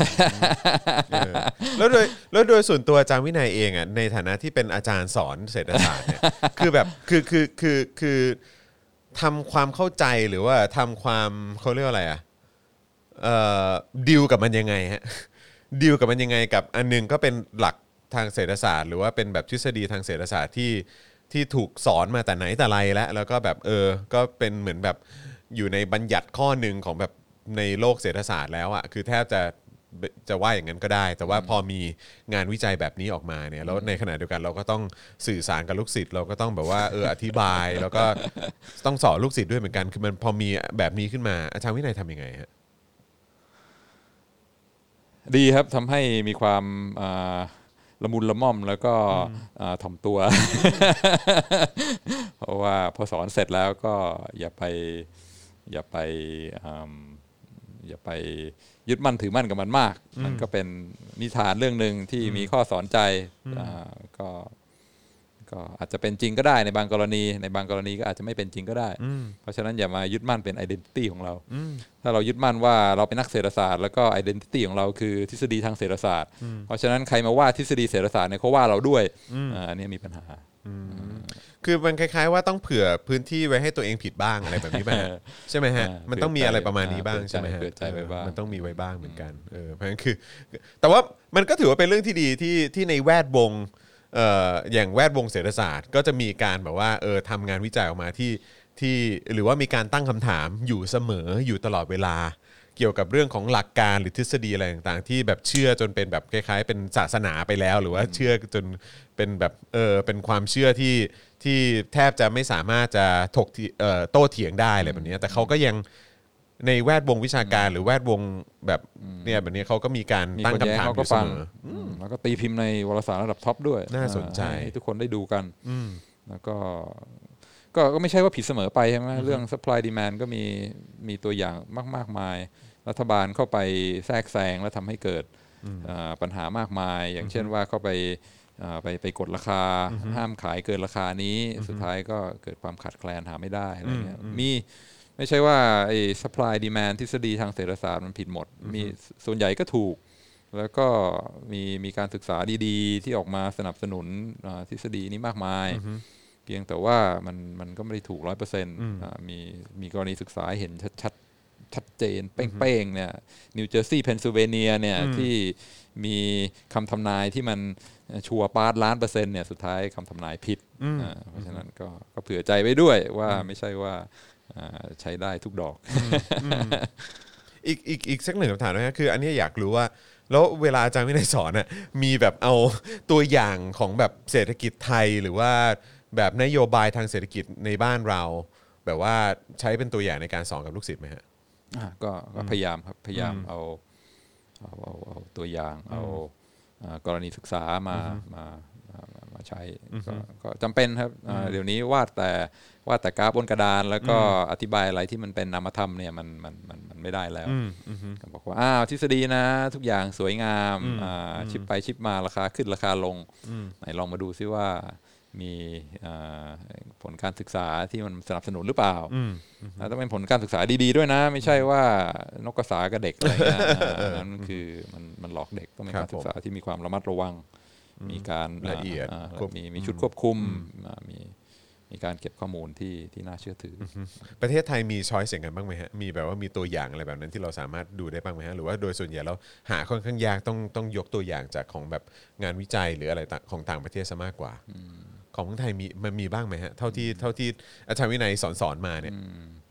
แล้วโดยส่วนตัวอาจารย์วินัยเองอ่ะในฐานะที่เป็นอาจารย์สอนเศรษฐศาสตร์เนี่ยคือแบบคือทำความเข้าใจหรือว่าทำความเขาเรียกว่าอะไรอ่ะดีลกับมันยังไงฮะดีลกับมันยังไงกับอันนึงก็เป็นหลักทางเศรษฐศาสตร์หรือว่าเป็นแบบทฤษฎีทางเศรษฐศาสตร์ที่ถูกสอนมาแต่ไหนแต่ไรแล้วก็แบบก็เป็นเหมือนแบบอยู่ในบัญญัติข้อหนึ่งของแบบในโลกเศรษฐศาสตร์แล้วอ่ะคือแทบจะว่าอย่างนั้นก็ได้แต่ว่าพอมีงานวิจัยแบบนี้ออกมาเนี่ยแล้วในขณะเดียวกันเราก็ต้องสื่อสารกับลูกศิษย์เราก็ต้องแบบว่าอธิบายแล้วก็ต้องสอนลูกศิษย์ด้วยเหมือนกันคือมันพอมีแบบนี้ขึ้นมาอาจารย์วินัยทำยังไงฮะดีครับทำให้มีความละมุนละม่อมแล้วก็ถ่อมตัว เพราะว่าพอสอนเสร็จแล้วก็อย่าไปยึดมั่นถือมั่นกับมันมากมันก็เป็นนิทานเรื่องหนึ่งที่มีข้อสอนใจก็อาจจะเป็นจริงก็ได้ในบางกรณีก็อาจจะไม่เป็นจริงก็ได้เพราะฉะนั้นอย่ามายึดมั่นเป็น identity ของเราถ้าเรายึดมั่นว่าเราเป็นนักเศรษฐศาสตร์แล้วก็ identity ของเราคือทฤษฎีทางเศรษฐศาสตร์เพราะฉะนั้นใครมาว่าทฤษฎีเศรษฐศาสตร์เนี่ยเขาว่าเราด้วยอันนี้มีปัญหาคือมันคล้ายๆว่าต้องเผื่อพื้นที่ไว้ให้ตัวเองผิดบ้างอะไรแบบนี้บ้างใช่ไหมฮะมันต้องมีอะไรประมาณนี้บ้างใช่ไหมฮะมันต้องมีไว้บ้างเหมือนกันเพราะฉะนั้นคือแต่ว่ามันก็ถือว่าเป็นเรื่องที่ดีที่ในแวดวงอย่างแวดวงเศรษฐศาสตร์ก็จะมีการแบบว่าทำงานวิจัยออกมาที่หรือว่ามีการตั้งคำถามอยู่เสมออยู่ตลอดเวลาเกี่ยวกับเรื่องของหลักการหรือทฤษฎีอะไรต่างๆที่แบบเชื่อจนเป็นแบบคล้ายๆเป็นศาสนาไปแล้วหรือว่าเชื่อจนเป็นแบบเป็นความเชื่อที่แทบจะไม่สามารถจะโต้เถียงได้อะไรแบบนี้แต่เขาก็ยังในแวดวงวิชาการหรือแวดวงแบบเนี่ยแบบนี้เขาก็มีการตั้งคำถามอยู่เสมอแล้วก็ตีพิมพ์ในวารสารระดับท็อปด้วยน่าสนใจทุกคนได้ดูกันแล้วก็ไม่ใช่ว่าผิดเสมอไปใช่ไหมเรื่อง supply demand ก็มีตัวอย่างมากมายรัฐบาลเข้าไปแทรกแซงแล้วทำให้เกิดปัญหามากมายอย่างเช่นว่าเข้าไปกดราคาห้ามขายเกินราคานี้สุดท้ายก็เกิดความขาดแคลนหาไม่ได้อะไรเงี้ยไม่ใช่ว่าไอ้ supply demand ทฤษฎีทางเศรษฐศาสตร์มันผิดหมดมีส่วนใหญ่ก็ถูกแล้วก็มีการศึกษาดีๆที่ออกมาสนับสนุนทฤษฎีนี้มากมายเพียงแต่ว่ามันก็ไม่ได้ถูก 100% มีกรณีศึกษาเห็นชัดเจนเป้งๆเนี่ยนิวเจอร์ซีย์เพนซิลเวเนียเนี่ยที่มีคำทำนายที่มันชัวร์ปาร์ต1,000,000%เนี่ยสุดท้ายคำทำนายผิดเพราะฉะนั้นก็เผื่อใจไว้ด้วยว่าไม่ใช่ว่าใช้ได้ทุกดอกอีกสักหนึ่งคำถามนะคืออันนี้อยากรู้ว่าแล้วเวลาอาจารย์วินัยสอนน่ะมีแบบเอาตัวอย่างของแบบเศรษฐกิจไทยหรือว่าแบบนโยบายทางเศรษฐกิจในบ้านเราแบบว่าใช้เป็นตัวอย่างในการสอนกับลูกศิษย์ไหมฮะก็พยายามครับพยายามเอาตัวอย่างเอากรณีศึกษามาใช้ก็จำเป็นครับเดี๋ยวนี้วาดแต่กราฟบนกระดานแล้วก็อธิบายอะไรที่มันเป็นนามธรรมเนี่ยมันไม่ได้แล้วบอกว่าทฤษฎีนะทุกอย่างสวยงามชิปไปชิปมาราคาขึ้นราคาลงไหนลองมาดูซิว่ามีผลการศึกษาที่มันสนับสนุนหรือเปล่าต้องเป็นผลการศึกษาดีๆด้วยนะไม่ใช่ว่านกกระสากับเด็กอะไรเงี้ยนั่นคือมันหลอกเด็กต้องเป็นการศึกษาที่มีความระมัดระวังมีการละเอียดมีชุดควบคุมมีการเก็บข้อมูลที่น่าเชื่อถือประเทศไทยมีช้อยส์อย่างนั้นบ้างไหมฮะมีแบบว่ามีตัวอย่างอะไรแบบนั้นที่เราสามารถดูได้บ้างไหมฮะหรือว่าโดยส่วนใหญ่เราหาค่อนข้างยากต้องยกตัวอย่างจากของแบบงานวิจัยหรืออะไรของต่างประเทศซะมากกว่าของไทยมันมีบ้างไหมฮะเท่าที่อาจารย์วินัยสอนมาเนี่ย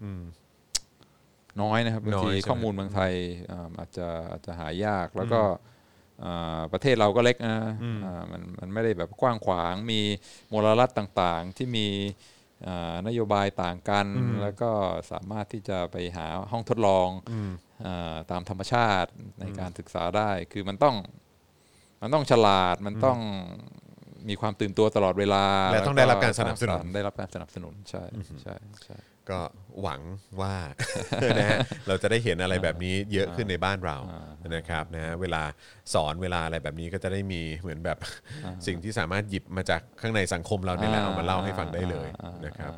น้อยนะครับบางทีข้อมูลเมืองไทยอาจจะหายากแล้วก็ประเทศเราก็เล็กนะมันไม่ได้แบบกว้างขวางมีมลรัฐต่างๆที่มีนโยบายต่างกันแล้วก็สามารถที่จะไปหาห้องทดลองตามธรรมชาติในการศึกษาได้คือมันต้องฉลาดมันต้องมีความตื่นตัวตลอดเวลาและต้องได้รับการสนับสนุนใช่ใช่ใช่ก็หวังว่านะฮะเราจะได้เห็นอะไรแบบนี้เยอะขึ้นในบ้านเรานะครับนะเวลาสอนเวลาอะไรแบบนี้ก็จะได้มีเหมือนแบบสิ่งที่สามารถหยิบมาจากข้างในสังคมเราเนี่ยแหละเอามาเล่าให้ฟังได้เลยนะครับ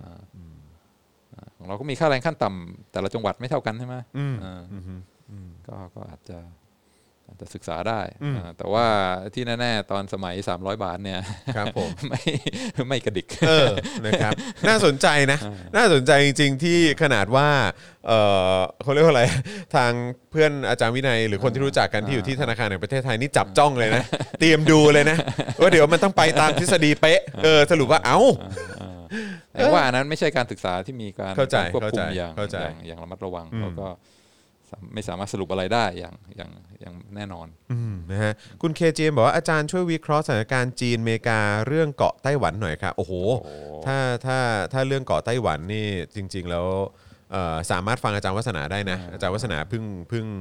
ของเราก็มีค่าแรงขั้นต่ำแต่ละจังหวัดไม่เท่ากันใช่ไหมก็อาจจะศึกษาได้แต่ว่าที่แน่ๆตอนสมัย300 บาทเนี่ยครับผมไม่กระดิกนะครับน่าสนใจนะน่าสนใจจริงๆที่ขนาดว่าเขาเรียกว่าอะไรทางเพื่อนอาจารย์วินัยหรือคนที่รู้จักกันที่อยู่ที่ธนาคารแห่งประเทศไทยนี่จับจ้องเลยนะเตรียมดูเลยนะว่าเดี๋ยวมันต้องไปตามทฤษฎีเป๊ะสรุปว่าแต่ว่าอันนั้นไม่ใช่การศึกษาที่มีการควบคุมอย่างระมัดระวังแล้วก็ไม่สามารถสรุปอะไรได้อย่างแน่นอนนะฮะคุณเคเจมบอกว่าอาจารย์ช่วยวิเคราะห์สถานการณ์จีนอเมริกาเรื่องเกาะไต้หวันหน่อยครับโอ้โหถ้าเรื่องเกาะไต้หวันนี่จริงๆแล้วสามารถฟังอาจารย์วัฒนาได้นะอาจารย์วัฒนาเพิ่ง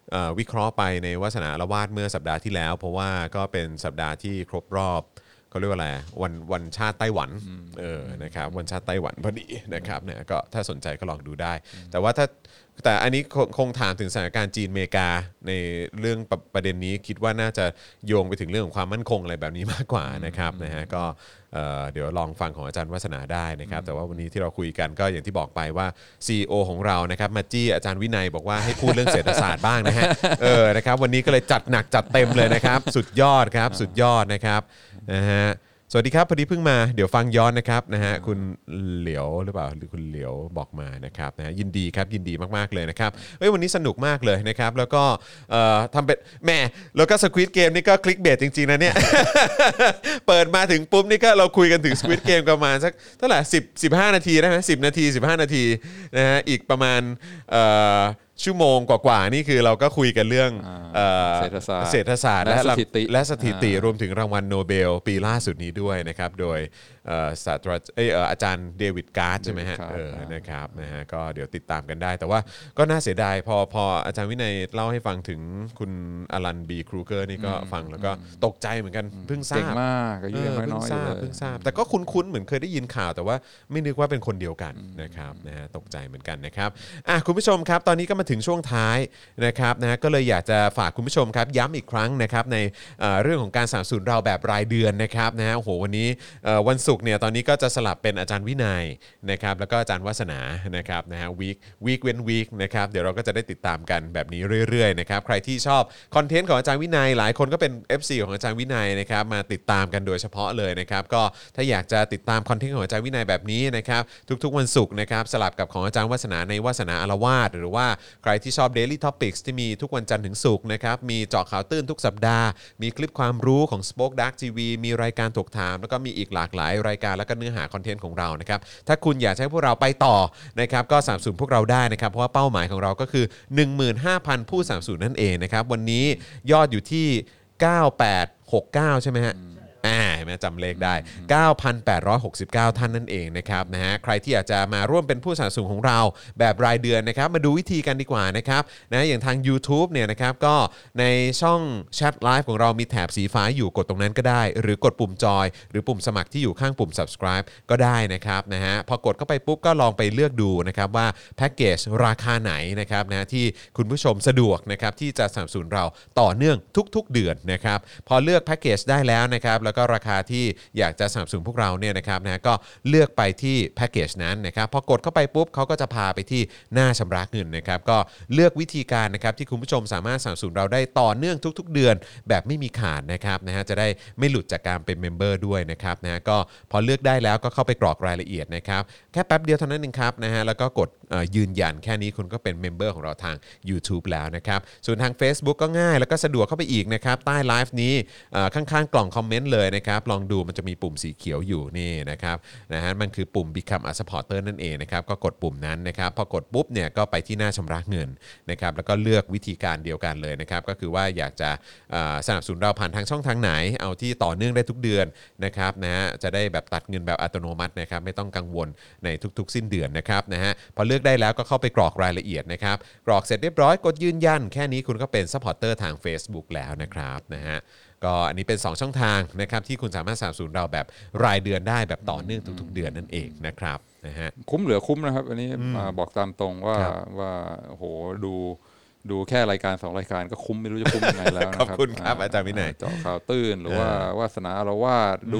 วิเคราะห์ไปในวาสนาละวาดเมื่อสัปดาห์ที่แล้วเพราะว่าก็เป็นสัปดาห์ที่ครบรอบเขาเรียกว่าอะไรวันชาติไต้หวันนะครับวันชาติไต้หวันพอดีนะครับเนี่ยก็ถ้าสนใจก็ลองดูได้แต่อันนี้คงถามถึงสถานการณ์จีนอเมริกาในเรื่องประเด็นนี้คิดว่าน่าจะโยงไปถึงเรื่องของความมั่นคงอะไรแบบนี้มากกว่านะครับนะฮะก็เดี๋ยวลองฟังของอาจารย์วัฒนาได้นะครับแต่ว่าวันนี้ที่เราคุยกันก็อย่างที่บอกไปว่า CEO ของเรานะครับมาจี้อาจารย์วินัยบอกว่าให้พูดเรื่องเศรษฐศาสตร์บ้างนะฮะนะครับวันนี้ก็เลยจัดหนักจัดเต็มเลยนะครับสุดยอดครับสุดยอดนะครับนะฮะสวัสดีครับพอดีเพิ่งมาเดี๋ยวฟังย้อนนะครับนะฮะคุณเหลียวหรือเปล่าหรือคุณเหลียวบอกมานะครับนะยินดีครับยินดีมากๆเลยนะครับวันนี้สนุกมากเลยนะครับแล้วก็ทำเป็นแหมแล้วก็สควิดเกมนี่ก็คลิกเบสจริงๆนะเนี่ย เปิดมาถึงปุ๊บนี่ก็เราคุยกันถึงสควิดเกมประมาณสักเท่าไหร่15 นาทีได้ไหม10 นาที15 นาทีนะฮะอีกประมาณชั่วโมงกว่าๆนี่คือเราก็คุยกันเรื่องเศรษฐศาสตร์และสถิติรวมถึงรางวัลโนเบลปีล่าสุดนี้ด้วยนะครับโดยศาสตราอาจารย์เดวิดการ์ดใช่ไหมฮะนะครับนะฮะก็เดี๋ยวติดตามกันได้แต่ว่าก็น่าเสียดายพออาจารย์วินัยเล่าให้ฟังถึงคุณอลันบีครูเกอร์นี่ก็ฟังแล้วก็ตกใจเหมือนกันเพิ่งทราบเก่งมากอายุยังน้อยๆเลยเพิ่งทราบแต่ก็คุ้นๆเหมือนเคยได้ยินข่าวแต่ว่าไม่นึกว่าเป็นคนเดียวกันนะครับนะฮะตกใจเหมือนกันนะครับคุณผู้ชมครับตอนนี้ก็มาถึงช่วงท้ายนะครับนะก็เลยอยากจะฝากคุณผู้ชมครับย้ำอีกครั้งนะครับในเรื่องของการสนับสนุนเราแบบรายเดือนนะครับนะฮะโอ้โหวันนี้วันศุกร์เนี่ยตอนนี้ก็จะสลับเป็นอาจารย์วินัยนะครับแล้วก็อาจารย์วัฒนานะครับนะฮะวีคเว้นวีคนะครับเดี๋ยวเราก็จะได้ติดตามกันแบบนี้เรื่อยๆนะครับใครที่ชอบคอนเทนต์ของอาจารย์วินัยหลายคนก็เป็น FC ของอาจารย์วินัยนะครับมาติดตามกันโดยเฉพาะเลยนะครับก็ถ้าอยากจะติดตามคอนเทนต์ของอาจารย์วินัยแบบนี้นะครับทุกๆวันศุกร์นะครับสลับกับของอาจารย์วัฒนาในวัฒนาอาละวาดหรือว่าใครที่ชอบ Daily Topics ที่มีทุกวันจันทร์ถึงศุกร์นะครับมีเจาะข่าวตื้นทุกสัปดาห์มีคลิปความรู้ของ Spoke Dark TV มีรายการถกถามแล้วก็มีอีกหลากหลายรายการแล้วก็เนื้อหาคอนเทนต์ของเรานะครับถ้าคุณอยากให้พวกเราไปต่อนะครับก็สนับสนุนพวกเราได้นะครับเพราะว่าเป้าหมายของเราก็คือ 15,000 ผู้สนับสนุนนั่นเองนะครับวันนี้ยอดอยู่ที่9869ใช่ไหมฮะแม่จำเลขได้ 9,869 ท่านนั่นเองนะครับนะฮะใครที่อยากจะมาร่วมเป็นผู้สนับสนุนของเราแบบรายเดือนนะครับมาดูวิธีกันดีกว่านะครับนะอย่างทาง YouTube เนี่ยนะครับก็ในช่องแชทไลฟ์ของเรามีแถบสีฟ้าอยู่กดตรงนั้นก็ได้หรือกดปุ่มจอยหรือปุ่มสมัครที่อยู่ข้างปุ่ม subscribe ก็ได้นะครับนะฮะพอกดเข้าไปปุ๊บก็ลองไปเลือกดูนะครับว่าแพ็คเกจราคาไหนนะครับนะที่คุณผู้ชมสะดวกนะครับที่จะสนับสนุนเราต่อเนื่องทุกๆเดือนนะครับพอเลือกแพ็คเกจได้แล้วนะครับแล้วก็ราคาที่อยากจะสนับสนุนพวกเราเนี่ยนะครับนะก็เลือกไปที่แพ็คเกจนั้นนะครับพอกดเข้าไปปุ๊บเขาก็จะพาไปที่หน้าชำระเงินนะครับก็เลือกวิธีการนะครับที่คุณผู้ชมสามารถสนับสนุนเราได้ต่อเนื่องทุกๆเดือนแบบไม่มีขาดนะครับนะฮะจะได้ไม่หลุดจากการเป็นเมมเบอร์ด้วยนะครับนะก็พอเลือกได้แล้วก็เข้าไปกรอกรายละเอียดนะครับแค่แป๊บเดียวเท่านั้นเองครับนะฮะแล้วก็กดยืนยันแค่นี้คุณก็เป็นเมมเบอร์ของเราทาง YouTube แล้วนะครับส่วนทาง Facebook ก็ง่ายแล้วก็สะดวกเข้าไปอีกนะครับใต้ไลฟ์นี้ข้างๆกล่องคอมเมนต์เลยนะครับลองดูมันจะมีปุ่มสีเขียวอยู่นี่นะครับนะฮะมันคือปุ่ม Become a supporter นั่นเองนะครับก็กดปุ่มนั้นนะครับพอกดปุ๊บเนี่ยก็ไปที่หน้าชำระเงินนะครับแล้วก็เลือกวิธีการเดียวกันเลยนะครับก็คือว่าอยากจะสนับสนุนเราผ่านทางช่องทางไหนเอาที่ต่อเนื่องได้ทุกเดือนนะครับนะฮะจะได้แบบตัดเงินแบบอัตโนมัตินะครับไม่ต้องกังวลในทุกๆสิ้นเดือนนะครับนะฮะพอเลือกได้แล้วก็เข้าไปกรอกรายละเอียดนะครับกรอกเสร็จเรียบร้อยกดยืนยันแค่นี้คุณก็เป็นซัพพอร์ตเตอร์ทาง Facebook แล้วนะครับนะฮะก็อันนี้เป็น2ช่องทางนะครับที่คุณสามารถสนับสนุนเราแบบรายเดือนได้แบบต่อเนื่องทุกๆเดือนนั่นเองนะครับนะฮะคุ้มเหลือคุ้มนะครับอันนี้บอกตามตรงว่าโหดูแค่รายการ2รายการก็คุ้มไม่รู้จะคุ้มยังไงแล้วนะครับขอบคุณครับอาจารย์วินัยเจาะข่าวตื้นหรือว่าวาสนาเราว่าดู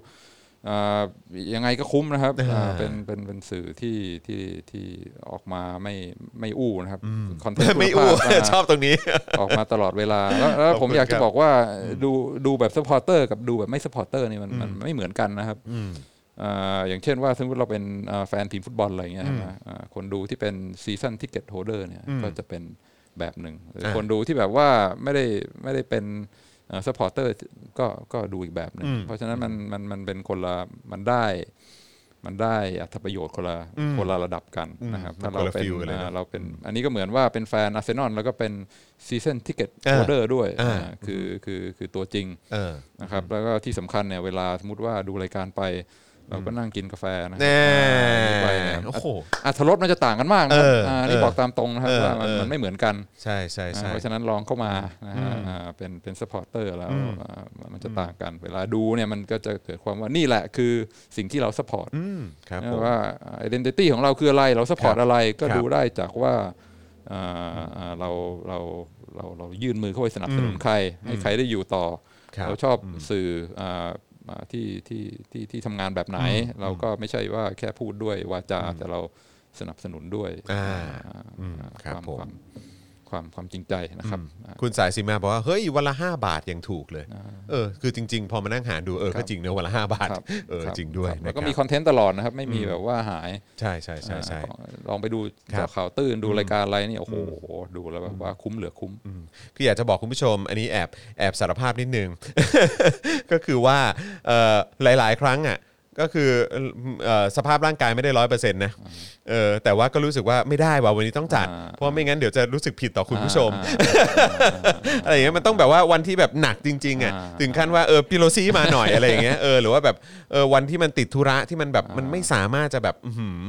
ยังไงก็คุ้มนะครับเป็นสื่อที่ออกมาไม่อู้นะครับคอนเทนต์ไม่อู้ชอบตรงนี้ออกมาตลอดเวลาแล้วผมอยากจะบอกว่าดูแบบซัพพอร์เตอร์กับดูแบบไม่ซัพพอร์เตอร์นี่มันไม่เหมือนกันนะครับอย่างเช่นว่าสมมติเราเป็นแฟนทีมฟุตบอลอะไรเงี้ยนะคนดูที่เป็นซีซั่นทิกเก็ตโฮลเดอร์เนี่ยก็จะเป็นแบบหนึ่งคนดูที่แบบว่าไม่ได้เป็นซัพพอร์เตอร์ก็ดูอีกแบบนึงเพราะฉะนั้นมันเป็นคนละมันได้อรรถประโยชน์คนละระดับกันนะครับถ้าเราเป็นอันนี้ก็เหมือนว่าเป็นแฟนอาร์เซนอลแล้วก็เป็นซีซั่นทิกเก็ตโฮลเดอร์ด้วยคือตัวจริงนะครับแล้วก็ที่สำคัญเนี่ยเวลาสมมติว่าดูรายการไปเราก็นั่งกินกาแฟนะแน่ไปโอ้โหอรรถรสมันจะต่างกันมากนะครับนี่บอกตามตรงนะครับว่ามันไม่เหมือนกันใช่ใช่ใช่เพราะฉะนั้นลองเข้ามานะฮะเป็นซัพพอร์ตเตอร์แล้วมันจะต่างกันเวลาดูเนี่ยมันก็จะเกิดความว่านี่แหละคือสิ่งที่เราซัพพอร์ตว่า identity ของเราคืออะไรเราซัพพอร์ตอะไรก็ดูได้จากว่าเรายื่นมือเข้าไปสนับสนุนใครให้ใครได้อยู่ต่อเราชอบสื่อที่ทำงานแบบไหนเราก็ไม่ใช่ว่าแค่พูดด้วยวาจาแต่เราสนับสนุนด้วยความจริงใจนะครับคุณสายสีมาบอกว่าเฮ้ยวันละ5 บาทยังถูกเลยคือจริงๆพอมานั่งหาดูก็จริงเนอะวันละ5 บาทจริงด้วยแล้วก็มีคอนเทนต์ตลอดนะครับไม่มีแบบว่าหายใช่ใช่ใช่ใช่ลองไปดูจากข่าวตื้นดูรายการอะไรนี่โอ้โหดูแล้วแบบว่าคุ้มเหลือคุ้มคืออยากจะบอกคุณผู้ชมอันนี้แอบสารภาพนิดนึง ก็คือว่าหลายๆครั้งอ่ะก็คือสภาพร่างกายไม่ได้ 100% นะแต่ว่าก็รู้สึกว่าไม่ได้ว่าวันนี้ต้องจัดเพราะไม่งั้นเดี๋ยวจะรู้สึกผิดต่อคุณผู้ชมอะไรอย่างเงี้ยมันต้องแบบว่าวันที่แบบหนักจริงๆอ่ะถึงขั้นว่าพี่โรซี่มาหน่อยอะไรอย่างเงี้ยหรือว่าแบบวันที่มันติดธุระที่มันแบบมันไม่สามารถจะแบบ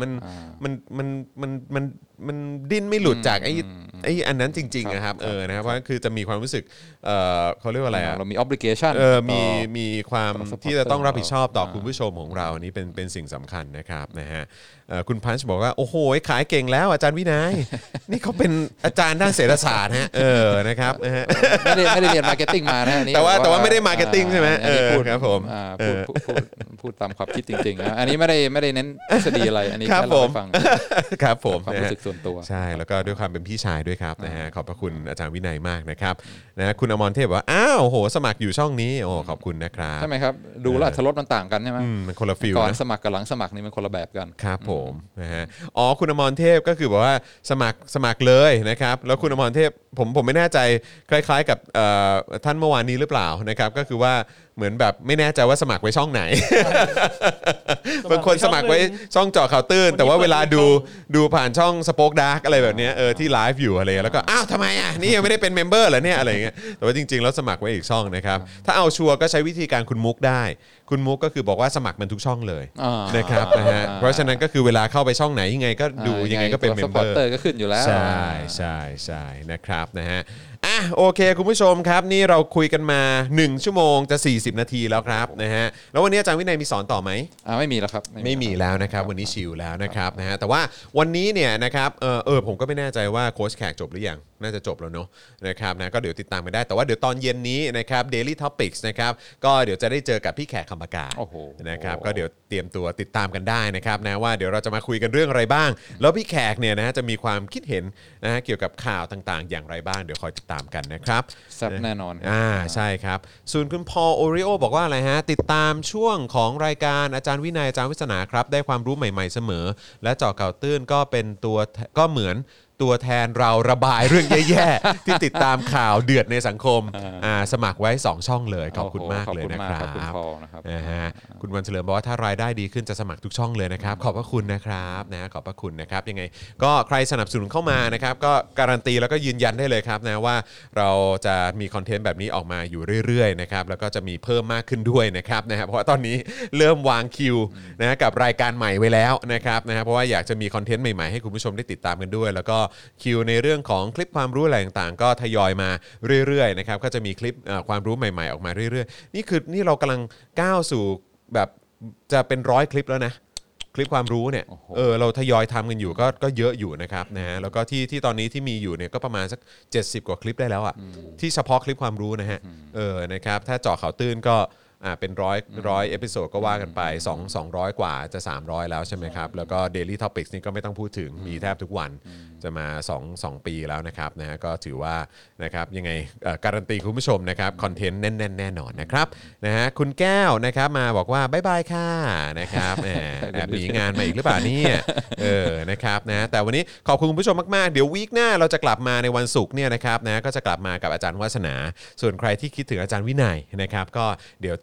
มันดิ้นไม่หลุดจากไอ้อันนั้นจริงๆนะครับนะครับเพราะคือจะมีความรู้สึกเขาเรียกว่าอะไรอ่ะเรามี obligation มีความที่จะต้องรับผิดชอบต่อคุณผู้ชมของเรานี่เป็นสิ่งสำคัญนะครับนะฮะคุณพันช์บอกว่าโอ้โหขายเก่งแล้วอาจารย์วินัยนี่เขาเป็นอาจารย์ด้านเศรษฐศาสตร์ฮะนะครับนะฮะไม่ได้เรียนมาร์เก็ตติ้งมานะแต่ว่าไม่ได้มาร์เก็ตติ้งใช่ไหมครับผมพูดตามความคิดจริงๆนะอันนี้ไม่ได้เน้นทฤษฎีอะไรอันนี้แค่เล่าให้ฟังครับผมความรู้สึกส่วนตัวใช่แล้วก็ด้วยความเป็นพี่ชายด้วยครับนะฮะขอบพระคุณอาจารย์วินัยมากนะครับนะคุณอมรเทพบอกว่าอ้าวโหสมัครอยู่ช่องนี้โอ้ขอบคุณนะครับใช่ไหมครับดูแล้วอรรถรสมันต่างกันใช่ไหมมันคนละฟีลก่อนสมัครกับหลังสมัครนี่มันคนละแบบกันครับผมนะฮะคุณอมรเทพก็คือบอกว่าสมัครเลยนะครับแล้วคุณอมรเทพผมไม่แน่ใจคล้ายๆกับท่านเมื่อวานนี้หรือเปล่านะครับก็คือว่าเหมือนแบบไม่แน่ใจว่าสมัครไว้ช่องไหนบางคนสมัครไว้ช่องเจาะข่าวตื้นแต่ว่าเวลาดูผ่านช่องสป็อคดาร์กอะไรแบบนี้ที่ไลฟ์อยู่อะไรแล้วก็อ้าวทำไมอ่ะนี่ยังไม่ได้เป็นเมมเบอร์เหรอเนี่ยอะไรอย่างเงี้ยแต่ว่าจริงๆแล้วสมัครไว้อีกช่องนะครับถ้าเอาชัวร์ก็ใช้วิธีการคุณมุกได้คุณมุกก็คือบอกว่าสมัครมันทุกช่องเลยนะครับนะฮะเพราะฉะนั้นก็คือเวลาเข้าไปช่องไหนยังไงก็ดูยังไงก็เป็นเมมเบอร์ก็ขึ้นอยู่แล้วใช่นะครับนะฮะโอเคคุณผู้ชมครับนี่เราคุยกันมา1ชั่วโมงจะ40นาทีแล้วครับนะฮะแล้ววันนี้อาจารย์วินัยมีสอนต่อไหมไม่มีแล้วครับไม่มีแล้วนะครับวันนี้ชิลแล้วนะครับนะฮะแต่ว่าวันนี้เนี่ยนะครับผมก็ไม่แน่ใจว่าโค้ชแขกจบหรือยังน่าจะจบแล้วเนาะนะครับนะก็เดี๋ยวติดตามกันได้แต่ว่าเดี๋ยวตอนเย็นนี้นะครับ Daily Topics นะครับก็เดี๋ยวจะได้เจอกับพี่แขกคำปากานะครับก็เดี๋ยวเตรียมตัวติดตามกันได้นะครับนะว่าเดี๋ยวเราจะมาคุยกันเรื่องอะไรบ้างแล้วพี่แขกเนี่ยนะจะมีความคิดเห็นนะฮะเกี่ยวกับข่าวต่างๆอย่างไรบ้างเดี๋ยวคอยติดตามกันนะครับแซ่บแน่นอนใช่ครับส่วนคุณพอลโอริโอบอกว่าอะไรฮะติดตามช่วงของรายการอาจารย์วินัยอาจารย์วิษณาครับได้ความรู้ใหม่ๆเสมอและเจาะข่าวตื้นก็เป็นตัวก็เหมือนตัวแทนเราระบายเรื่องแย่ๆที่ติดตามข่าวเดือดในสังคมสมัครไว้2ช่องเลยขอบคุณมากเลยนะครับนะฮะคุณวันเฉลิมบอกว่าถ้ารายได้ดีขึ้นจะสมัครทุกช่องเลยนะครับขอบพระคุณนะครับนะขอบพระคุณนะครับยังไงก็ใครสนับสนุนเข้ามานะครับก็การันตีแล้วก็ยืนยันได้เลยครับนะว่าเราจะมีคอนเทนต์แบบนี้ออกมาอยู่เรื่อยๆนะครับแล้วก็จะมีเพิ่มมากขึ้นด้วยนะครับนะฮะเพราะว่าตอนนี้เริ่มวางคิวนะกับรายการใหม่ไว้แล้วนะครับนะฮะเพราะว่าอยากจะมีคอนเทนต์ใหม่ๆให้คุณผู้ชมได้ติดตามกันด้วยแล้วก็คิวในเรื่องของคลิปความรู้อะไรต่างๆก็ทยอยมาเรื่อยๆนะครับก็จะมีคลิปความรู้ใหม่ๆออกมาเรื่อยๆนี่เรากำลังก้าวสู่แบบจะเป็น100คลิปแล้วนะคลิปความรู้เนี่ยเราทยอยทำกันอยู่ก็เยอะอยู่นะครับนะฮะแล้วก็ที่ตอนนี้ที่มีอยู่เนี่ยก็ประมาณสัก70กว่าคลิปได้แล้วอ่ะที่เฉพาะคลิปความรู้นะฮะนะครับถ้าเจาะข่าวตื้นก็เป็น100เอพิโซดก็ว่ากันไป200กว่าจะ300แล้วใช่ไหมครับแล้วก็ Daily Topics นี่ก็ไม่ต้องพูดถึงมีแทบทุกวันจะมา2ปีแล้วนะครับนะก็ถือว่านะครับยังไงการันตีคุณผู้ชมนะครับคอนเทนต์แน่นๆแน่นอนนะครับนะฮะคุณแก้วนะครับมาบอกว่าบ๊ายบายค่ะนะครับแอบหนีงานมาอีกหรือเปล่าเนี่ยนะครับนะแต่วันนี้ขอบคุณคุณผู้ชมมากๆเดี๋ยววีคหน้าเราจะกลับมาในวันศุกร์เนี่ยนะครับนะก็จะกลับมากับอาจารย์วาสนาส่วนใครที่คิดถึงอาจารย์วินัยนะครับก็เดี๋ยวติด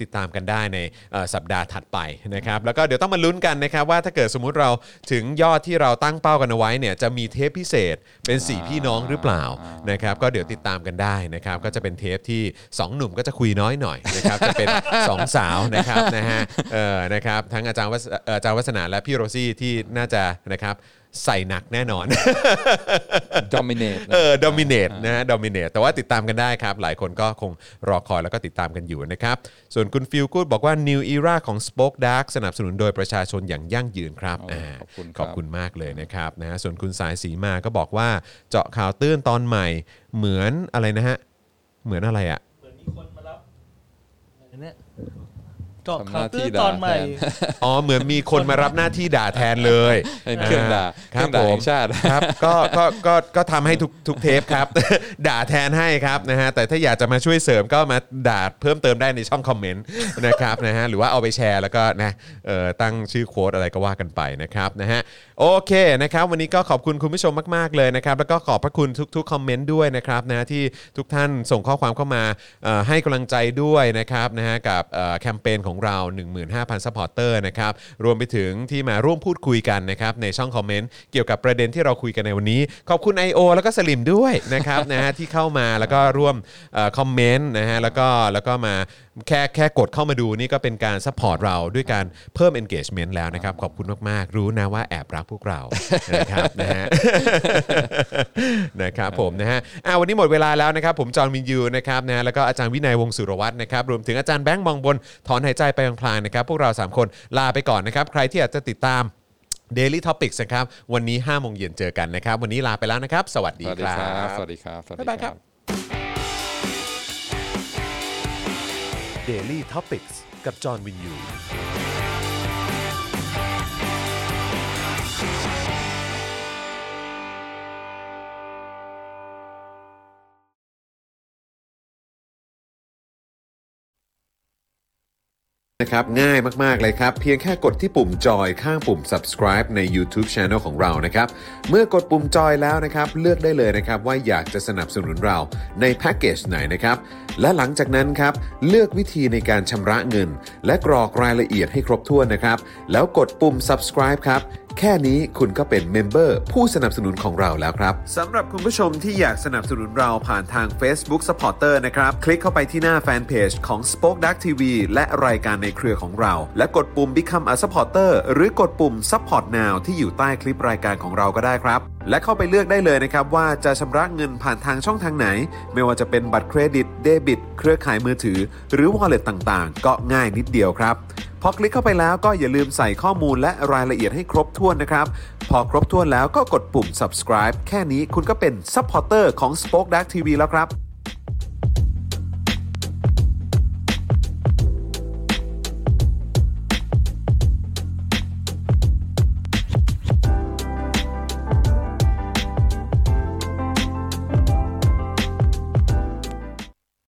ดตามกันได้ในสัปดาห์ถัดไปนะครับแล้วก็เดี๋ยวต้องมาลุ้นกันนะครับว่าถ้าเกิดสมมุติเราถึงยอดที่เราตั้งเป้ากันเอาไว้เนี่ยจะมีเทปพิเศษเป็น4พี่น้องหรือเปล่านะครับก็เดี๋ยวติดตามกันได้นะครับก็จะเป็นเทปที่2หนุ่มก็จะคุยน้อยหน่อยนะครับจะเป็น2สาวนะครับนะฮะนะครับทั้งอาจารย์วัฒนาและพี่โรซี่ที่น่าจะนะครับใส่หนักแน่นอน dominate dominate นะฮะ dominate แต่ว่าติดตามกันได้ครับหลายคนก็คงรอคอยแล้วก็ติดตามกันอยู่นะครับส่วนคุณฟิลกูดบอกว่า New Era ของ Spoke Dark สนับสนุนโดยประชาชนอย่างยั่งยืนครับขอบคุณมากเลยนะครับนะฮะส่วนคุณสายสีมาก็บอกว่าเจาะข่าวตื้นตอนใหม่เหมือนอะไรนะฮะเหมือนอะไรอ่ะเหมือนมีคนมารับเนี่ยเจาะข่าวตื้นตอนใหม่อ๋อเหมือนมีคนมารับหน้าที่ด่าแทนเลยเป็นเครื่องด่าครับผมชาติครับก็ทำให้ทุกเทปครับ ด่าแทนให้ครับนะฮะแต่ถ้าอยากจะมาช่วยเสริมก็มาด่าเพิ่มเติมได้ในช่องคอมเมนต์นะครับนะฮะหรือว่าเอาไปแชร์แล้วก็นะตั้งชื่อโค้ดอะไรก็ว่ากันไปนะครับนะฮะโอเคนะครับวันนี้ก็ขอบคุณคุณผู้ชมมากๆเลยนะครับแล้วก็ขอบพระคุณทุกคอมเมนต์ด้วยนะครับนะที่ทุกท่านส่งข้อความเข้ามาให้กำลังใจด้วยนะครับนะฮะกับแคมเปญของเรา 15,000 ซัพพอร์ตเตอร์นะครับรวมไปถึงที่มาร่วมพูดคุยกันนะครับในช่องคอมเมนต์เกี่ยวกับประเด็นที่เราคุยกันในวันนี้ขอบคุณ IO แล้วก็สลิมด้วยนะครับนะฮะที่เข้ามาแล้วก็ร่วมคอมเมนต์นะฮะแล้วก็มาแค่กดเข้ามาดูนี่ก็เป็นการซัพพอร์ตเราด้วยการเพิ่ม engagement แล้วนะครับขอบคุณมากๆรู้นะว่าแอบรักพวกเรานะครับนะฮะนะครับผมนะฮะวันนี้หมดเวลาแล้วนะครับผมจอห์นวินยูนะครับนะแล้วก็อาจารย์วินัยวงศ์สุรวัฒน์นะครับรวมถึงอาจารย์แบงค์มองบนถอนหายใจไปพลางๆนะครับพวกเรา3คนลาไปก่อนนะครับใครที่อยากจะติดตาม Daily Topics นะครับวันนี้ 5:00 นเจอกันนะครับวันนี้ลาไปแล้วนะครับสวัสดีครับสวัสดีครับบ๊ายบายครับ Daily Topics กับจอห์นวินยูนะครับง่ายมากๆเลยครับเพียงแค่กดที่ปุ่มจอยข้างปุ่ม subscribe ใน YouTube Channel ของเรานะครับเมื่อกดปุ่มจอยแล้วนะครับเลือกได้เลยนะครับว่าอยากจะสนับสนุนเราในแพ็กเกจไหนนะครับและหลังจากนั้นครับเลือกวิธีในการชำระเงินและกรอกรายละเอียดให้ครบถ้วนนะครับแล้วกดปุ่ม subscribe ครับแค่นี้คุณก็เป็นเมมเบอร์ผู้สนับสนุนของเราแล้วครับสำหรับคุณผู้ชมที่อยากสนับสนุนเราผ่านทาง Facebook Supporter นะครับคลิกเข้าไปที่หน้าแฟนเพจของ Spoke Dark TV และรายการในเครือของเราและกดปุ่ม Become a Supporter หรือกดปุ่ม Support Now ที่อยู่ใต้คลิปรายการของเราก็ได้ครับและเข้าไปเลือกได้เลยนะครับว่าจะชำระเงินผ่านทางช่องทางไหนไม่ว่าจะเป็นบัตรเครดิตเดบิตเครือข่ายมือถือหรือ Wallet ต่างๆก็ง่ายนิดเดียวครับพอคลิกเข้าไปแล้วก็อย่าลืมใส่ข้อมูลและรายละเอียดให้ครบถ้วนนะครับพอครบถ้วนแล้วก็กดปุ่ม subscribe แค่นี้คุณก็เป็น supporter ของ Spoke Dark TV แล้วครับ